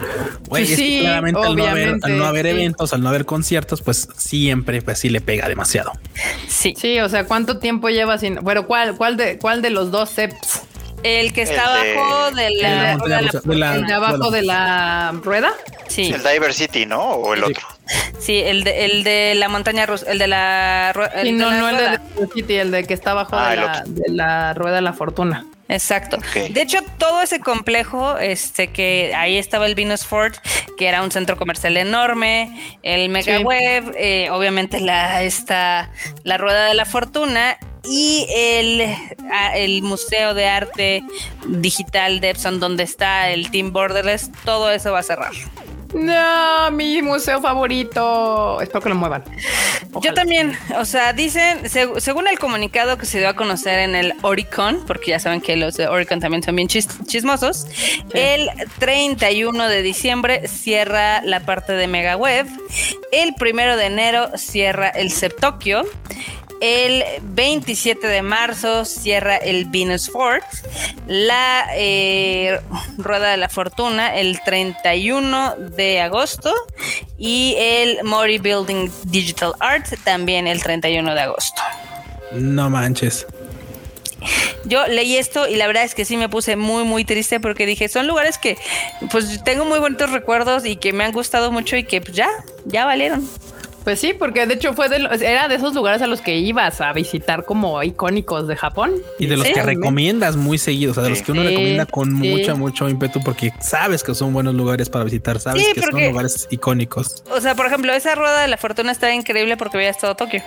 Güey, Pues es que sí, claramente al no haber, obviamente, al no haber sí. eventos, al no haber conciertos, pues siempre, pues sí le pega demasiado. Sí. Sí, o sea, ¿cuánto tiempo lleva sin? Bueno, ¿cuál, cuál de, cuál de los dos seps? El que está El de- abajo de de la, la de montaña la- rusa, de la- ¿El de abajo de la rueda? sí, El Diver City, ¿no? O el Sí. otro. sí, el de, el de la montaña rusa, el de la, rue- el Sí, de no, la no el de rueda. la City, el de que está abajo Ah, de, el la, otro. de la rueda de la fortuna. Exacto. Ok. De hecho, todo ese complejo, este, que ahí estaba el Venus Fort, que era un centro comercial enorme, el Mega Sí. Web, eh, obviamente la, esta, la Rueda de la Fortuna y el, a- el Museo de Arte Digital de Epson, donde está el Team Borderless, todo eso va a cerrar. No, mi museo favorito. Espero que lo muevan. Yo Ojalá. también, o sea, dicen, seg- según el comunicado que se dio a conocer en el Oricon, porque ya saben que los de Oricon también son bien chis- chismosos, el treinta y uno de diciembre cierra la parte de MegaWeb, el primero de enero cierra el Septokyo, el veintisiete de marzo cierra el Venus Fort, la eh, Rueda de la Fortuna el treinta y uno de agosto y el Mori Building Digital Art también el treinta y uno de agosto. No manches. Yo leí esto y la verdad es que sí me puse muy muy triste porque dije, son lugares que pues tengo muy bonitos recuerdos y que me han gustado mucho y que pues ya, ya valieron. Pues sí, porque de hecho fue de, lo- era de esos lugares a los que ibas a visitar como icónicos de Japón. Y de los Sí, que también. recomiendas muy seguido, o sea, de los que uno Sí, recomienda con sí. mucho, mucho ímpetu porque sabes que son buenos lugares para visitar, sabes Sí, que son porque- lugares icónicos. O sea, por ejemplo, esa Rueda de la Fortuna estaba increíble porque veías todo Tokio.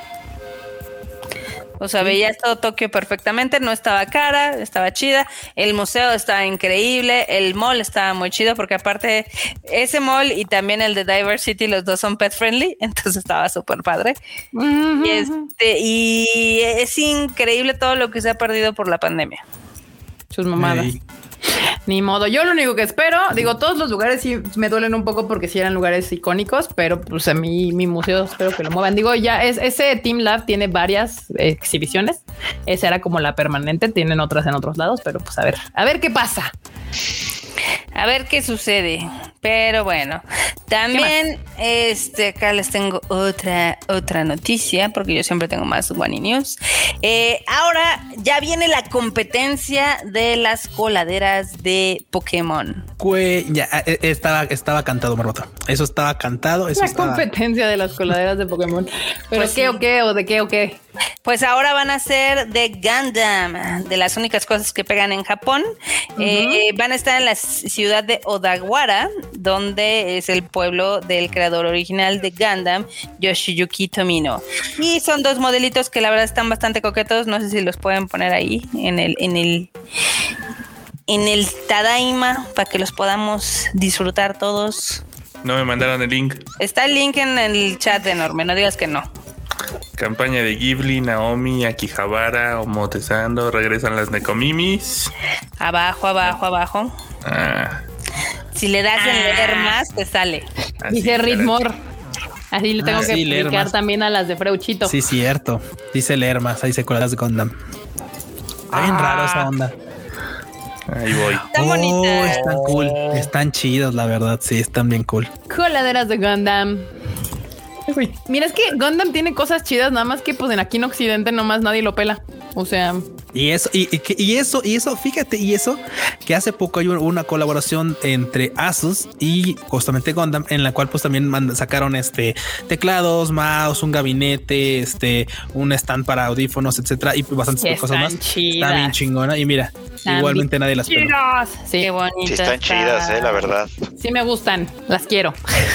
O sea, veías todo Tokio perfectamente, no estaba cara, estaba chida, el museo estaba increíble, el mall estaba muy chido porque aparte ese mall y también el de Diver City, los dos son pet friendly, entonces estaba súper padre. Y, este, y es increíble todo lo que se ha perdido por la pandemia. Sus mamadas. Ey. Ni modo. Yo lo único que espero, digo, todos los lugares sí me duelen un poco porque sí eran lugares icónicos, pero pues a mí, mi museo espero que lo muevan. Digo, ya es, ese Team Lab tiene varias eh, exhibiciones. Esa era como la permanente, tienen otras en otros lados, pero pues a ver, a ver qué pasa. A ver qué sucede. Pero bueno, también este acá les tengo otra otra noticia porque yo siempre tengo más One News. Eh, ahora ya viene la competencia de las coladeras de Pokémon. Güey, ya eh, estaba, estaba cantado, Marmota. Eso estaba cantado. Eso La estaba... competencia de las coladeras de Pokémon. Pero Pues qué sí. o qué o de qué o qué. Pues ahora van a ser de Gundam, de las únicas cosas que pegan en Japón. Eh, van a estar en la ciudad de Odawara, donde es el pueblo del creador original de Gundam, Yoshiyuki Tomino. Y son dos modelitos que la verdad están bastante coquetos. No sé si los pueden poner ahí en el, en el, en el Tadaima para que los podamos disfrutar todos. No me mandaron el link. Está el link en el chat enorme, no digas que no. Campaña de Ghibli, Naomi, Akihabara, Omotesando, regresan las Nekomimis. Abajo, abajo, abajo. Ah, Si le das en leer más, te sale. así, Dice caray. Ritmor. Así le tengo Ah, que sí, leer explicar más. también a las de Freuchito. Sí, cierto. Dice leer más. Ahí se coladas de Gundam. Está bien Ah. raro esa onda. Ahí voy. Están Oh, bonitas. están cool. Están chidos, la verdad. Sí, están bien cool. Coladeras de Gundam. Uy, mira, es que Gundam tiene cosas chidas, nada más que pues en aquí en Occidente nomás nadie lo pela. O sea, Y eso, y, y, que- y eso, y eso, fíjate, y eso, que hace poco hay un- una colaboración entre Asus y justamente Gundam, en la cual pues también mand- sacaron este teclados, mouse, un gabinete, este, un stand para audífonos, etcétera, y bastantes Sí, cosas más. están chidas. Está bien chingona. Y mira, Están igualmente bien nadie las peló. chidas. Sí, Qué bonito. Sí, están chidas, eh, la verdad. sí me gustan, las quiero.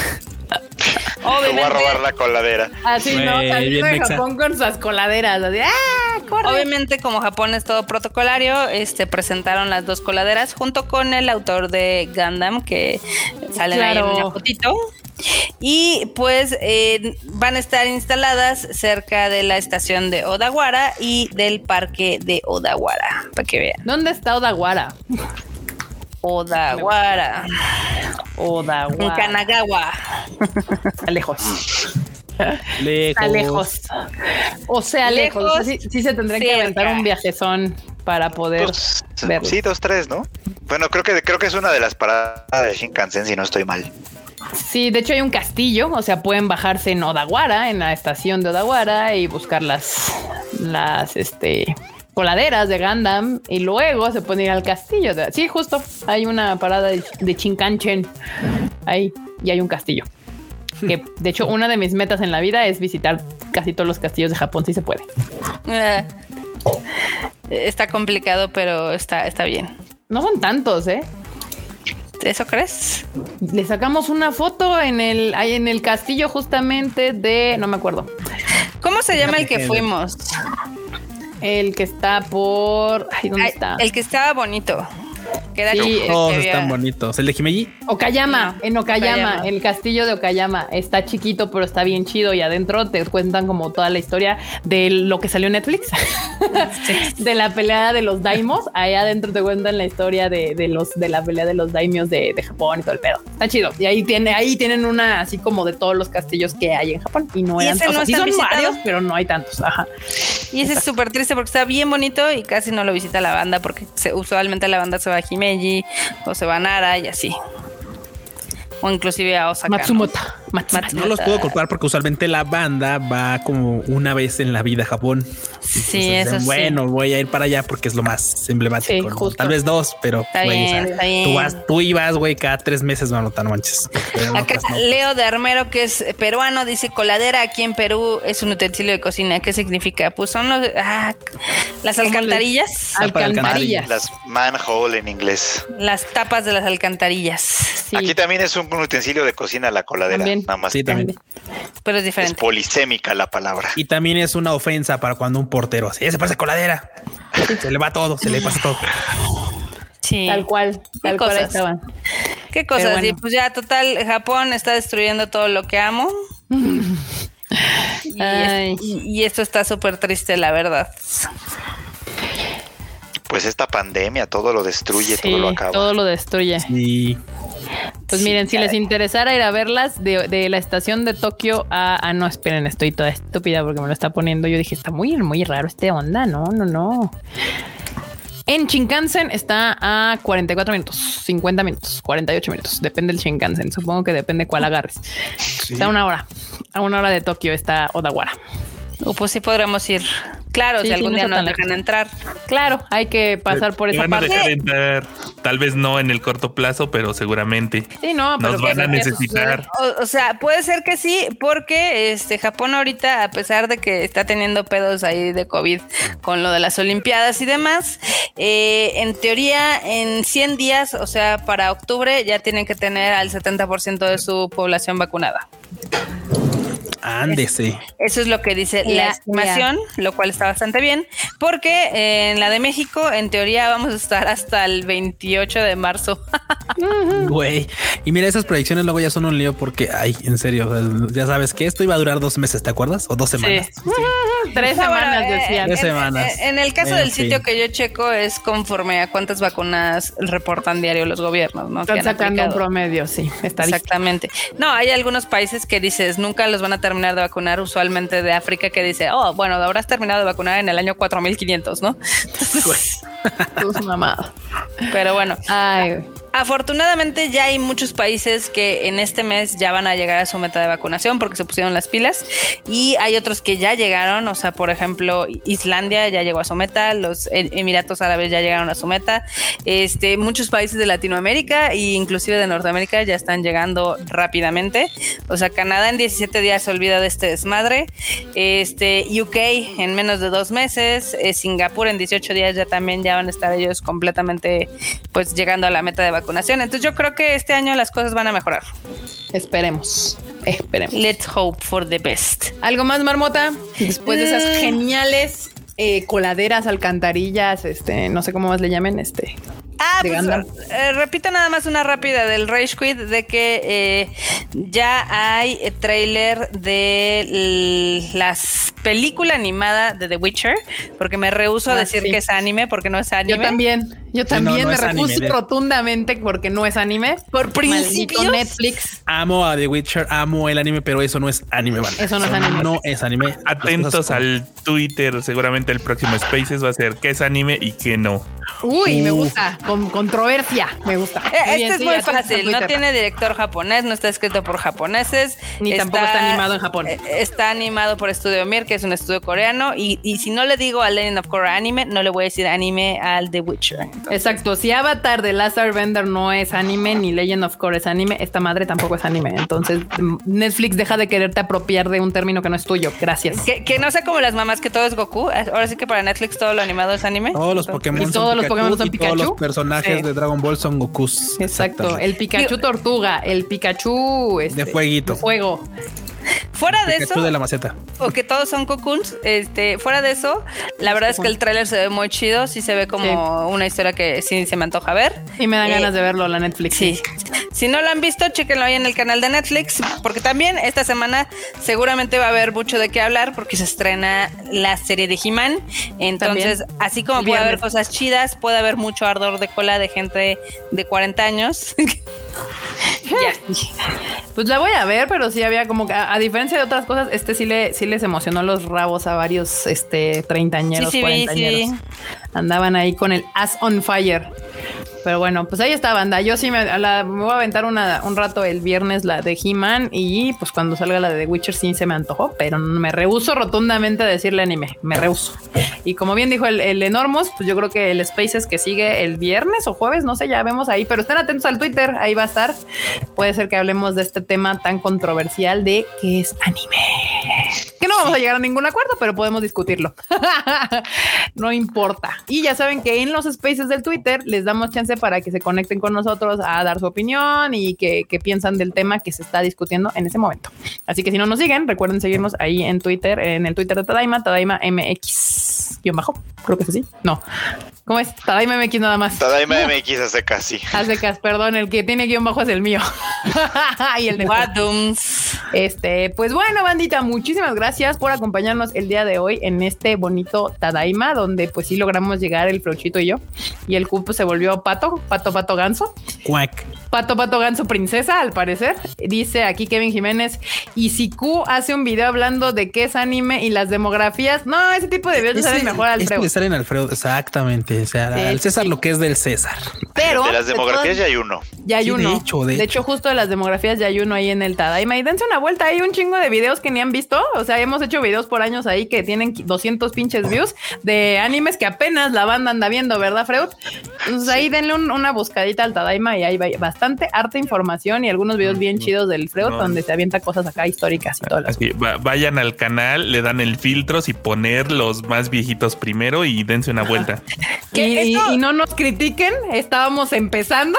Te voy a Obviamente, robar la coladera. Así no, Güey, saliendo bien de mexa. Japón con sus coladeras. Así, ¡ah! ¡Corre! obviamente, como Japón es todo protocolario, este presentaron las dos coladeras junto con el autor de Gundam que salen ahí en Claro. una fotito. Y pues eh, van a estar instaladas cerca de la estación de Odawara y del parque de Odawara, para que vean. ¿Dónde está Odawara? Odawara, en Odawara. Kanagawa. Está lejos. Lejos. Está lejos. O sea, lejos. Lejos, O sea, sí, sí se tendría que cerca. aventar un viajezón para poder Pues, verlo. sí, dos, tres, ¿no? Bueno, creo que creo que es una de las paradas de Shinkansen, si no estoy mal. Sí, de hecho hay un castillo, o sea, pueden bajarse en Odawara, en la estación de Odawara y buscar las, las, este, coladeras de Gundam y luego se pueden ir al castillo. Sí, justo, hay una parada de, de Shinkansen ahí y hay un castillo. Que de hecho una de mis metas en la vida es visitar casi todos los castillos de Japón, si se puede. Eh, está complicado, pero está, está bien. No son tantos, ¿eh? ¿Eso crees? Le sacamos una foto en el, ahí en el castillo justamente de, no me acuerdo. ¿Cómo se llama el que fuimos? El que está por, ay, ¿dónde Ay, está? El que estaba bonito. Que era Sí, como- el Todos que había- están bonitos. ¿El de Himeji? Okayama, No, en Okayama, Okayama. el castillo de Okayama. Está chiquito, pero está bien chido y adentro te cuentan como toda la historia de lo que salió en Netflix, de la pelea de los daimos. Ahí adentro te cuentan la historia de, de los de la pelea de los daimios de, de Japón y todo el pedo. Está chido. Y ahí tiene, ahí tienen una así como de todos los castillos que hay en Japón y no ¿Y eran, ese o sea, no sí está son visitado? varios, pero no hay tantos. Ajá. Y ese es súper triste porque está bien bonito y casi no lo visita la banda porque se, usualmente la banda se va a Himeji o se va a Nara y así. O inclusive a Osaka. ¿no? Matsumota. Matsumota. No los puedo culpar porque usualmente la banda va como una vez en la vida a Japón. Sí, Entonces, eso sí. Bueno, voy a ir para allá porque es lo más emblemático. Sí, ¿no? justo. Tal vez dos, pero Está güey, bien, o sea, está bien. tú vas, tú ibas, güey, cada tres meses, mano, tan manches. Pero no, Acá pues no. Leo de Armero, que es peruano, dice coladera aquí en Perú es un utensilio de cocina. ¿Qué significa? Pues son los, ah, las ¿Cómo le- alcantarillas, Al- para Alcantarillas. Las manhole en inglés. las tapas de las alcantarillas, Sí, Aquí también es un utensilio de cocina la coladera. También. Nada más. Sí, también. pero es Es diferente. polisémica la palabra. Y también es una ofensa para cuando un portero así, se pasa coladera. Se le va todo, se le pasa todo. Sí. tal cual, tal cual ahí cosas? estaban. ¿Qué cosas? Pero bueno. Y pues ya total, Japón está destruyendo todo lo que amo. y, Ay. es- y- y esto está súper triste, la verdad. Pues esta pandemia todo lo destruye, todo lo acaba. todo lo destruye. Y Pues Sí, miren, si caray. les interesara ir a verlas de, de la estación de Tokio a... Ah, no, esperen, estoy toda estúpida porque me lo está poniendo. Yo dije, está muy, muy raro este onda. No, no, no. En Shinkansen está a cuarenta y cuatro minutos, cincuenta minutos, cuarenta y ocho minutos. Depende del Shinkansen. Supongo que depende cuál agarres. Está a una hora. A una hora de Tokio está Odawara. O pues sí podremos ir. Claro, Sí, si sí, algún no día está nos tan dejan lejos. entrar. Claro, hay que pasar por Te esa van a parte. dejar entrar, tal vez no en el corto plazo, pero seguramente Sí, no, pero nos van a pues, necesitar. O, o sea, puede ser que sí, porque este Japón ahorita, a pesar de que está teniendo pedos ahí de COVID con lo de las Olimpiadas y demás, eh, en teoría en cien días, o sea, para octubre ya tienen que tener al setenta por ciento de su población vacunada. ándese. Eso es lo que dice la Ya, estimación, lo cual está bastante bien, porque eh, en la de México, en teoría, vamos a estar hasta el veintiocho de marzo. Güey. Y mira, esas predicciones luego ya son un lío porque, ay, en serio, o sea, ya sabes que esto iba a durar dos meses, ¿te acuerdas? O dos semanas. Tres Ah, bueno, semanas eh, decían. Tres en- semanas. En, en el caso En del fin. sitio que yo checo es conforme a cuántas vacunas reportan diario los gobiernos, ¿no? Que Están han sacando un aplicado. promedio, sí. Estadística. Exactamente. No, hay algunos países que dices nunca los van a terminar de vacunar, usualmente de África, que dice, oh, bueno, habrás terminado de vacunar en el año cuatro mil quinientos, ¿no? Entonces, Todo es mamado. pero bueno, Ay, güey. afortunadamente ya hay muchos países que en este mes ya van a llegar a su meta de vacunación porque se pusieron las pilas y hay otros que ya llegaron, o sea, por ejemplo, Islandia ya llegó a su meta, los Emiratos Árabes ya llegaron a su meta, este, muchos países de Latinoamérica e inclusive de Norteamérica ya están llegando rápidamente, o sea, Canadá en diecisiete días se olvida de este desmadre, este, U K en menos de dos meses, eh, Singapur en dieciocho días ya también ya van a estar ellos completamente pues llegando a la meta de vacunación. Entonces yo creo que este año las cosas van a mejorar. Esperemos. Esperemos. Let's hope for the best. ¿Algo más, Marmota? Después de esas Eh. geniales eh, coladeras, alcantarillas, este, no sé cómo más le llamen, este. Ah, de pues Gundam. eh, repito nada más una rápida del Rage Quit de que eh, ya hay eh, tráiler de l- las película animada de The Witcher, porque me rehúso a Ah, decir sí. que es anime, porque no es anime. Yo también, yo Sí, también no, no me es rehuso anime, de- rotundamente porque no es anime. Por Maldito principios. Netflix. Amo a The Witcher, amo el anime, pero eso no es anime, banda. Eso no es anime. No es anime. Las Atentos cosas como- al Twitter, seguramente el próximo Spaces va a ser qué es anime y qué no. Uy, me Uf. gusta. Con controversia, me gusta. Eh, Muy Este bien, es sí, muy atentos a fácil, no Twitter. tiene director japonés, no está escrito por japoneses. Ni tampoco está animado en Japón. eh, Está animado por Estudio Mir, que es un estudio coreano, y, y si no le digo a Legend of Korra anime, no le voy a decir anime al The Witcher. Entonces, Exacto, si Avatar de Last Airbender no es anime, ni Legend of Korra es anime, esta madre tampoco es anime. Entonces, mm, Netflix deja de quererte apropiar de un término que no es tuyo. Gracias. Que, que no sea como las mamás que todo es Goku. Ahora sí que para Netflix todo lo animado es anime. Todos los Entonces, Pokémon Y son todos los Pikachu, Pokémon son y todos Pikachu. los personajes Sí. de Dragon Ball son Gokus. Exacto, el Pikachu tortuga, el Pikachu este, De fueguito. de fuego. Fuera de Pikachu eso, de la maceta. o que todos son cocoons, este, fuera de eso, la verdad es que el tráiler se ve muy chido, sí se ve como Sí. una historia que sí se me antoja ver. Y me dan Eh, ganas de verlo, la Netflix. Sí. Si no lo han visto, chéquenlo ahí en el canal de Netflix, porque también esta semana seguramente va a haber mucho de qué hablar, porque se estrena la serie de He-Man. Entonces, También. así como El puede haber viernes. cosas chidas, puede haber mucho ardor de cola de gente de cuarenta años. Ya. Pues la voy a ver, pero sí había como que, a, a diferencia de otras cosas, este sí le sí les emocionó los rabos a varios este treintañeros, Sí, sí vi, cuarentañeros. sí. Andaban ahí con el As on Fire. Pero bueno, pues ahí está, banda. Yo sí me, a la- me voy a aventar una, un rato el viernes la de He-Man y pues cuando salga la de The Witcher sí se me antojó, pero me rehúso rotundamente a decirle anime. Me rehúso. Y como bien dijo el, el Enormous, pues yo creo que el Spaces que sigue el viernes o jueves, no sé, ya vemos ahí, pero estén atentos al Twitter, ahí va a estar. Puede ser que hablemos de este tema tan controversial de qué es anime. Que no vamos a llegar a ningún acuerdo, pero podemos discutirlo. No importa. Y ya saben que en los spaces del Twitter les damos chance para que se conecten con nosotros a dar su opinión y que, que piensan del tema que se está discutiendo en ese momento. Así que si no nos siguen, recuerden seguirnos ahí en Twitter, en el Twitter de Tadaima, Tadaima M X guión bajo. Creo que es así. No. ¿Cómo es? Tadaima M X nada más. Tadaima M X hace casi. Hace cas, perdón, el que tiene guión bajo es el mío. Y el de Wadums. este, pues bueno, bandita, muchísimas gracias por acompañarnos el día de hoy en este bonito Tadaima, donde pues sí logramos llegar el Frochito y yo. Y el Q pues, se volvió pato, pato, pato, ganso. Cuac. Pato, pato, ganso, princesa, al parecer. Dice aquí Kevin Jiménez. Y si Q hace un video hablando de qué es anime y las demografías, no, ese tipo de videos le salen mejor al Ese Alfredo. le salen a Alfredo, exactamente. O sea, Sí, al César sí. lo que es del César. Pero De las de demografías todas- ya hay uno. Ya hay Sí, de uno. hecho, de de hecho. hecho, justo de las demografías ya hay uno ahí en el Tadaima. Y dense una vuelta. Hay un chingo de videos que ni han visto. O sea, hemos hecho videos por años ahí que tienen doscientos pinches views de animes que apenas la banda anda viendo, ¿verdad, Freud? Entonces ahí denle un- una buscadita al Tadaima y ahí va bastante arte información y algunos videos bien chidos del Freud No. donde se avienta cosas acá históricas y todo. Las... Así, va- vayan al canal, le dan el filtros y poner los más viejitos primero y dense una vuelta. Y, ¿Qué? y- Eso- y no nos critiquen, estábamos empezando.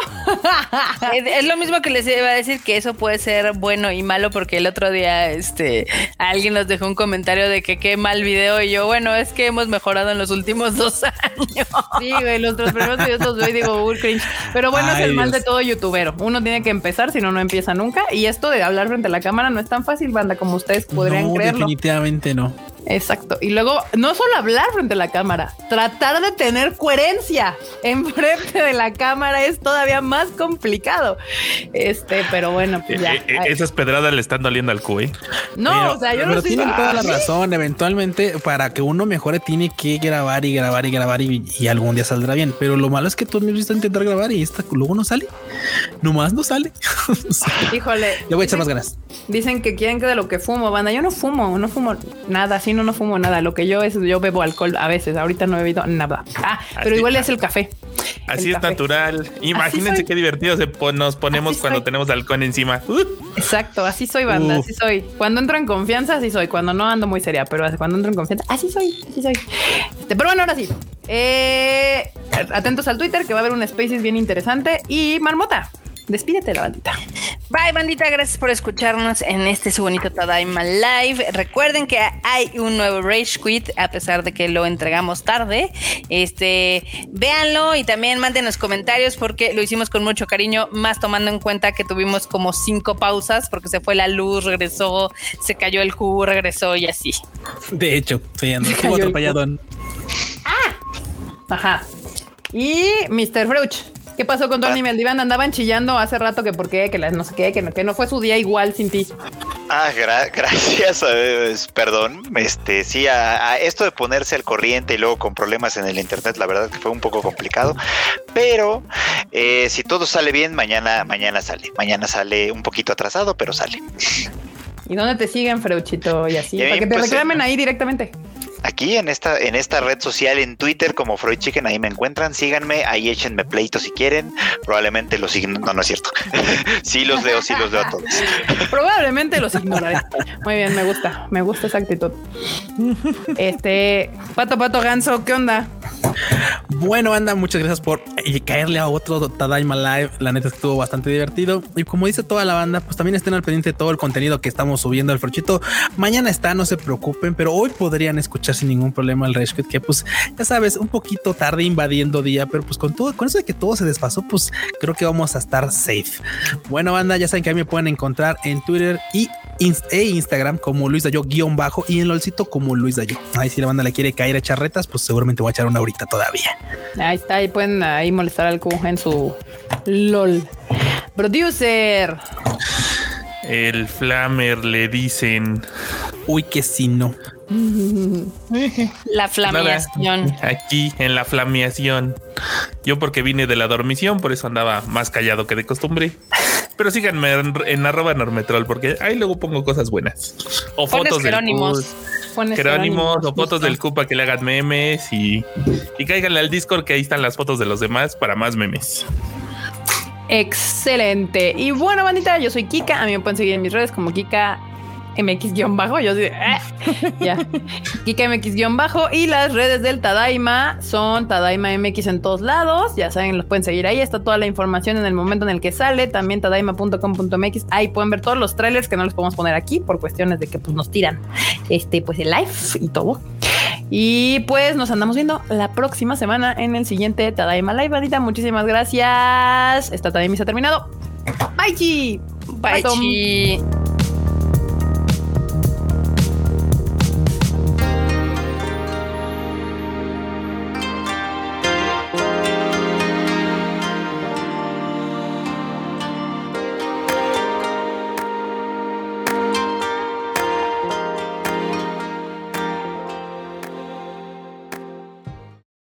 Es, es lo mismo que les iba a decir, que eso puede ser bueno y malo, porque el otro día este alguien nos dejó un comentario de que qué mal video, y yo, bueno, es que hemos mejorado en los últimos dos años. Sí, güey, los tres primeros videos los veo y digo, uy, cringe. Pero bueno, es Ay, el mal Dios. de todo youtubero. Uno tiene que empezar, si no, no empieza nunca. Y esto de hablar frente a la cámara no es tan fácil, banda, como ustedes podrían No, creerlo. definitivamente no. Exacto. Y luego, no solo hablar frente a la cámara, tratar de tener coherencia enfrente de la cámara es todavía más complicado. Este, pero bueno, pues ya. Eh, eh, Ay. esas pedradas le están doliendo al Q, ¿eh? No, Pero- o sea, yo pero no soy tienen toda la ¿Sí? razón. Eventualmente, para que uno mejore, tiene que grabar y grabar y grabar y, y algún día saldrá bien. Pero lo malo es que tú me visto intentar grabar y esta luego no sale. Nomás no sale. Híjole. Le voy a echar más ganas. Dicen que quieren que de lo que fumo, banda. Yo no fumo, no fumo nada, sí, no, no fumo nada. Lo que yo es, yo bebo alcohol a veces. Ahorita no he bebido nada. Ah, pero Así- igual es el café. Así El es café. natural. Imagínense soy. qué divertido se pon- nos ponemos Así cuando soy. tenemos alcohol encima. Uh, Exacto, así soy, banda, Uf. así soy. Cuando entro en confianza, así soy. Cuando no ando muy seria, pero cuando entro en confianza, así soy, así soy. Este, pero bueno, ahora sí. Eh, atentos al Twitter, que va a haber un Spaces bien interesante. Y Marmota, Despídete la bandita. Bye, bandita, gracias por escucharnos en este su bonito Tadaima Live. Recuerden que hay un nuevo Rage Quit, a pesar de que lo entregamos tarde. Este, véanlo y también mándenos comentarios porque lo hicimos con mucho cariño, más tomando en cuenta que tuvimos como cinco pausas porque se fue la luz, regresó, se cayó el cubo, regresó y así. De hecho, sí, ando, estuvo atropelladón. Ajá. Y mister Fruch, ¿qué pasó con Tony y Meldiván? Andaban chillando hace rato que por qué, que la, no sé qué, que no, que no fue su día igual sin ti. Ah, gra- gracias, eh, perdón, este, sí, a, a esto de ponerse al corriente y luego con problemas en el internet, la verdad que fue un poco complicado, pero eh, si todo sale bien, mañana, mañana sale, mañana sale un poquito atrasado, pero sale. ¿Y dónde te siguen, Freuchito? Y así, Y a mí, para que te pues, reclamen en- ahí directamente. Aquí en esta, en esta red social, en Twitter como Freud Chicken, ahí me encuentran, síganme, ahí échenme pleito si quieren, probablemente los igno- no, no es cierto, sí los leo, sí los leo a todos. Probablemente los ignoraré. Muy bien, me gusta, me gusta esa actitud. Este, Pato Pato Ganso, ¿qué onda? Bueno, banda, muchas gracias por eh, caerle a otro Tadaima Live. La neta es que estuvo bastante divertido. Y como dice toda la banda, pues también estén al pendiente de todo el contenido que estamos subiendo al Frochito. Mañana está, no se preocupen, pero hoy podrían escuchar sin ningún problema el Rage Quit, que pues ya sabes, un poquito tarde invadiendo día, pero pues con todo, con eso de que todo se desfasó, pues creo que vamos a estar safe. Bueno, banda, ya saben que a mí me pueden encontrar en Twitter y inst- e Instagram como Luis Dayo guión bajo y en LOLcito como Luis Dayo. Ahí si la banda le quiere caer a echar retas, pues seguramente voy a echar una ahorita todavía. Ahí está, ahí pueden ahí molestar al Q en su LOL. Producer. El Flamer le dicen. Uy, que si no. La flameación. Nada, aquí en la flameación. Yo porque vine de la dormición, por eso andaba más callado que de costumbre. Pero síganme en, en arroba normetrol, porque ahí luego pongo cosas buenas. O Pones fotos del Jerónimos. Q, Pones Jerónimos, o fotos listo. del Q para que le hagan memes y, y cáiganle al Discord, que ahí están las fotos de los demás para más memes. Excelente. Y bueno, bandita, yo soy Kika. A mí me pueden seguir en mis redes como Kika M X-bajo. Yo soy eh, ya. Kika M X-bajo. Y las redes del Tadaima son Tadaima M X en todos lados. Ya saben, los pueden seguir ahí. Está toda la información en el momento en el que sale. También tadaima punto com punto m x. Ahí pueden ver todos los trailers que no les podemos poner aquí por cuestiones de que pues nos tiran este pues el live y todo. Y pues nos andamos viendo la próxima semana en el siguiente Tadaima Live, bandita. Muchísimas gracias. Esta Tadaima se ha terminado. Bye, chi. Bye, chi.